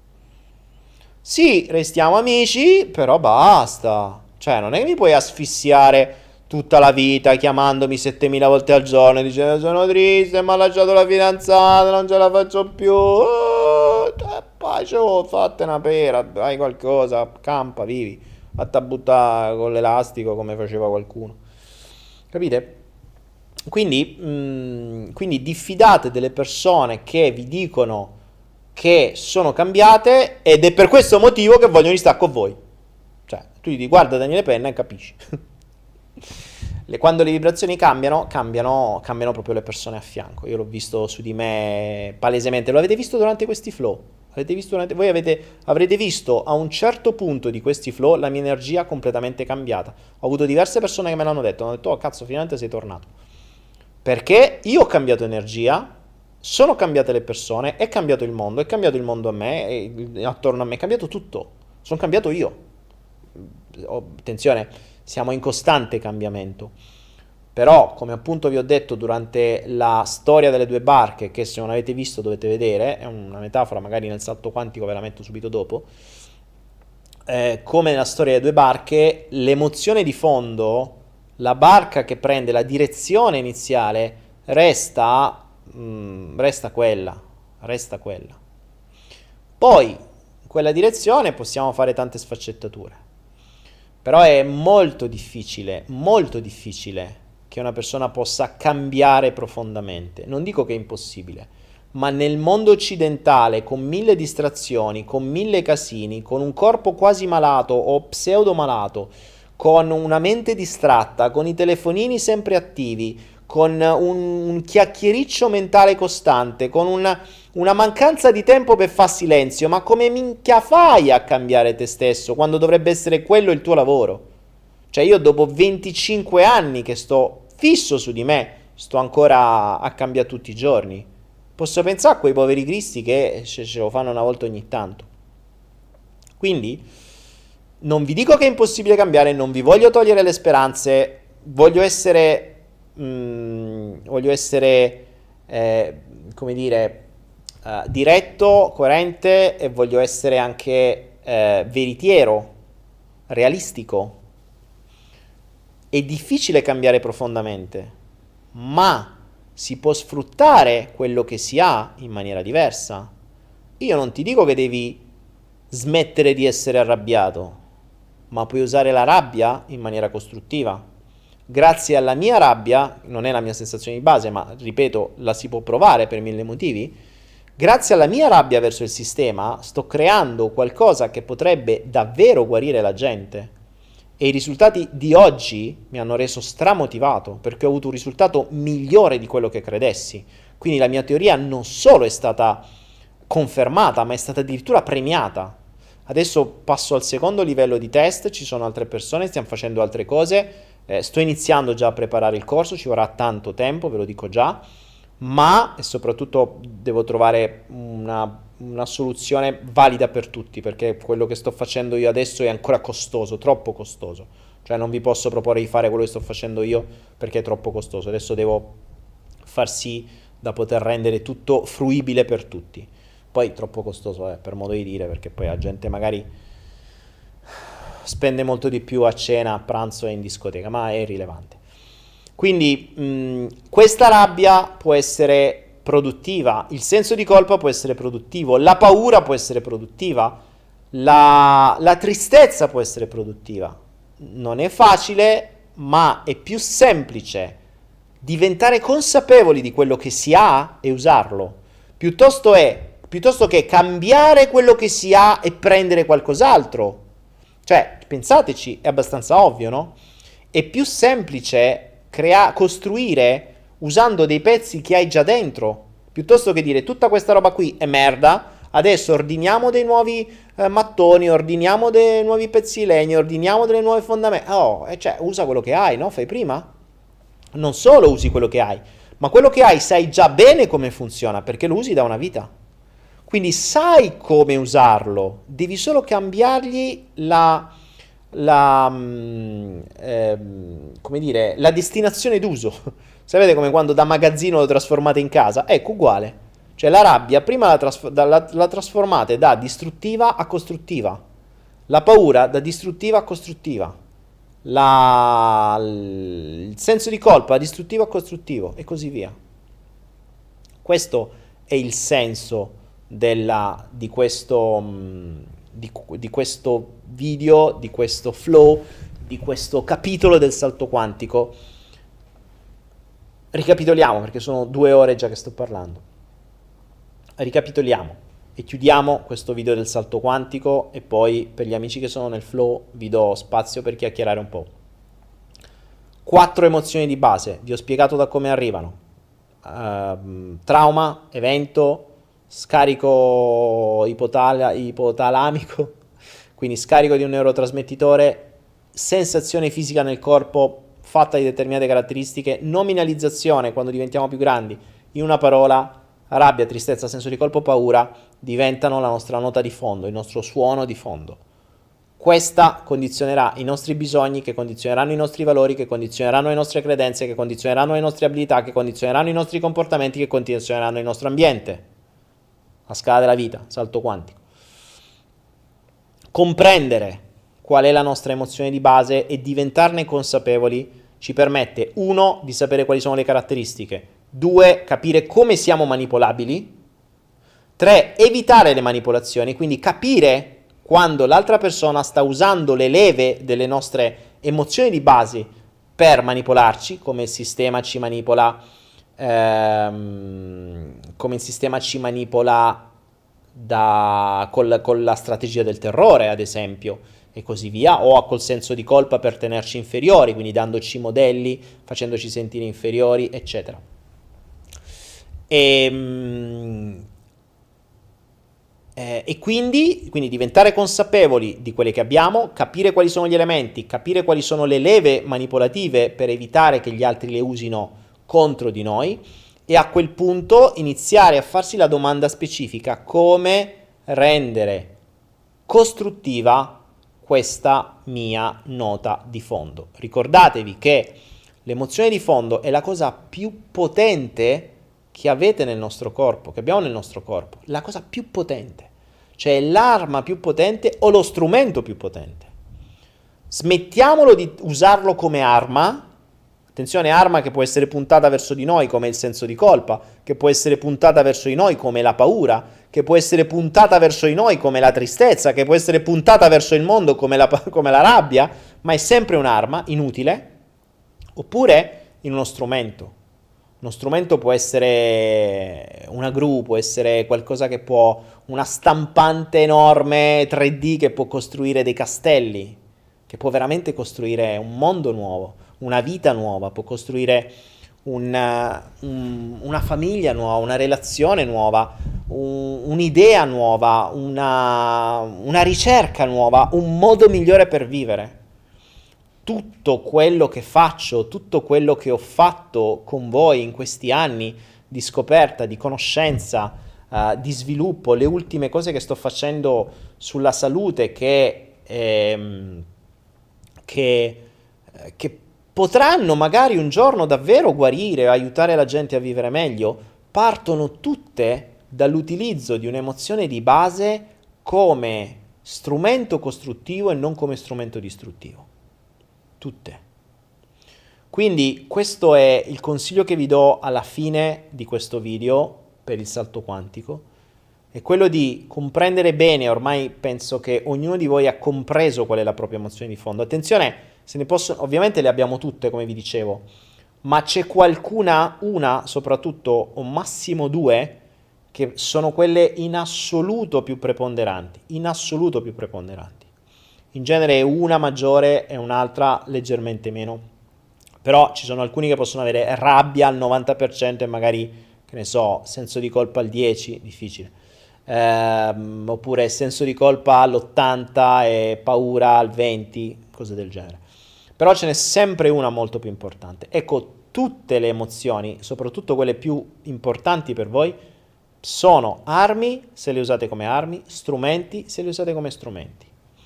Sì, restiamo amici, però basta. Cioè, non è che mi puoi asfissiare tutta la vita chiamandomi 7000 volte al giorno e dicendo sono triste, mi ha lasciato la fidanzata, non ce la faccio più. Pace, fatte una pera, fai qualcosa, campa, vivi. Fatta buttare con l'elastico come faceva qualcuno. Capite? Quindi diffidate delle persone che vi dicono che sono cambiate ed è per questo motivo che vogliono stare con voi. Cioè, tu gli dici guarda Daniele Penna e capisci. Quando le vibrazioni cambiano proprio le persone a fianco. Io l'ho visto su di me palesemente. Lo avete visto durante questi flow. Voi avrete visto a un certo punto di questi flow la mia energia completamente cambiata. Ho avuto diverse persone che me l'hanno detto. Hanno detto, oh cazzo, finalmente sei tornato. Perché io ho cambiato energia, sono cambiate le persone, è cambiato il mondo a me, e attorno a me è cambiato tutto, sono cambiato io. Attenzione, siamo in costante cambiamento, però come appunto vi ho detto durante la storia delle 2 barche, che se non avete visto dovete vedere, è una metafora, magari nel salto quantico ve la metto subito dopo, come nella storia delle 2 barche, l'emozione di fondo, la barca che prende la direzione iniziale resta quella. Poi in quella direzione possiamo fare tante sfaccettature, però è molto difficile che una persona possa cambiare profondamente. Non dico che è impossibile, ma nel mondo occidentale, con 1000 distrazioni, con 1000 casini, con un corpo quasi malato o pseudo malato, con una mente distratta, con i telefonini sempre attivi, con un chiacchiericcio mentale costante, con una mancanza di tempo per far silenzio, ma come minchia fai a cambiare te stesso quando dovrebbe essere quello il tuo lavoro? Cioè io dopo 25 anni che sto fisso su di me, sto ancora a cambiare tutti i giorni. Posso pensare a quei poveri cristi che ce lo fanno una volta ogni tanto. Quindi non vi dico che è impossibile cambiare, non vi voglio togliere le speranze, voglio essere, come dire, diretto, coerente e voglio essere anche veritiero, realistico. È difficile cambiare profondamente, ma si può sfruttare quello che si ha in maniera diversa. Io non ti dico che devi smettere di essere arrabbiato, ma puoi usare la rabbia in maniera costruttiva. Grazie alla mia rabbia, non è la mia sensazione di base, ma ripeto, la si può provare per 1000 motivi. Grazie alla mia rabbia verso il sistema, sto creando qualcosa che potrebbe davvero guarire la gente. E i risultati di oggi mi hanno reso stramotivato, perché ho avuto un risultato migliore di quello che credessi. Quindi la mia teoria non solo è stata confermata, ma è stata addirittura premiata. Adesso passo al secondo livello di test, ci sono altre persone, stiamo facendo altre cose, sto iniziando già a preparare il corso, ci vorrà tanto tempo, ve lo dico già, ma e soprattutto devo trovare una soluzione valida per tutti, perché quello che sto facendo io adesso è ancora costoso, troppo costoso. Cioè non vi posso proporre di fare quello che sto facendo io perché è troppo costoso. Adesso devo far sì da poter rendere tutto fruibile per tutti. Poi troppo costoso per modo di dire, perché poi la gente magari spende molto di più a cena, a pranzo e in discoteca, ma è irrilevante. Quindi questa rabbia può essere produttiva, il senso di colpa può essere produttivo, la paura può essere produttiva, la tristezza può essere produttiva. Non è facile, ma è più semplice diventare consapevoli di quello che si ha e usarlo, piuttosto che cambiare quello che si ha e prendere qualcos'altro. Cioè, pensateci, è abbastanza ovvio, no? È più semplice costruire usando dei pezzi che hai già dentro, piuttosto che dire tutta questa roba qui è merda, adesso ordiniamo dei nuovi mattoni, ordiniamo dei nuovi pezzi di legno, ordiniamo delle nuove fondamenta. Cioè, usa quello che hai, no? Fai prima. Non solo usi quello che hai, ma quello che hai sai già bene come funziona, perché lo usi da una vita. Quindi sai come usarlo, devi solo cambiargli come dire, la destinazione d'uso. Sapete come quando da magazzino lo trasformate in casa? Ecco, uguale. Cioè la rabbia prima la trasformate da distruttiva a costruttiva, la paura da distruttiva a costruttiva, il senso di colpa da distruttivo a costruttivo e così via. Questo è il senso di questo video, di questo flow, di questo capitolo del salto quantico. Ricapitoliamo, perché sono 2 ore già che sto parlando. Ricapitoliamo e chiudiamo questo video del salto quantico e poi per gli amici che sono nel flow vi do spazio per chiacchierare un po'. 4 emozioni di base, vi ho spiegato da come arrivano. Trauma, evento, scarico ipotalamico, quindi scarico di un neurotrasmettitore, sensazione fisica nel corpo fatta di determinate caratteristiche, nominalizzazione quando diventiamo più grandi, in una parola, rabbia, tristezza, senso di colpo, paura diventano la nostra nota di fondo, il nostro suono di fondo. Questa condizionerà i nostri bisogni, che condizioneranno i nostri valori, che condizioneranno le nostre credenze, che condizioneranno le nostre abilità, che condizioneranno i nostri comportamenti, che condizioneranno il nostro ambiente. La scala della vita, salto quantico. Comprendere qual è la nostra emozione di base e diventarne consapevoli ci permette 1. Di sapere quali sono le caratteristiche, 2. Capire come siamo manipolabili, 3. Evitare le manipolazioni, quindi capire quando l'altra persona sta usando le leve delle nostre emozioni di base per manipolarci, come il sistema ci manipola con la strategia del terrore, ad esempio. e così via, o col senso di colpa per tenerci inferiori, quindi dandoci modelli, facendoci sentire inferiori, eccetera. E quindi diventare consapevoli di quelle che abbiamo, capire quali sono gli elementi, capire quali sono le leve manipolative per evitare che gli altri le usino contro di noi, e a quel punto iniziare a farsi la domanda specifica: come rendere costruttiva questa mia nota di fondo. Ricordatevi che l'emozione di fondo è la cosa più potente che avete nel nostro corpo, che abbiamo nel nostro corpo, la cosa più potente, cioè l'arma più potente o lo strumento più potente. Smettiamolo di usarlo come arma. Attenzione, arma che può essere puntata verso di noi come il senso di colpa, che può essere puntata verso di noi come la paura, che può essere puntata verso di noi come la tristezza, che può essere puntata verso il mondo come la rabbia, ma è sempre un'arma inutile, oppure in uno strumento. Uno strumento può essere una gru, può essere qualcosa che può, una stampante enorme 3D che può costruire dei castelli, che può veramente costruire un mondo nuovo, una vita nuova, può costruire una famiglia nuova, una relazione nuova, un'idea nuova, una ricerca nuova, un modo migliore per vivere. Tutto quello che faccio, tutto quello che ho fatto con voi in questi anni di scoperta, di conoscenza, di sviluppo, le ultime cose che sto facendo sulla salute che potranno magari un giorno davvero guarire, aiutare la gente a vivere meglio, partono tutte dall'utilizzo di un'emozione di base come strumento costruttivo e non come strumento distruttivo. Tutte. Quindi questo è il consiglio che vi do alla fine di questo video per il salto quantico, è quello di comprendere bene. Ormai penso che ognuno di voi ha compreso qual è la propria emozione di fondo. Attenzione, ovviamente le abbiamo tutte, come vi dicevo, ma c'è qualcuna, una soprattutto, o massimo due, che sono quelle in assoluto più preponderanti, In genere una maggiore e un'altra leggermente meno, però ci sono alcuni che possono avere rabbia al 90% e magari, che ne so, senso di colpa al 10%, difficile, oppure senso di colpa all'80% e paura al 20%, cose del genere. Però ce n'è sempre una molto più importante. Ecco, tutte le emozioni, soprattutto quelle più importanti per voi, sono armi se le usate come armi, strumenti se le usate come strumenti.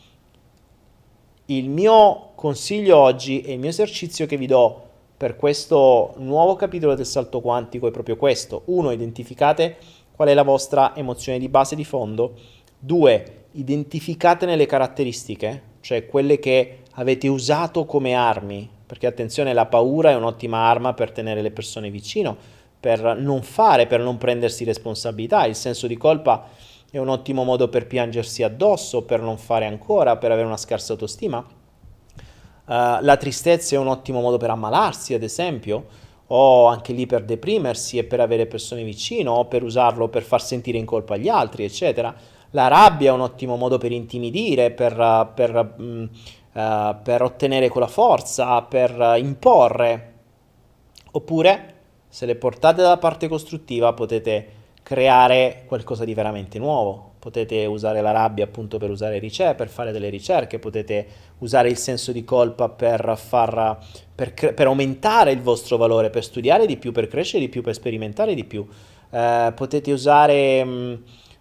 Il mio consiglio oggi e il mio esercizio che vi do per questo nuovo capitolo del salto quantico è proprio questo. 1. Identificate qual è la vostra emozione di base di fondo. 2. Identificatene le caratteristiche, cioè quelle che avete usato come armi, perché attenzione, la paura è un'ottima arma per tenere le persone vicino, per non prendersi responsabilità. Il senso di colpa è un ottimo modo per piangersi addosso, per non fare ancora, per avere una scarsa autostima. La tristezza è un ottimo modo per ammalarsi, ad esempio, o anche lì per deprimersi e per avere persone vicino, o per usarlo per far sentire in colpa gli altri, eccetera. La rabbia è un ottimo modo per intimidire, per ottenere quella forza, per imporre. Oppure, se le portate dalla parte costruttiva, potete creare qualcosa di veramente nuovo. Potete usare la rabbia appunto per fare delle ricerche, potete usare il senso di colpa per aumentare il vostro valore, per studiare di più, per crescere di più, per sperimentare di più. Potete usare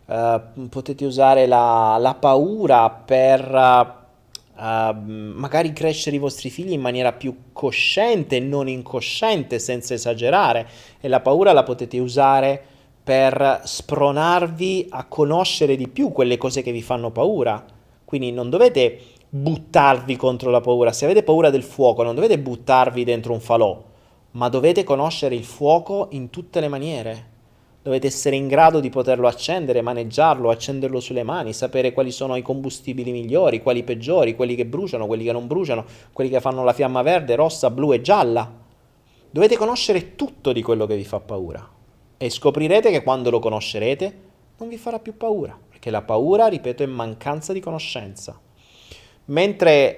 la paura per magari crescere i vostri figli in maniera più cosciente, non incosciente, senza esagerare. E la paura la potete usare per spronarvi a conoscere di più quelle cose che vi fanno paura. Quindi non dovete buttarvi contro la paura. Se avete paura del fuoco, non dovete buttarvi dentro un falò, ma dovete conoscere il fuoco in tutte le maniere. Dovete essere in grado di poterlo accendere, maneggiarlo, accenderlo sulle mani, sapere quali sono i combustibili migliori, quali peggiori, quelli che bruciano, quelli che non bruciano, quelli che fanno la fiamma verde, rossa, blu e gialla. Dovete conoscere tutto di quello che vi fa paura. E scoprirete che quando lo conoscerete non vi farà più paura, perché la paura, ripeto, è mancanza di conoscenza. mentre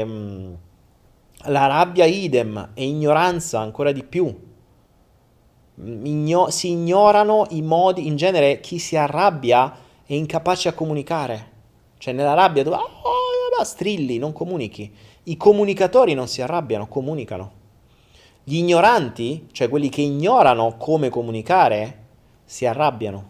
la rabbia idem e ignoranza ancora di più. Si ignorano i modi, in genere chi si arrabbia è incapace a comunicare. Cioè nella rabbia tu strilli, non comunichi. I comunicatori non si arrabbiano, comunicano. Gli ignoranti, cioè quelli che ignorano come comunicare, si arrabbiano.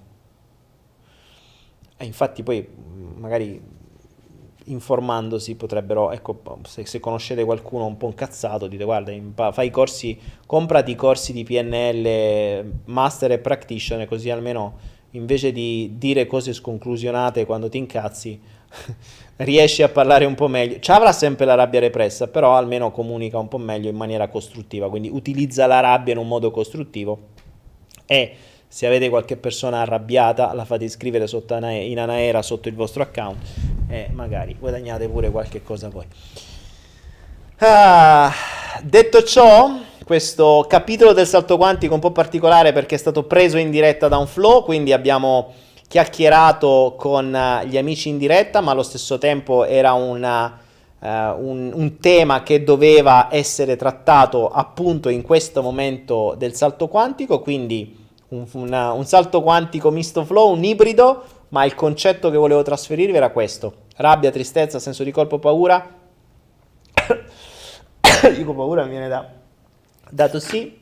E infatti poi magari informandosi potrebbero, ecco, se conoscete qualcuno un po' incazzato, dite guarda, fai i corsi, comprati i corsi di PNL Master e Practitioner, così almeno invece di dire cose sconclusionate quando ti incazzi, riesci a parlare un po' meglio. Avrà sempre la rabbia repressa, però almeno comunica un po' meglio in maniera costruttiva, quindi utilizza la rabbia in un modo costruttivo. E se avete qualche persona arrabbiata, la fate iscrivere in Anaera sotto il vostro account e magari guadagnate pure qualche cosa voi. Detto ciò, questo capitolo del salto quantico è un po' particolare perché è stato preso in diretta da un flow, quindi abbiamo chiacchierato con gli amici in diretta, ma allo stesso tempo era un tema che doveva essere trattato appunto in questo momento del salto quantico, quindi un salto quantico misto flow, un ibrido, ma il concetto che volevo trasferirvi era questo: rabbia, tristezza, senso di colpo, paura. Dico paura, mi viene da tossì.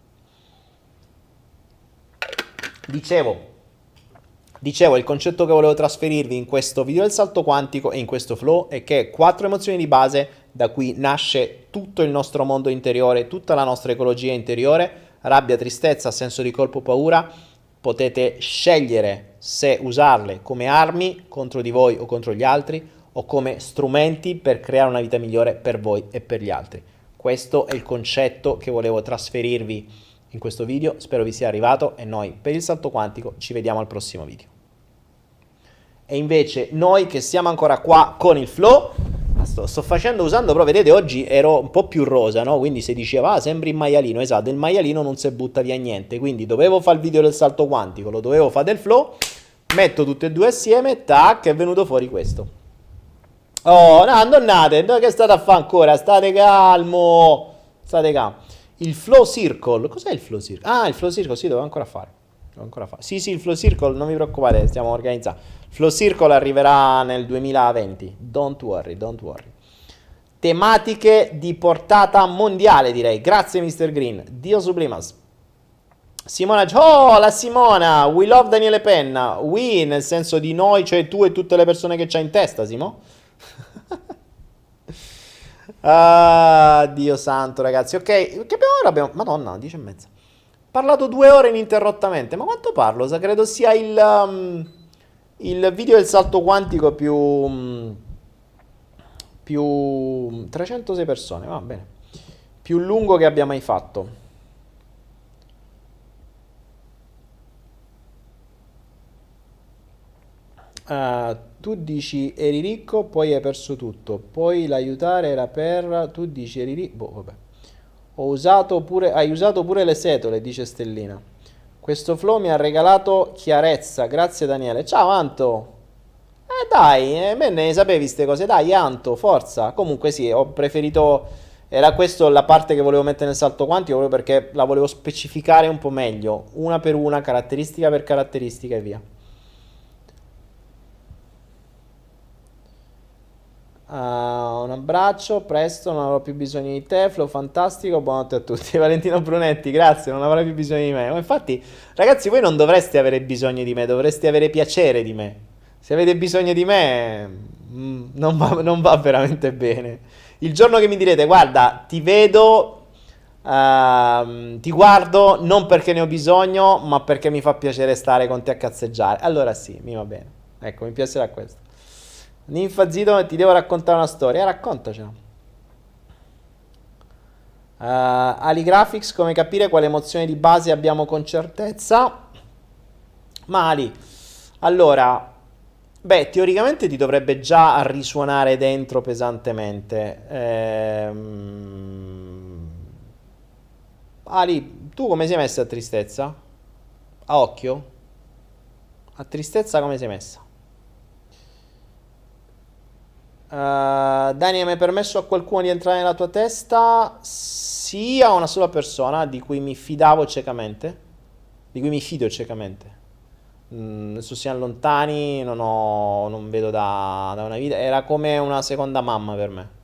Dicevo, il concetto che volevo trasferirvi in questo video del salto quantico e in questo flow è che 4 emozioni di base da cui nasce tutto il nostro mondo interiore, tutta la nostra ecologia interiore: rabbia, tristezza, senso di colpo, paura. Potete scegliere se usarle come armi contro di voi o contro gli altri, o come strumenti per creare una vita migliore per voi e per gli altri. Questo è il concetto che volevo trasferirvi in questo video, spero vi sia arrivato e noi per il salto quantico ci vediamo al prossimo video. E invece noi che siamo ancora qua con il flow, usando proprio, vedete, oggi ero un po' più rosa, no? Quindi se diceva sembri il maialino, esatto, il maialino non si butta via niente, quindi dovevo fare il video del salto quantico, lo dovevo fare del flow, metto tutte e due assieme, tac, è venuto fuori questo. Oh, no, andate, che state a fare ancora? State calmo. Il flow circle, cos'è il flow circle? Ah, il flow circle, sì, devo ancora fare. Sì, il flow circle, non vi preoccupate, stiamo organizzando. Il flow circle arriverà nel 2020, don't worry. Tematiche di portata mondiale, direi. Grazie Mr. Green, Dio sublimas. Simona, oh, la Simona, we love Daniele Penna. We nel senso di noi, cioè tu e tutte le persone che c'hai in testa, Simo. Ah, Dio santo, ragazzi. Ok, che abbiamo Madonna, 10:30. Parlato 2 ore ininterrottamente. Ma quanto parlo? Credo sia il video del salto quantico più 306 persone, va bene. Più lungo che abbia mai fatto. Tu dici eri ricco, poi hai perso tutto. Poi l'aiutare era per... Tu dici eri ricco... vabbè. Hai usato pure le setole, dice Stellina. Questo flow mi ha regalato chiarezza. Grazie Daniele. Ciao Anto. Dai, me ne sapevi ste cose. Dai Anto, forza. Comunque sì, ho preferito... Era questa la parte che volevo mettere nel salto quantico, proprio perché la volevo specificare un po' meglio. Una per una, caratteristica per caratteristica e via. Un abbraccio, presto, non avrò più bisogno di te, flow fantastico, buonanotte a tutti. Valentino Brunetti, grazie, non avrai più bisogno di me. Ma infatti, ragazzi, voi non dovreste avere bisogno di me, dovreste avere piacere di me. Se avete bisogno di me, non va veramente bene. Il giorno che mi direte, guarda, ti vedo, ti guardo non perché ne ho bisogno, ma perché mi fa piacere stare con te a cazzeggiare, allora sì, mi va bene. Ecco, mi piacerà questo. Ninfa Zito, ti devo raccontare una storia, raccontacela. Ali Graphics, come capire quale emozione di base abbiamo con certezza? Ma Ali, allora, teoricamente ti dovrebbe già risuonare dentro pesantemente. Ali, tu come sei messa a tristezza? A occhio? A tristezza come sei messa? Dani, hai mai permesso a qualcuno di entrare nella tua testa? Sì, a una sola persona di cui mi fidavo ciecamente, di cui mi fido ciecamente. Adesso siamo lontani, non vedo da una vita, era come una seconda mamma per me.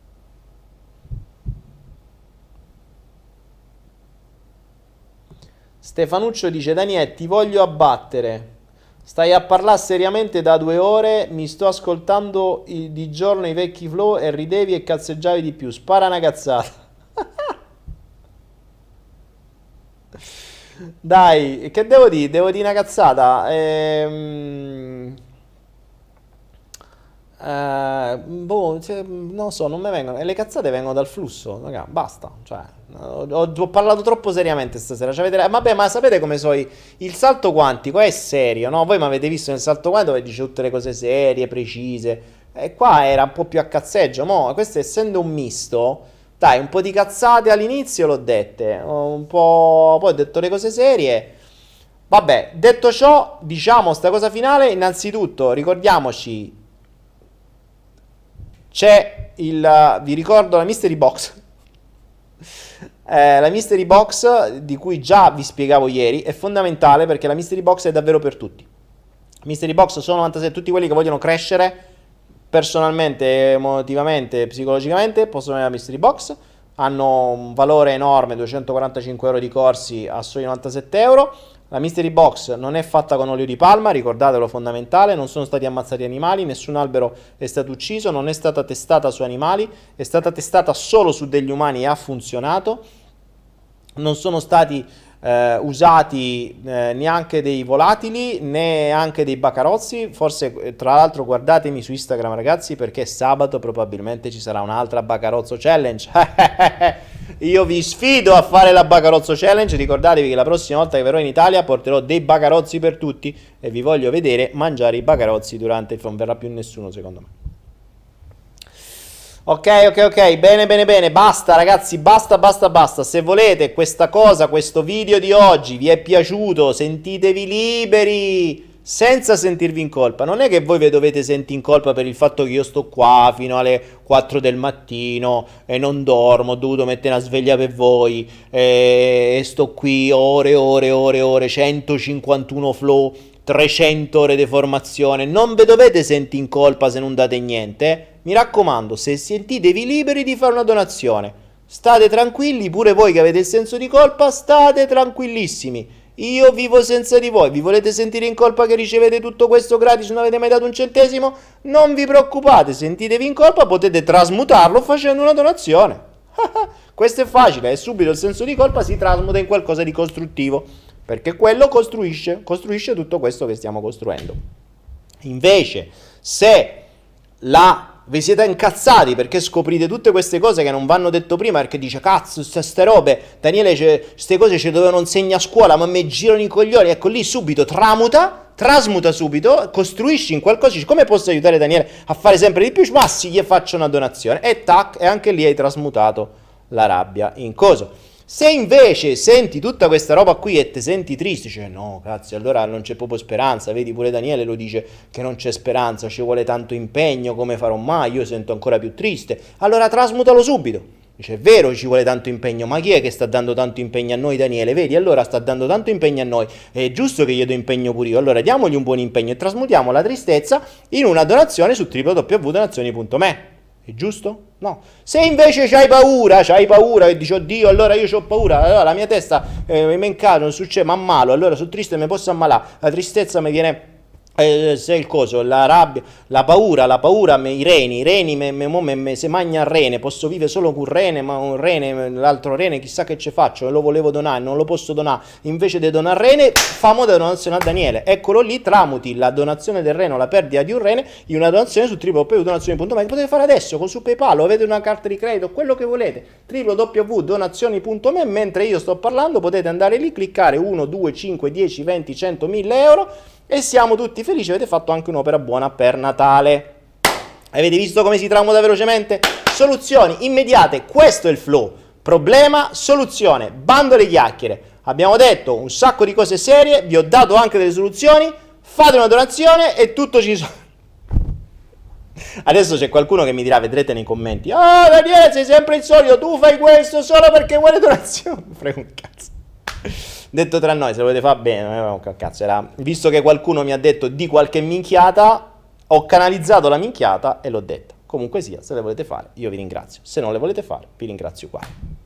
Stefanuccio dice: Daniele, ti voglio abbattere. Stai a parlare seriamente da 2 ore. Mi sto ascoltando di giorno i vecchi flow e ridevi e cazzeggiavi di più. Spara una cazzata. Dai, che devo dire? Devo dire una cazzata. Non so, non mi vengono. E le cazzate vengono dal flusso, raga, basta. Cioè, ho parlato troppo seriamente stasera. Vabbè, ma sapete come so il salto quantico è serio, no? Voi mi avete visto nel salto quantico dove dice tutte le cose serie, precise. E qua era un po' più a cazzeggio. Mo, questo essendo un misto, dai, un po' di cazzate all'inizio l'ho dette. Un po'. Poi ho detto le cose serie. Vabbè, detto ciò, diciamo sta cosa finale. Innanzitutto, ricordiamoci. Vi ricordo la Mystery Box. La Mystery Box di cui già vi spiegavo ieri è fondamentale perché la Mystery Box è davvero per tutti. Mystery Box sono 96, tutti quelli che vogliono crescere personalmente, emotivamente, psicologicamente possono avere la Mystery Box. Hanno un valore enorme, 245 euro di corsi a soli 97 euro. La Mystery Box non è fatta con olio di palma, ricordatelo, fondamentale, non sono stati ammazzati animali, nessun albero è stato ucciso, non è stata testata su animali, è stata testata solo su degli umani e ha funzionato, non sono stati usati neanche dei volatili, neanche dei bacarozzi, forse tra l'altro guardatemi su Instagram ragazzi perché sabato probabilmente ci sarà un'altra bacarozzo challenge. Io vi sfido a fare la Bacarozzo Challenge. Ricordatevi che la prossima volta che verrò in Italia porterò dei bacarozzi per tutti e vi voglio vedere mangiare i bacarozzi durante il... Non verrà più nessuno secondo me. Ok, bene, basta ragazzi, basta. Se volete questa cosa, questo video di oggi vi è piaciuto, sentitevi liberi, senza sentirvi in colpa. Non è che voi vi dovete sentire in colpa per il fatto che io sto qua fino alle 4 del mattino e non dormo, ho dovuto mettere una sveglia per voi e sto qui ore, 151 flow, 300 ore di formazione. Non vi dovete sentire in colpa se non date niente. Mi raccomando, se sentitevi liberi di fare una donazione, state tranquilli, pure voi che avete il senso di colpa, state tranquillissimi. Io vivo senza di voi. Vi volete sentire in colpa che ricevete tutto questo gratis, non avete mai dato un centesimo? Non vi preoccupate, sentitevi in colpa, potete trasmutarlo facendo una donazione. Questo è facile, e subito il senso di colpa si trasmuta in qualcosa di costruttivo, perché quello costruisce tutto questo che stiamo costruendo. Invece, se vi siete incazzati perché scoprite tutte queste cose che non vanno detto prima, perché dice cazzo ste robe, Daniele queste cose ci dovevano insegnare a scuola, ma mi girano i coglioni, ecco lì subito trasmuta subito, costruisci in qualcosa, dici, come posso aiutare Daniele a fare sempre di più? Ma sì, gli faccio una donazione e tac, e anche lì hai trasmutato la rabbia in coso. Se invece senti tutta questa roba qui e ti senti triste, cioè no, cazzo, allora non c'è proprio speranza, vedi pure Daniele lo dice che non c'è speranza, ci vuole tanto impegno, come farò mai, io sento ancora più triste, allora trasmutalo subito. Dice, è vero, ci vuole tanto impegno, ma chi è che sta dando tanto impegno a noi, Daniele? Vedi, allora sta dando tanto impegno a noi, è giusto che io do impegno pure io, allora diamogli un buon impegno e trasmutiamo la tristezza in una donazione su www.donazioni.me. È giusto? No. Se invece c'hai paura e dici oddio, allora io c'ho paura, allora la mia testa mi incado, non succede, ma ammalo, allora sono triste, mi posso ammalare, la tristezza mi viene, se il coso, la rabbia, la paura, i reni, se magna il rene, posso vivere solo con un rene, ma un rene, l'altro rene, chissà che ci faccio, lo volevo donare, non lo posso donare, invece di donare il rene, famo da donazione a Daniele, eccolo lì, tramuti la donazione del rene o la perdita di un rene in una donazione su www.donazioni.me, che potete fare adesso, con su PayPal, avete una carta di credito, quello che volete, www.donazioni.me, mentre io sto parlando potete andare lì, cliccare 1, 2, 5, 10, 20, 100, 1000 euro, e siamo tutti felici, avete fatto anche un'opera buona per Natale. Avete visto come si tramuta velocemente? Soluzioni immediate, questo è il flow. Problema, soluzione, bando alle chiacchiere. Abbiamo detto un sacco di cose serie, vi ho dato anche delle soluzioni, fate una donazione e tutto ci sono. Adesso c'è qualcuno che mi dirà, vedrete nei commenti, ah Daniele sei sempre il solito, tu fai questo solo perché vuoi le donazioni. Frega un cazzo. Detto tra noi, se lo volete fare bene, non è un cazzo. Visto che qualcuno mi ha detto di qualche minchiata, ho canalizzato la minchiata e l'ho detta. Comunque sia, se le volete fare, io vi ringrazio. Se non le volete fare, vi ringrazio uguale.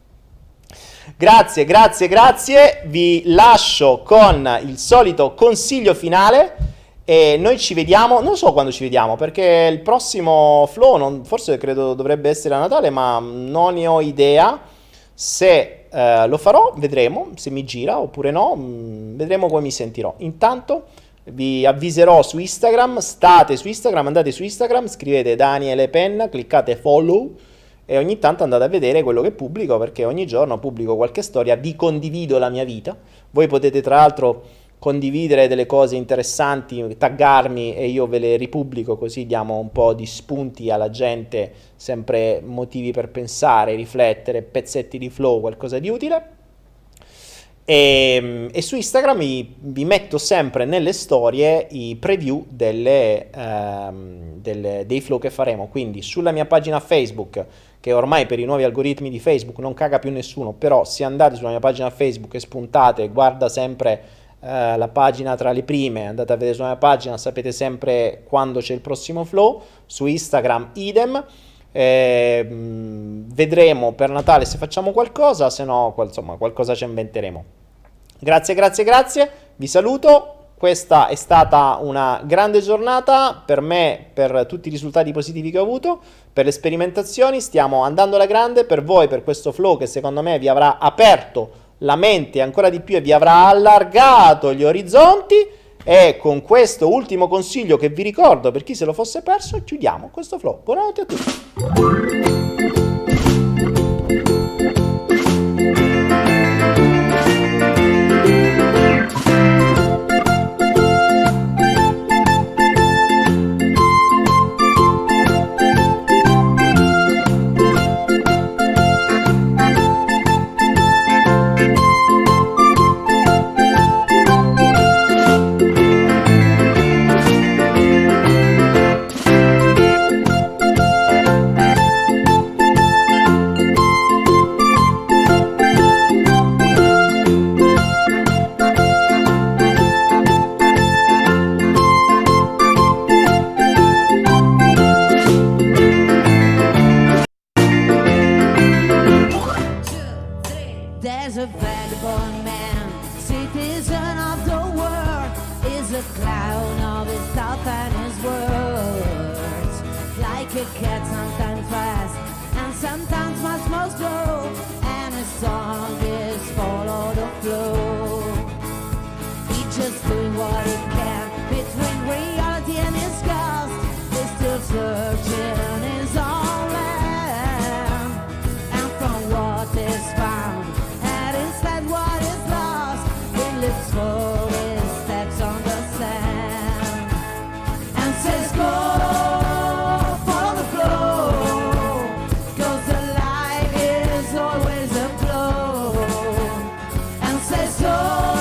Grazie. Vi lascio con il solito consiglio finale. E noi ci vediamo, non so quando ci vediamo, perché il prossimo flow forse credo dovrebbe essere a Natale, ma non ne ho idea. Se lo farò, vedremo se mi gira oppure no, vedremo come mi sentirò. Intanto vi avviserò su Instagram, andate su Instagram, scrivete Daniele Penna, cliccate follow e ogni tanto andate a vedere quello che pubblico, perché ogni giorno pubblico qualche storia, vi condivido la mia vita. Voi potete tra l'altro condividere delle cose interessanti, taggarmi e io ve le ripubblico, così diamo un po' di spunti alla gente, sempre motivi per pensare, riflettere, pezzetti di flow, qualcosa di utile. E su Instagram vi metto sempre nelle storie i preview dei flow che faremo, quindi sulla mia pagina Facebook, che ormai per i nuovi algoritmi di Facebook non caga più nessuno, però se andate sulla mia pagina Facebook e spuntate, guarda sempre la pagina tra le prime, andate a vedere sulla mia pagina, sapete sempre quando c'è il prossimo flow. Su Instagram idem. Vedremo per Natale se facciamo qualcosa, se no insomma qualcosa ci inventeremo. Grazie, vi saluto. Questa è stata una grande giornata per me, per tutti i risultati positivi che ho avuto, per le sperimentazioni. Stiamo andando alla grande, per voi, per questo flow che secondo me vi avrà aperto la mente ancora di più e vi avrà allargato gli orizzonti. E con questo ultimo consiglio che vi ricordo, per chi se lo fosse perso, chiudiamo questo flow. Buonanotte a tutti. There's a vagabond man, citizen of the world, is a clown of his thoughts and his words. Like a cat, sometimes fast and sometimes much more slow, and his song is follow the flow. He's just doing what he can between reality and his ghost. He's still searching his own land, and from what is found, what is lost, he looks for his steps on the sand, and says go, follow the flow, 'cause the life is always a flow, and says so,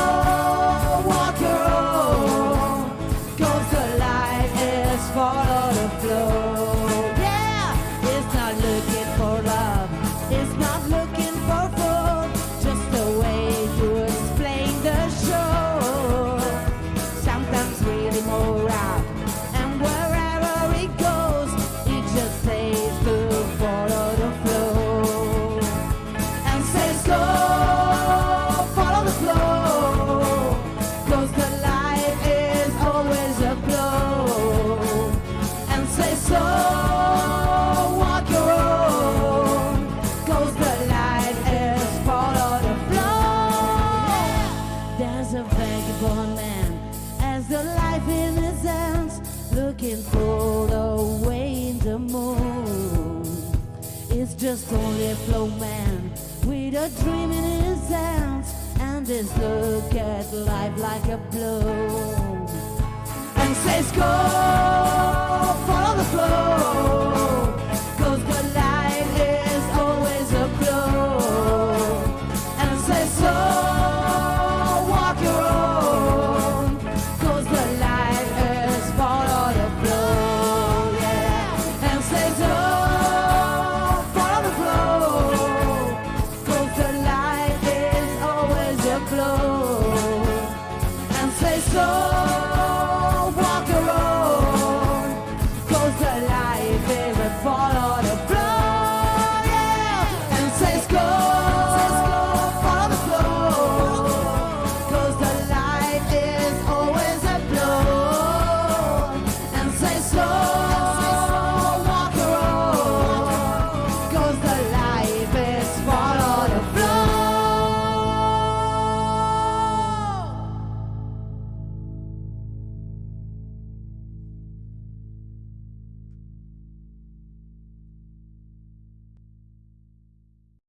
walk your own, 'cause the life is follow the flow. Yeah, it's not looking for love, it's not looking for food, just a way to explain the show. Sometimes really more out, and wherever it goes, it just says to follow the flow, and says go, follow the flow, 'cause the life is always a flow, and says so, walk your own, 'cause the life is follow the flow. There's a vagabond man, as the life in his hands, looking for the way in the moon. It's just only a flow man with a dream in his hands, and his look at life like a blow, and says go,